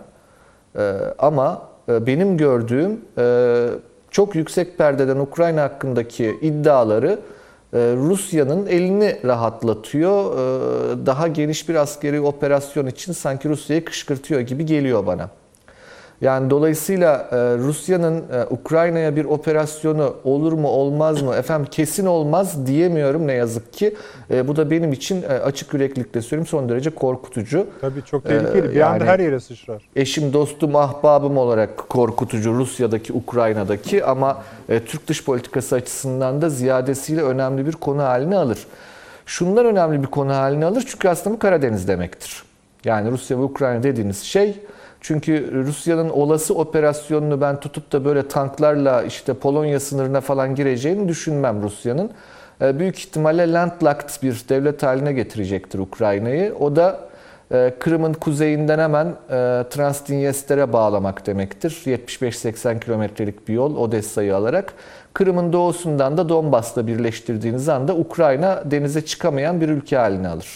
ama benim gördüğüm çok yüksek perdeden Ukrayna hakkındaki iddiaları Rusya'nın elini rahatlatıyor. Daha geniş bir askeri operasyon için sanki Rusya'yı kışkırtıyor gibi geliyor bana. Yani dolayısıyla Rusya'nın Ukrayna'ya bir operasyonu olur mu olmaz mı efendim kesin olmaz diyemiyorum ne yazık ki. Bu da benim için açık yüreklilikle söyleyeyim son derece korkutucu. Tabii çok tehlikeli. Bir yani, anda her yere sıçrar. Eşim, dostum, ahbabım olarak korkutucu Rusya'daki, Ukrayna'daki ama Türk dış politikası açısından da ziyadesiyle önemli bir konu haline alır. Şundan önemli bir konu haline alır çünkü aslında bu Karadeniz demektir. Yani Rusya ve Ukrayna dediğiniz şey. Çünkü Rusya'nın olası operasyonunu ben tutup da böyle tanklarla işte Polonya sınırına falan gireceğini düşünmem Rusya'nın. Büyük ihtimalle landlocked bir devlet haline getirecektir Ukrayna'yı. O da Kırım'ın kuzeyinden hemen Transdinyester'e bağlamak demektir. yetmiş beş seksen kilometrelik bir yol Odessa'yı alarak. Kırım'ın doğusundan da Donbas'la birleştirdiğiniz anda Ukrayna denize çıkamayan bir ülke haline alır.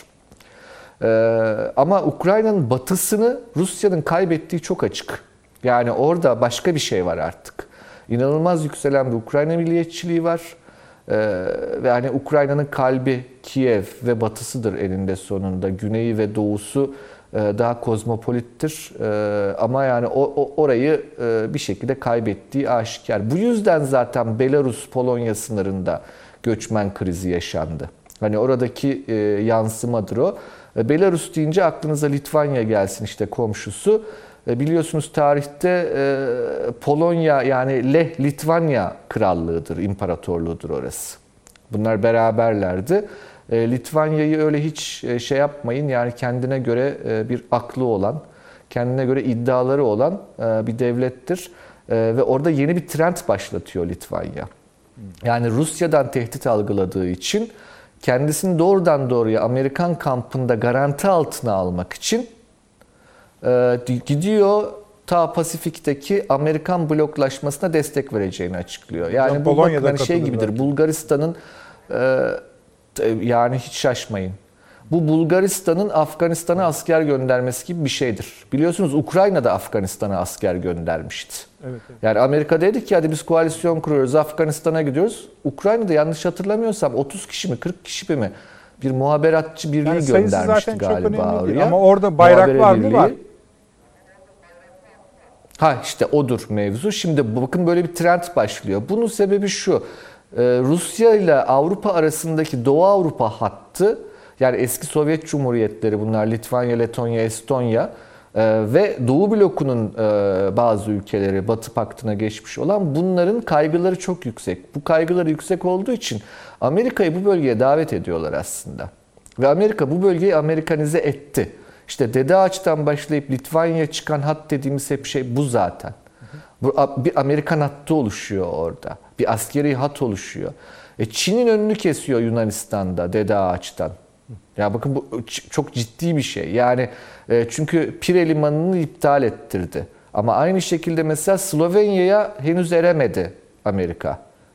Ee, ama Ukrayna'nın batısını Rusya'nın kaybettiği çok açık. Yani orada başka bir şey var artık. İnanılmaz yükselen bir Ukrayna milliyetçiliği var. Ee, ve hani Ukrayna'nın kalbi Kiev ve batısıdır eninde sonunda. Güneyi ve doğusu e, daha kozmopolittir. E, ama yani o, o orayı e, bir şekilde kaybettiği aşikar. Bu yüzden zaten Belarus-Polonya sınırında göçmen krizi yaşandı. Hani oradaki e, yansımadır o. Belarus deyince aklınıza Litvanya gelsin işte komşusu. Biliyorsunuz tarihte Polonya yani Leh Litvanya krallığıdır, imparatorluğudur orası. Bunlar beraberlerdi. Litvanya'yı öyle hiç şey yapmayın yani kendine göre bir aklı olan, kendine göre iddiaları olan bir devlettir. Ve orada yeni bir trend başlatıyor Litvanya. Yani Rusya'dan tehdit algıladığı için kendisini doğrudan doğruya Amerikan kampında garanti altına almak için e, gidiyor ta Pasifik'teki Amerikan bloklaşmasına destek vereceğini açıklıyor. Yani bu bakın hani şey gibidir. Belki. Bulgaristan'ın e, yani hiç şaşmayın. Bu Bulgaristan'ın Afganistan'a asker göndermesi gibi bir şeydir. Biliyorsunuz Ukrayna da Afganistan'a asker göndermişti. Evet, evet. Yani Amerika dedi ki hadi biz koalisyon kuruyoruz, Afganistan'a gidiyoruz. Ukrayna'da yanlış hatırlamıyorsam otuz kişi mi kırk kişi mi bir muhaberatçı birliği yani göndermişti galiba oraya. Ama orada bayraklar mı var? Ha işte odur mevzu. Şimdi bakın böyle bir trend başlıyor. Bunun sebebi şu. Rusya ile Avrupa arasındaki Doğu Avrupa hattı yani eski Sovyet Cumhuriyetleri bunlar Litvanya, Letonya, Estonya e, ve Doğu blokunun e, bazı ülkeleri Batı Paktı'na geçmiş olan bunların kaygıları çok yüksek. Bu kaygıları yüksek olduğu için Amerika'yı bu bölgeye davet ediyorlar aslında. Ve Amerika bu bölgeyi Amerikanize etti. İşte Dede Ağaç'tan başlayıp Litvanya'ya çıkan hat dediğimiz hep şey bu zaten. Bu, bir Amerikan hattı oluşuyor orada. Bir askeri hat oluşuyor. E, Çin'in önünü kesiyor Yunanistan'da Dede Ağaç'tan. Ya bakın bu çok ciddi bir şey. Yani e, çünkü Pire Limanı'nı iptal ettirdi. Ama aynı şekilde mesela Slovenya'ya henüz eremedi Amerika.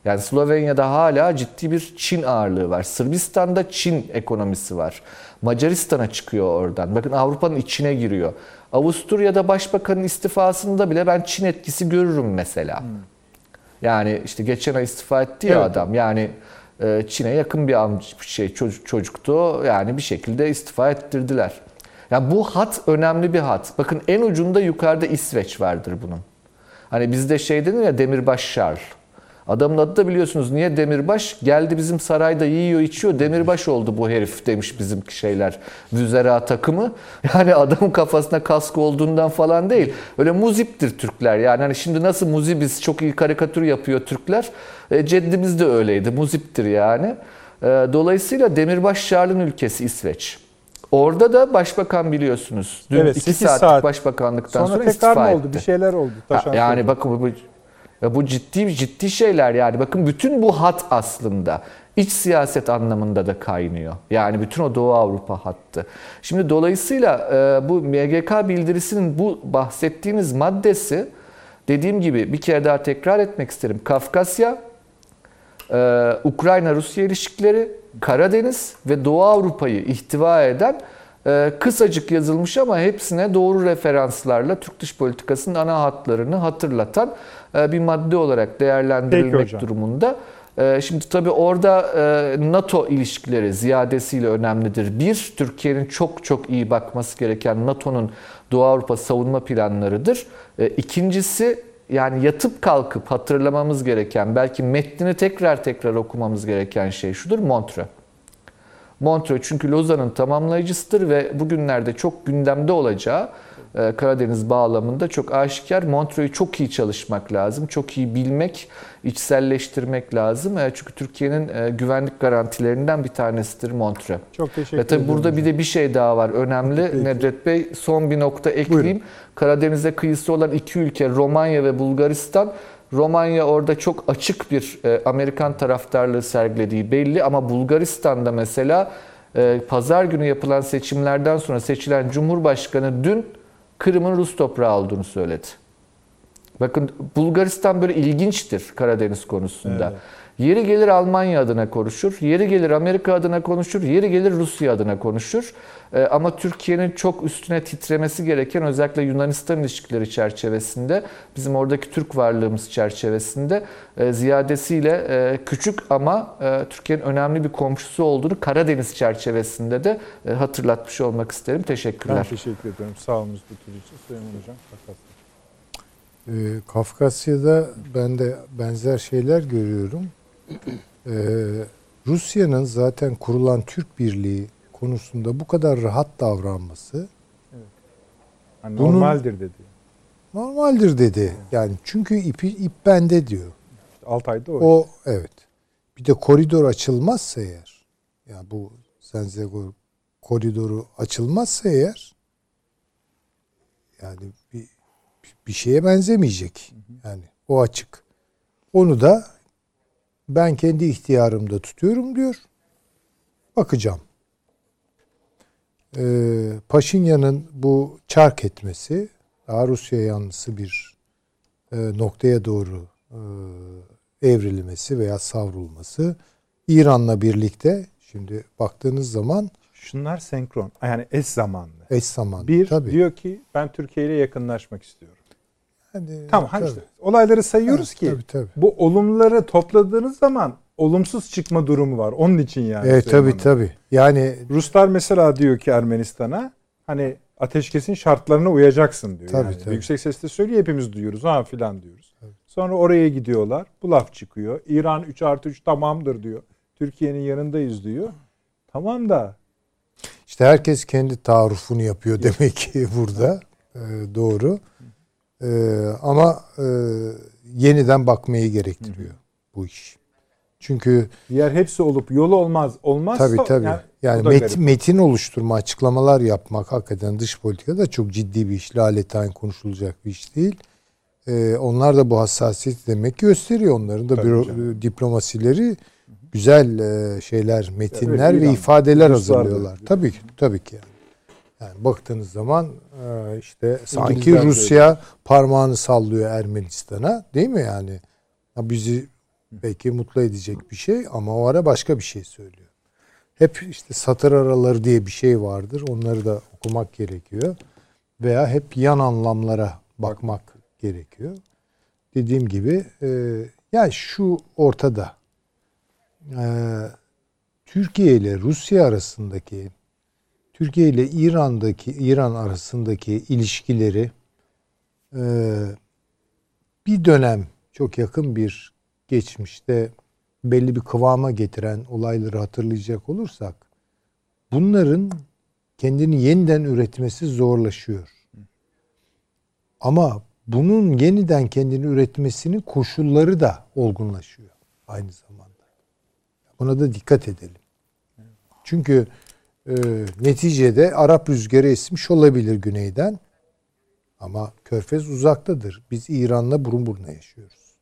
Yani Slovenya'da hala ciddi bir Çin ağırlığı var. Sırbistan'da Çin ekonomisi var. Macaristan'a çıkıyor oradan. Bakın Avrupa'nın içine giriyor. Avusturya'da başbakanın istifasında bile ben Çin etkisi görürüm mesela. Hmm. Yani işte geçen ay istifa etti ya evet. adam. Yani Çin'e yakın bir amca, şey çocuk, çocuktu. Yani bir şekilde istifa ettirdiler. Yani bu hat önemli bir hat. Bakın en ucunda yukarıda İsveç vardır bunun. Hani bizde şey denir ya Demirbaş Charles. Adamın adı da biliyorsunuz niye Demirbaş? Geldi bizim sarayda yiyor içiyor Demirbaş oldu bu herif demiş bizim şeyler. Vüzera takımı. Yani adamın kafasına kaskı olduğundan falan değil. Öyle muziptir Türkler. Yani hani şimdi nasıl muzibiz çok iyi karikatür yapıyor Türkler. E, ceddimiz de öyleydi. Muziptir yani. E, dolayısıyla Demirbaş Charles'ın ülkesi İsveç. Orada da başbakan biliyorsunuz. Dün evet, iki saatlik saat. başbakanlıktan sonra, sonra istifa etti. Oldu, bir şeyler oldu. Ha, yani bakın bu bu ciddi ciddi şeyler yani. Bakın bütün bu hat aslında iç siyaset anlamında da kaynıyor. Yani bütün o Doğu Avrupa hattı. Şimdi dolayısıyla bu M G K bildirisinin bu bahsettiğiniz maddesi dediğim gibi bir kere daha tekrar etmek isterim. Kafkasya, Ukrayna-Rusya ilişkileri, Karadeniz ve Doğu Avrupa'yı ihtiva eden kısacık yazılmış ama hepsine doğru referanslarla Türk dış politikasının ana hatlarını hatırlatan bir madde olarak değerlendirilmek durumunda. Şimdi tabii orada NATO ilişkileri ziyadesiyle önemlidir. Bir, Türkiye'nin çok çok iyi bakması gereken NATO'nun Doğu Avrupa savunma planlarıdır. İkincisi yani yatıp kalkıp hatırlamamız gereken, belki metnini tekrar tekrar okumamız gereken şey şudur: Montreux. Montreux çünkü Lozan'ın tamamlayıcısıdır ve bugünlerde çok gündemde olacağı Karadeniz bağlamında çok aşikar. Montreux'u çok iyi çalışmak lazım, çok iyi bilmek, içselleştirmek lazım. Çünkü Türkiye'nin güvenlik garantilerinden bir tanesidir Montreux. Çok teşekkür ederim. Ve tabii burada hocam. Bir de bir şey daha var önemli. Peki. Nedret Bey, son bir nokta ekleyeyim. Buyurun. Karadeniz'e kıyısı olan iki ülke Romanya ve Bulgaristan. Romanya orada çok açık bir e, Amerikan taraftarlığı sergilediği belli ama Bulgaristan'da mesela e, pazar günü yapılan seçimlerden sonra seçilen Cumhurbaşkanı dün Kırım'ın Rus toprağı olduğunu söyledi. Bakın Bulgaristan böyle ilginçtir Karadeniz konusunda. Evet. Yeri gelir Almanya adına konuşur, yeri gelir Amerika adına konuşur, yeri gelir Rusya adına konuşur. Ee, ama Türkiye'nin çok üstüne titremesi gereken özellikle Yunanistan ilişkileri çerçevesinde, bizim oradaki Türk varlığımız çerçevesinde e, ziyadesiyle e, küçük ama e, Türkiye'nin önemli bir komşusu olduğunu Karadeniz çerçevesinde de e, hatırlatmış olmak isterim. Teşekkürler. Ben teşekkür ederim. Sağ olun bu tür için. Süleyman Hocam. Ee, Kafkasya'da ben de benzer şeyler görüyorum. Ee, Rusya'nın zaten kurulan Türk Birliği konusunda bu kadar rahat davranması evet. Yani normaldir dedi. Normaldir dedi. Evet. Yani çünkü ipi ip bende diyor. İşte altı ayda o. O işte. Evet. Bir de koridor açılmazsa eğer, yani bu Zenzegor koridoru açılmazsa eğer, yani bir bir şeye benzemeyecek. Yani o açık. Onu da ben kendi ihtiyarımda tutuyorum diyor. Bakacağım. Ee, Paşinyan'ın bu çark etmesi, daha Rusya yanlısı bir e, noktaya doğru e, evrilmesi veya savrulması, İran'la birlikte şimdi baktığınız zaman şunlar senkron. Yani eş zamanlı. Eş zamanlı. Bir tabii. Diyor ki ben Türkiye ile yakınlaşmak istiyorum. Yani, tamam hani işte olayları sayıyoruz evet, ki tabii, tabii. Bu olumluları topladığınız zaman olumsuz çıkma durumu var. Onun için yani. Evet tabii tabii. Yani Ruslar mesela diyor ki Ermenistan'a hani ateşkesin şartlarına uyacaksın diyor. Tabii, yani. tabii. Yüksek sesle söylüyor, hepimiz duyuyoruz ha filan diyoruz. Tabii. Sonra oraya gidiyorlar. Bu laf çıkıyor. İran üç artı üç tamamdır diyor. Türkiye'nin yanındayız diyor. Tamam da İşte herkes kendi taarrufunu yapıyor demek ki burada. Ee, doğru. Ee, ama e, yeniden bakmayı gerektiriyor hı hı. bu iş. Çünkü diğer hepsi olup yolu olmaz. Olmazsa tabii tabii. Yani, yani met, metin oluşturma, açıklamalar yapmak hakikaten dış politikada çok ciddi bir iş. Lalettayn konuşulacak bir iş değil. Ee, onlar da bu hassasiyeti demek ki gösteriyor. Onların da büro, diplomasileri güzel e, şeyler, metinler evet, ve ifadeler hazırlıyorlar. Tabii ki, tabii ki. Yani. Yani baktığınız zaman e, işte sanki İngilizler Rusya öyle. Parmağını sallıyor Ermenistan'a, değil mi yani? Ya bizi Belki mutlu edecek bir şey ama o ara başka bir şey söylüyor. Hep işte satır araları diye bir şey vardır. Onları da okumak gerekiyor. Veya hep yan anlamlara bakmak gerekiyor. Dediğim gibi e, yani şu ortada. E, Türkiye ile Rusya arasındaki, Türkiye ile İran'daki İran arasındaki ilişkileri e, bir dönem çok yakın bir geçmişte belli bir kıvama getiren olayları hatırlayacak olursak bunların kendini yeniden üretmesi zorlaşıyor. Ama bunun yeniden kendini üretmesinin koşulları da olgunlaşıyor aynı zamanda. Buna da dikkat edelim. Çünkü e, neticede Arap rüzgarı esmiş olabilir güneyden ama Körfez uzaktadır. Biz İran'la burun buruna yaşıyoruz.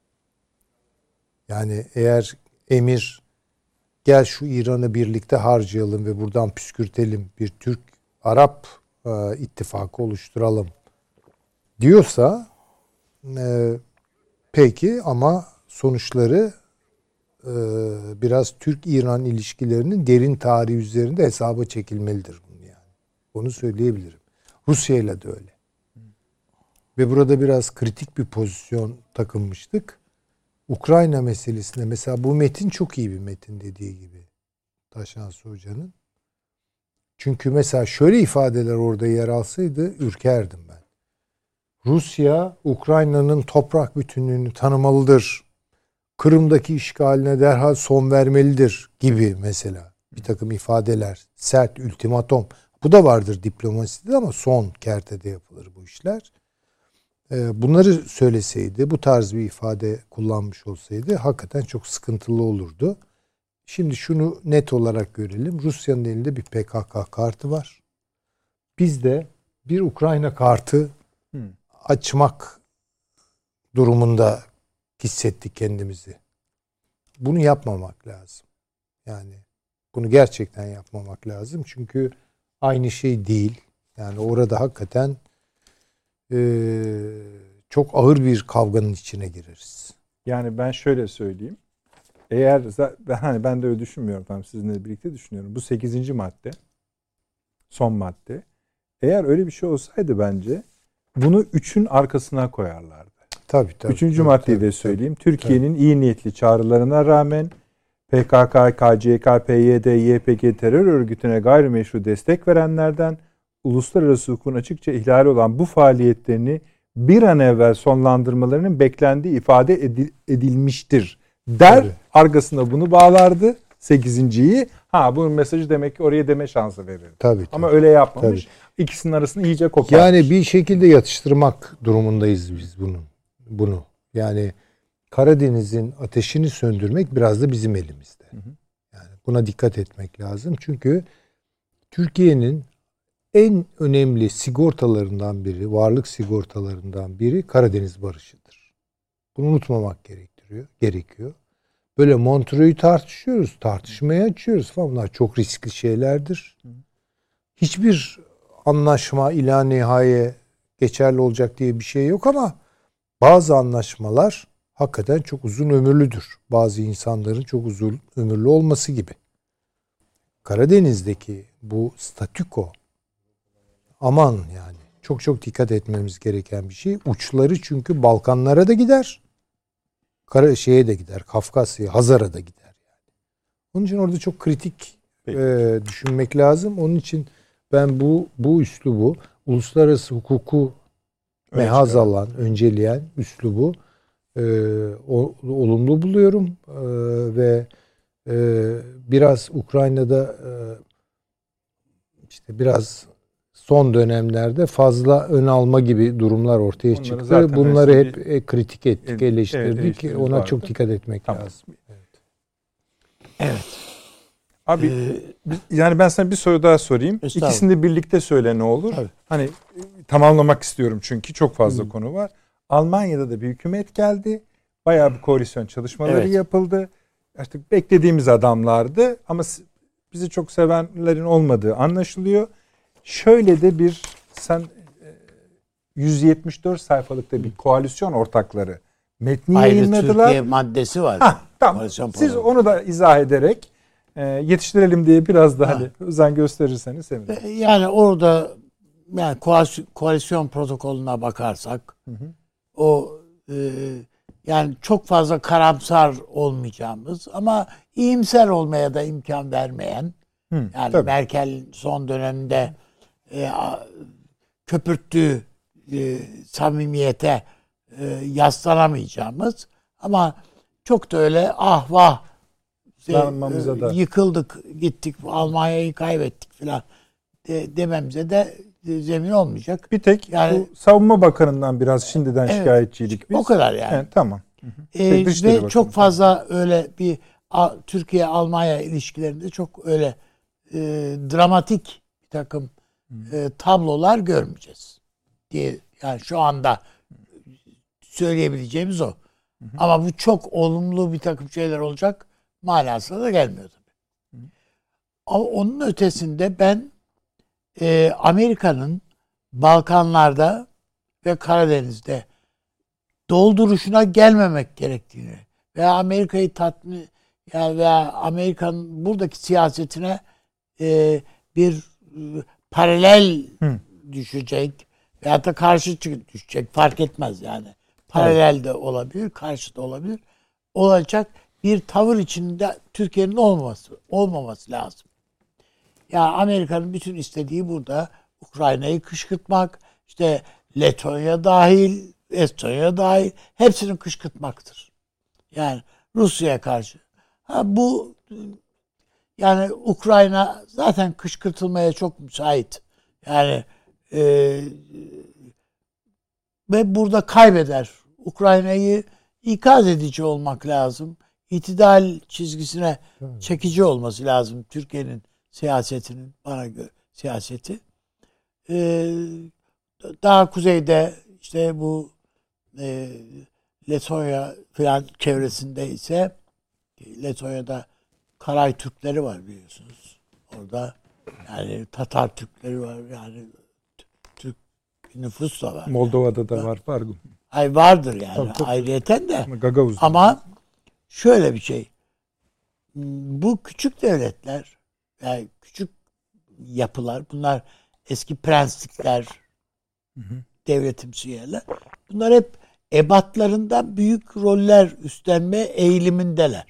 Yani eğer emir gel şu İran'ı birlikte harcayalım ve buradan püskürtelim, bir Türk-Arap e, ittifakı oluşturalım diyorsa e, peki ama sonuçları e, biraz Türk-İran ilişkilerinin derin tarihi üzerinde hesaba çekilmelidir. Bunu yani. Onu söyleyebilirim. Rusya ile de öyle. Ve burada biraz kritik bir pozisyon takınmıştık. Ukrayna meselesinde mesela bu metin çok iyi bir metin dediği gibi Taşansı Hoca'nın. Çünkü mesela şöyle ifadeler orada yer alsaydı ürkerdim ben. Rusya Ukrayna'nın toprak bütünlüğünü tanımalıdır. Kırım'daki işgaline derhal son vermelidir gibi mesela bir takım ifadeler, sert ultimatom. Bu da vardır diplomaside ama son kertede yapılır bu işler. Bunları söyleseydi, bu tarz bir ifade kullanmış olsaydı hakikaten çok sıkıntılı olurdu. Şimdi şunu net olarak görelim. Rusya'nın elinde bir P K K kartı var. Biz de bir Ukrayna kartı hmm. açmak durumunda hissettik kendimizi. Bunu yapmamak lazım. Yani bunu gerçekten yapmamak lazım. Çünkü aynı şey değil. Yani orada hakikaten Ee, çok ağır bir kavganın içine gireriz. Yani ben şöyle söyleyeyim. Eğer ben hani ben de öyle düşünmüyorum. Tamam, sizinle birlikte düşünüyorum. Bu sekizinci madde, son madde. Eğer öyle bir şey olsaydı bence bunu üçün arkasına koyarlardı. Tabii tabii. Üçüncü tabii, maddeyi tabii, de söyleyeyim. Tabii, Türkiye'nin tabii. iyi niyetli çağrılarına rağmen P K K, K C K, P Y D, Y P G terör örgütüne gayrimeşru destek verenlerden uluslararası hukukun açıkça ihlali olan bu faaliyetlerini bir an evvel sonlandırmalarının beklendiği ifade edilmiştir der. Tabii. Arkasında bunu bağlardı. sekizinciyi. Ha, bunun mesajı demek ki oraya deme şansı verir. Tabii, tabii. Ama öyle yapmamış. Tabii. İkisinin arasını iyice koparmış. Yani bir şekilde yatıştırmak durumundayız biz bunu. Bunu. Yani Karadeniz'in ateşini söndürmek biraz da bizim elimizde. Hı hı. Yani buna dikkat etmek lazım. Çünkü Türkiye'nin en önemli sigortalarından biri, varlık sigortalarından biri Karadeniz barışıdır. Bunu unutmamak gerektiriyor, gerekiyor. Böyle Montreux'u tartışıyoruz, tartışmaya açıyoruz falan. Bunlar çok riskli şeylerdir. Hiçbir anlaşma ila nihaye geçerli olacak diye bir şey yok ama bazı anlaşmalar hakikaten çok uzun ömürlüdür. Bazı insanların çok uzun ömürlü olması gibi. Karadeniz'deki bu statüko, aman yani çok çok dikkat etmemiz gereken bir şey. Uçları çünkü Balkanlara da gider. Kara şeye de gider. Kafkasya, Hazar'a da gider yani. Onun için orada çok kritik e, düşünmek lazım. Onun için ben bu bu üslubu uluslararası hukuku mehaz alan, önceleyen üslubu e, o, olumlu buluyorum e, ve e, biraz Ukrayna'da e, işte biraz son dönemlerde fazla ön alma gibi durumlar ortaya Onları çıktı. Bunları hep bir, kritik ettik, eleştirdik. Evet, ona vardı. Çok dikkat etmek tamam. lazım. Evet. Evet. Abi ee, yani ben sana bir soru daha sorayım. İkisini de birlikte söyle ne olur? Tabii. Hani tamamlamak istiyorum çünkü çok fazla hmm. konu var. Almanya'da da bir hükümet geldi. Bayağı bir koalisyon çalışmaları evet. yapıldı. Artık beklediğimiz adamlardı ama bizi çok sevenlerin olmadığı anlaşılıyor. Şöyle de bir sen yüz yetmiş dört sayfalıkta bir koalisyon ortakları metni Ayrı yayınladılar. Türkiye maddesi var. Hah, Tamam. Siz onu da izah ederek e, yetiştirelim diye biraz da hani özen gösterirseniz sevinirim. Yani orada yani koalisyon, koalisyon protokolüne bakarsak hı hı. o e, yani çok fazla karamsar olmayacağımız ama iyimser olmaya da imkan vermeyen hı, yani tabii. Merkel son döneminde e, köpürttüğü e, samimiyete e, yaslanamayacağımız ama çok da öyle ah vah işte, e, da. yıkıldık gittik Almanya'yı kaybettik filan de, dememize de zemin olmayacak. Bir tek yani, bu Savunma Bakanı'ndan biraz şimdiden evet, şikayetçiydik biz. O kadar yani. Evet, tamam. Ee, ve çok fazla öyle bir Türkiye-Almanya ilişkilerinde çok öyle e, dramatik bir takım e, tablolar görmeyeceğiz diye yani şu anda söyleyebileceğimiz o. Hı hı. Ama bu çok olumlu bir takım şeyler olacak manasına da gelmiyor tabii. Hı hı. Ama onun ötesinde ben e, Amerika'nın Balkanlarda ve Karadeniz'de dolduruşuna gelmemek gerektiğini veya Amerika'yı tatmin yani veya Amerika'nın buradaki siyasetine e, bir e, paralel Hı. düşecek veya da karşı düşecek fark etmez yani. Paralel evet. de olabilir, karşı da olabilir. Olacak bir tavır içinde Türkiye'nin olmaması olmaması lazım. Ya yani Amerika'nın bütün istediği burada Ukrayna'yı kışkırtmak, işte Letonya dahil, Estonya dahil hepsini kışkırtmaktır. Yani Rusya'ya karşı. Ha bu yani Ukrayna zaten kışkırtılmaya çok müsait. Yani e, ve burada kaybeder. Ukrayna'yı ikaz edici olmak lazım. İtidal çizgisine çekici olması lazım Türkiye'nin siyasetinin bana göre siyaseti. Ee, daha kuzeyde işte bu e, Letonya filan çevresinde ise Letonya'da Karay Türkleri var biliyorsunuz. Orada yani Tatar Türkleri var yani Türk nüfus da var. Moldova'da yani. da var var. Ay vardır yani tabii, tabii. Ayrıyeten de. Gagavuz. Ama şöyle bir şey. Bu küçük devletler yani küçük yapılar bunlar eski prenslikler hı hı. devletimsi yerler. Bunlar hep ebatlarında büyük roller üstlenme eğilimindeler.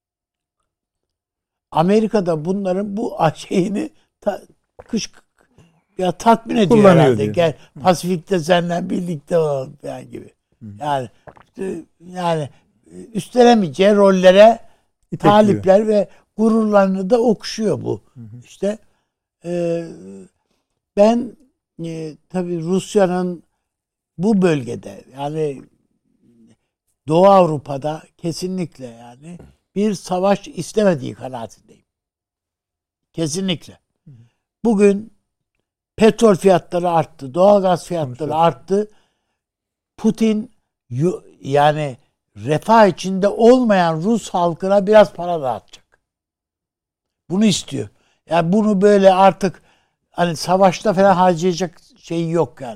Amerika'da bunların bu şeyini ta, kış ya tatmin ediyor kullanıyor herhalde. Gel Pasifik'te seninle birlikte olalım falan gibi. Hı. Yani yani üstlenemeyeceği rollere İtekliyor. Talipler ve gururlarını da okşuyor bu. Hı hı. İşte e, ben e, tabii Rusya'nın bu bölgede yani Doğu Avrupa'da kesinlikle yani bir savaş istemediği kanaatindeyim. Kesinlikle. Hı hı. Bugün petrol fiyatları arttı, doğalgaz fiyatları Konuşalım. arttı. Putin yani refah içinde olmayan Rus halkına biraz para dağıtacak. Bunu istiyor. Yani bunu böyle artık hani savaşta falan harcayacak şeyi yok yani.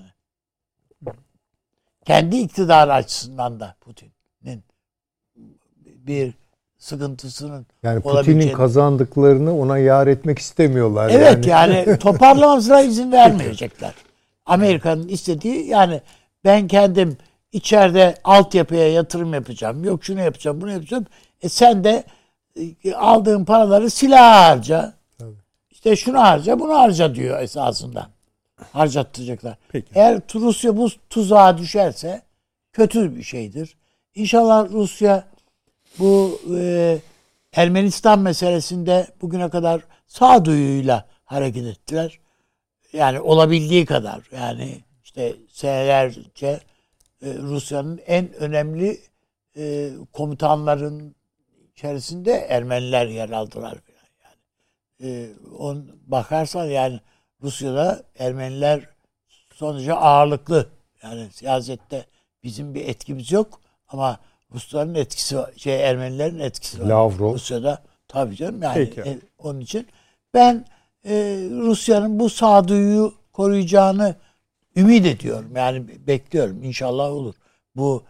Kendi iktidarı açısından da Putin'in bir sıkıntısının yani Putin'in kazandıklarını ona yar etmek istemiyorlar. Evet yani, yani toparlamasına izin vermeyecekler. Amerika'nın istediği yani ben kendim İçeride altyapıya yatırım yapacağım. Yok şunu yapacağım, bunu yapacağım. E sen de e, aldığın paraları silah harca. Tabii. İşte şunu harca, bunu harca diyor esasında. Harcattıracaklar. Peki. Eğer Rusya bu tuzağa düşerse kötü bir şeydir. İnşallah Rusya bu e, Ermenistan meselesinde bugüne kadar sağduyuyla hareket ettiler. Yani olabildiği kadar. Yani işte senelerce Rusya'nın en önemli e, komutanların içerisinde Ermeniler yer aldılar. Yani. E, on bakarsan yani Rusya'da Ermeniler sonucu ağırlıklı. Yani siyasette bizim bir etkimiz yok ama Rusların etkisi var. Şey Ermenilerin etkisi var. Lavrov. Rusya'da tabii canım yani e, onun için ben e, Rusya'nın bu sağduyuyu koruyacağını ümit ediyorum. Yani bekliyorum. İnşallah olur. Bu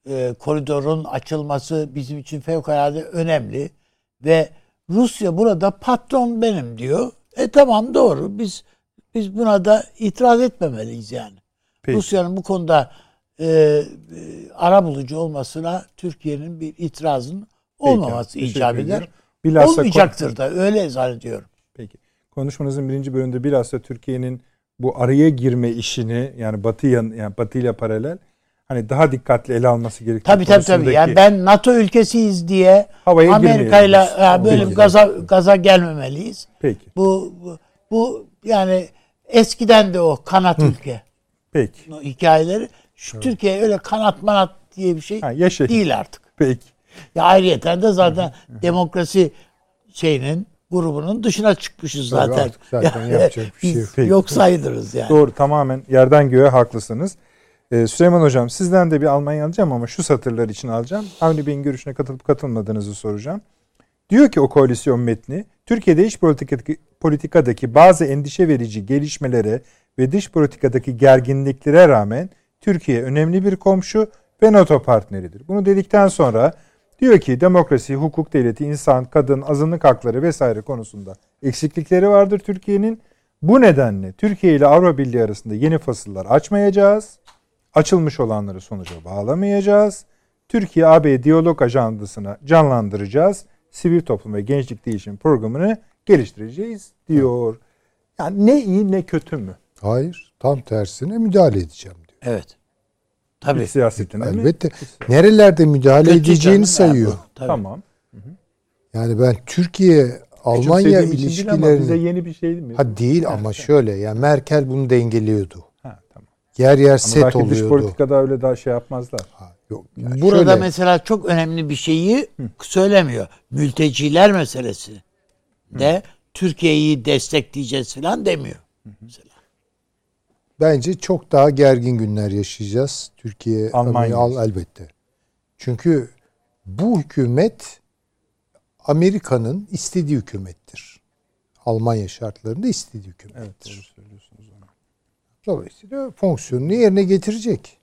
e, koridorun açılması bizim için fevkalade önemli ve Rusya burada patron benim diyor. E tamam, doğru. Biz biz buna da itiraz etmemeliyiz yani. Peki. Rusya'nın bu konuda e, e, arabulucu olmasına Türkiye'nin bir itirazın olmaması Peki, icap eder. Bilhassa olmayacaktır da, öyle zannediyorum. Peki. Konuşmanızın birinci bölümünde bilhassa Türkiye'nin bu araya girme işini, yani Batı yani Batı ile paralel, hani daha dikkatli ele alması gerekiyor. Tabii tabii tabii. Yani ben NATO ülkesiyiz diye Amerika ile böyle Peki. gaza gaza gelmemeliyiz. Peki. Bu, bu bu yani eskiden de o kanat Hı. ülke. Peki. O hikayeleri. Şu evet. Türkiye öyle kanat manat diye bir şey ha, değil artık. Peki. Ya ayrıyeten de zaten demokrasi şeyinin, grubunun dışına çıkmışız zaten. Tabii artık zaten yani, yapacak bir şey yok. Biz yok sayılırız yani. Doğru, tamamen yerden göğe haklısınız. Ee, Süleyman Hocam, sizden de bir Almanya alacağım ama şu satırlar için alacağım. Avni Bey'in görüşüne katılıp katılmadığınızı soracağım. Diyor ki o koalisyon metni, Türkiye'de iç politikadaki, politikadaki bazı endişe verici gelişmelere ve dış politikadaki gerginliklere rağmen Türkiye önemli bir komşu ve NATO partneridir. Bunu dedikten sonra diyor ki demokrasi, hukuk devleti, insan, kadın, azınlık hakları vesaire konusunda eksiklikleri vardır Türkiye'nin. Bu nedenle Türkiye ile Avrupa Birliği arasında yeni fasıllar açmayacağız. Açılmış olanları sonuca bağlamayacağız. Türkiye-A B diyalog ajandasını canlandıracağız. Sivil toplum ve gençlik değişim programını geliştireceğiz diyor. Yani ne iyi ne kötü mü? Hayır, tam tersine müdahale edeceğim diyor. Evet. Tabii. İç siyasetine mi? Elbette. Nerelerde müdahale kötü edeceğini sayıyor. Tamam. Hı hı. Yani ben Türkiye Almanya ilişkilerini bize yeni bir şey değil mi? Ha değil ha, ama şöyle yani Merkel bunu dengeliyordu. Ha tamam. Yer yer ama set belki oluyordu. Dış politikada öyle daha şey yapmazlar. Ha, yok. Yani burada şöyle, mesela çok önemli bir şeyi Hı. söylemiyor. Mülteciler meselesi Hı. de Türkiye'yi destekleyeceğiz falan demiyor. Hı. Mesela. Bence çok daha gergin günler yaşayacağız. Türkiye Almanya al elbette. Çünkü bu hükümet Amerika'nın istediği hükümettir. Almanya şartlarında istediği hükümettir. Evet, doğru söylüyorsunuz ona. Dolayısıyla fonksiyonunu yerine getirecek.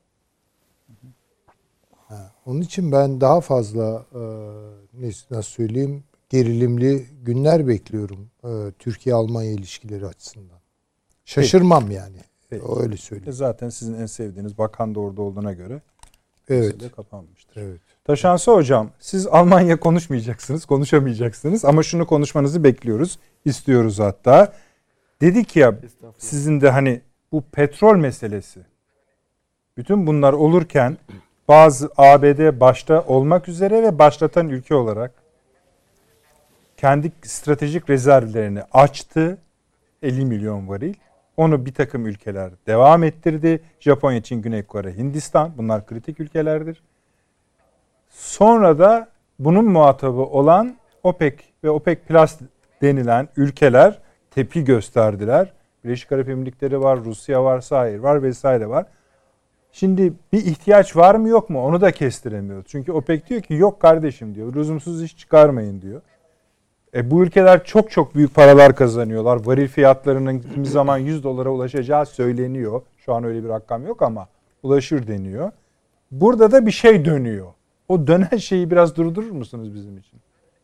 Ha, onun için ben daha fazla e, nasıl söyleyeyim gerilimli günler bekliyorum e, Türkiye-Almanya ilişkileri açısından. Şaşırmam Peki. yani. Peki. Öyle söyleyeyim. Zaten sizin en sevdiğiniz bakan da orada olduğuna göre evet. de kapanmıştır. Evet. Taşansı hocam, siz Almanya konuşmayacaksınız, konuşamayacaksınız ama şunu konuşmanızı bekliyoruz, istiyoruz hatta. Dedik ya sizin de hani bu petrol meselesi, bütün bunlar olurken bazı A B D başta olmak üzere ve başlatan ülke olarak kendi stratejik rezervlerini açtı, elli milyon varil. Onu bir takım ülkeler devam ettirdi. Japonya, Çin, Güney Kore, Hindistan, bunlar kritik ülkelerdir. Sonra da bunun muhatabı olan OPEC ve OPEC Plus denilen ülkeler tepki gösterdiler. Birleşik Arap Emirlikleri var, Rusya var, hayır var vesaire var. Şimdi bir ihtiyaç var mı yok mu onu da kestiremiyoruz. Çünkü OPEC diyor ki yok kardeşim diyor, lüzumsuz iş çıkarmayın diyor. E bu ülkeler çok çok büyük paralar kazanıyorlar. Varil fiyatlarının kimi zaman yüz dolara ulaşacağı söyleniyor. Şu an öyle bir rakam yok ama ulaşır deniyor. Burada da bir şey dönüyor. O dönen şeyi biraz durdurur musunuz bizim için?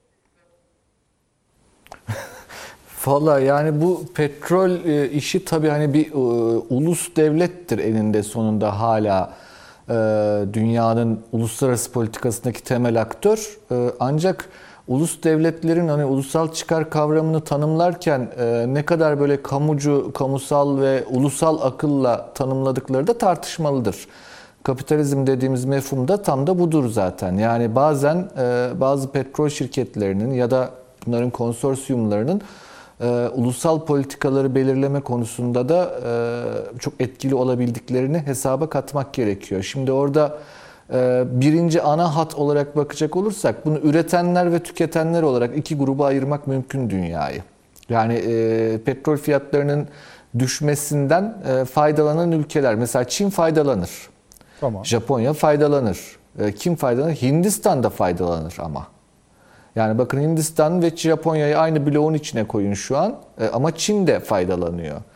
Valla yani bu petrol işi tabii hani bir ulus devlettir eninde sonunda hala dünyanın uluslararası politikasındaki temel aktör. Ancak ulus devletlerin hani ulusal çıkar kavramını tanımlarken ne kadar böyle kamucu, kamusal ve ulusal akılla tanımladıkları da tartışmalıdır. Kapitalizm dediğimiz mefhum da tam da budur zaten. Yani bazen bazı petrol şirketlerinin ya da bunların konsorsiyumlarının e, ulusal politikaları belirleme konusunda da e, çok etkili olabildiklerini hesaba katmak gerekiyor. Şimdi orada e, birinci ana hat olarak bakacak olursak bunu üretenler ve tüketenler olarak iki gruba ayırmak mümkün dünyayı. Yani e, petrol fiyatlarının düşmesinden e, faydalanan ülkeler. Mesela Çin faydalanır. Tamam. Japonya faydalanır. E, kim faydalanır? Hindistan da faydalanır ama. Yani bakın Hindistan ve Japonya'yı aynı bloğun içine koyun şu an. E, ama Çin de faydalanıyor.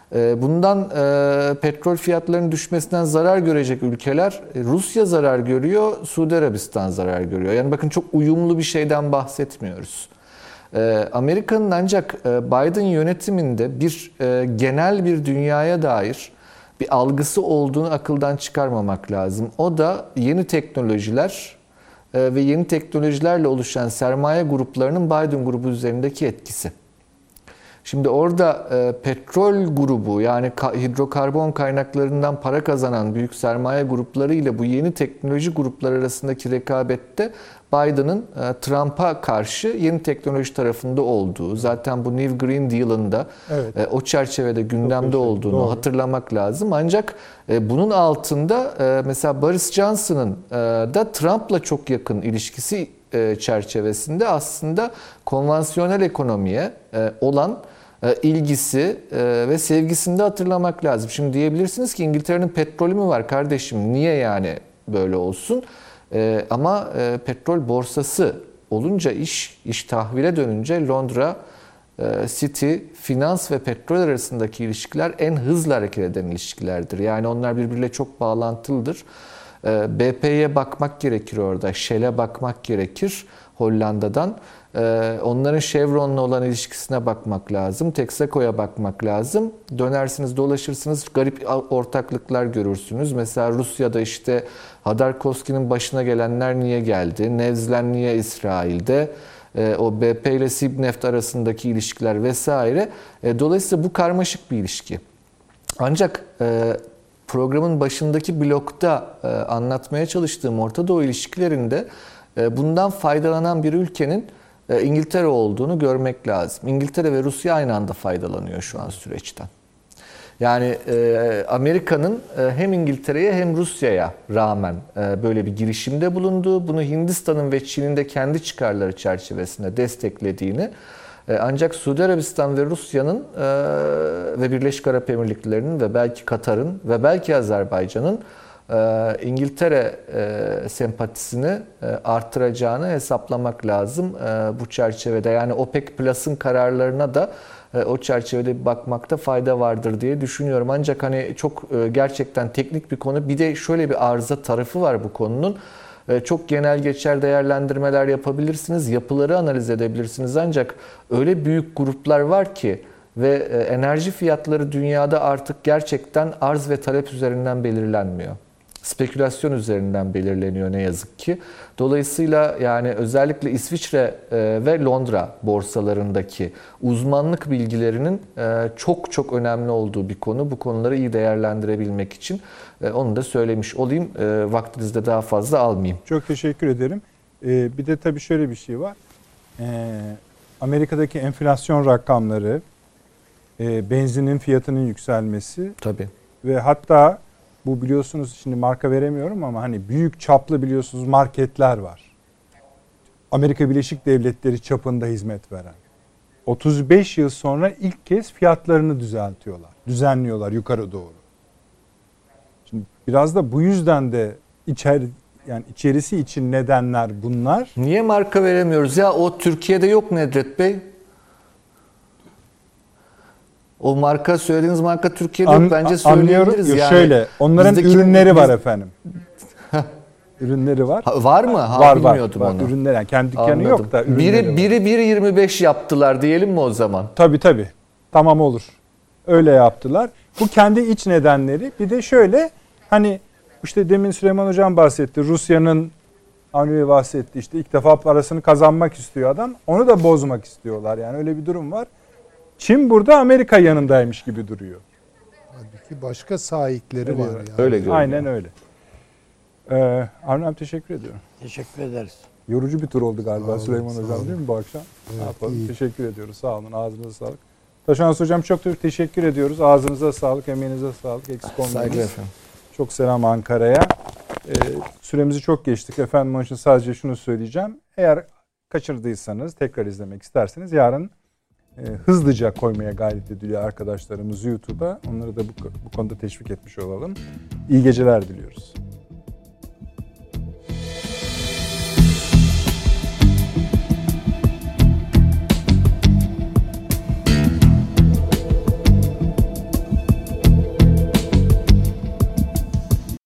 Bundan petrol fiyatlarının düşmesinden zarar görecek ülkeler, Rusya zarar görüyor, Suudi Arabistan zarar görüyor. Yani bakın çok uyumlu bir şeyden bahsetmiyoruz. Amerika'nın ancak Biden yönetiminde bir genel bir dünyaya dair bir algısı olduğunu akıldan çıkarmamak lazım. O da yeni teknolojiler ve yeni teknolojilerle oluşan sermaye gruplarının Biden grubu üzerindeki etkisi. Şimdi orada e, petrol grubu yani ka, hidrokarbon kaynaklarından para kazanan büyük sermaye grupları ile bu yeni teknoloji grupları arasındaki rekabette Biden'ın e, Trump'a karşı yeni teknoloji tarafında olduğu, zaten bu New Green Deal'ın da evet. e, o çerçevede gündemde olduğunu Doğru. hatırlamak lazım. Ancak e, bunun altında e, mesela Boris Johnson'ın e, da Trump'la çok yakın ilişkisi e, çerçevesinde aslında konvansiyonel ekonomiye e, olan ilgisi ve sevgisini de hatırlamak lazım. Şimdi diyebilirsiniz ki İngiltere'nin petrolü mü var kardeşim? Niye yani böyle olsun? Ama petrol borsası olunca iş, iş tahvile dönünce Londra City, finans ve petrol arasındaki ilişkiler en hızlı hareket eden ilişkilerdir. Yani onlar birbiriyle çok bağlantılıdır. B P'ye bakmak gerekir orada, Shell'e bakmak gerekir Hollanda'dan. Onların Chevron'la olan ilişkisine bakmak lazım. Texaco'ya bakmak lazım. Dönersiniz, dolaşırsınız, garip ortaklıklar görürsünüz. Mesela Rusya'da işte Hodorkovski'nin başına gelenler niye geldi? Nevzlen niye İsrail'de? O B P ile Sibneft arasındaki ilişkiler vesaire. Dolayısıyla bu karmaşık bir ilişki. Ancak programın başındaki blokta anlatmaya çalıştığım Orta Doğu ilişkilerinde bundan faydalanan bir ülkenin İngiltere olduğunu görmek lazım. İngiltere ve Rusya aynı anda faydalanıyor şu an süreçten. Yani e, Amerika'nın e, hem İngiltere'ye hem Rusya'ya rağmen e, böyle bir girişimde bulunduğu, bunu Hindistan'ın ve Çin'in de kendi çıkarları çerçevesinde desteklediğini, e, ancak Suudi Arabistan ve Rusya'nın e, ve Birleşik Arap Emirlikleri'nin ve belki Katar'ın ve belki Azerbaycan'ın İngiltere sempatisini artıracağını hesaplamak lazım bu çerçevede. Yani OPEC Plus'ın kararlarına da o çerçevede bakmakta fayda vardır diye düşünüyorum. Ancak hani çok gerçekten teknik bir konu. Bir de şöyle bir arıza tarafı var bu konunun. Çok genel geçer değerlendirmeler yapabilirsiniz, yapıları analiz edebilirsiniz. Ancak öyle büyük gruplar var ki ve enerji fiyatları dünyada artık gerçekten arz ve talep üzerinden belirlenmiyor. Spekülasyon üzerinden belirleniyor ne yazık ki. Dolayısıyla yani özellikle İsviçre ve Londra borsalarındaki uzmanlık bilgilerinin çok çok önemli olduğu bir konu. Bu konuları iyi değerlendirebilmek için onu da söylemiş olayım. Vaktinizde daha fazla almayayım. Çok teşekkür ederim. Bir de tabii şöyle bir şey var. Amerika'daki enflasyon rakamları, benzinin fiyatının yükselmesi tabii. Ve hatta bu biliyorsunuz şimdi marka veremiyorum ama hani büyük çaplı biliyorsunuz marketler var. Amerika Birleşik Devletleri çapında hizmet veren. otuz beş yıl sonra ilk kez fiyatlarını düzeltiyorlar. Düzenliyorlar yukarı doğru. Şimdi biraz da bu yüzden de içeri yani içerisi için nedenler bunlar. Niye marka veremiyoruz ya? O Türkiye'de yok Nedret Bey. O marka söylediğiniz marka Türkiye'de An, yok. Bence söyleyebiliriz yani. Şöyle onların Bizdeki, ürünleri biz... var efendim. Ürünleri var. Ha, var mı? Ha, var bilmiyordum var. onu. Ürünleri yani kendi dükkanı Anladım. Yok da biri biri bir yirmi beş yaptılar diyelim mi o zaman? Tabii tabii. Tamam olur. Öyle yaptılar. Bu kendi iç nedenleri. Bir de şöyle hani işte demin Süleyman Hocam bahsetti. Rusya'nın Avni bahsetti işte ilk defa parasını kazanmak istiyor adam. Onu da bozmak istiyorlar. Yani öyle bir durum var. Çin burada Amerika yanındaymış gibi duruyor. Halbuki başka sahipleri öyle var. Yani. Öyle görünüyor. Aynen öyle. Ee, Avni abi teşekkür ediyorum. Teşekkür ederiz. Yorucu bir tur oldu galiba olun, Süleyman Hocam olun. değil mi bu akşam? Evet, ne yapalım? iyi. Teşekkür ediyoruz. Sağ olun. Ağzınıza sağlık. Taşans Hocam çok çok teşekkür ediyoruz. Ağzınıza sağlık, emeğinize sağlık. Eksik olmayınız. Saygılar efendim. Çok selam Ankara'ya. Ee, süremizi çok geçtik. Efendim onun için sadece şunu söyleyeceğim. Eğer kaçırdıysanız tekrar izlemek isterseniz yarın e, hızlıca koymaya gayret ediliyor arkadaşlarımız YouTube'a. Onları da bu, bu konuda teşvik etmiş olalım. İyi geceler diliyoruz.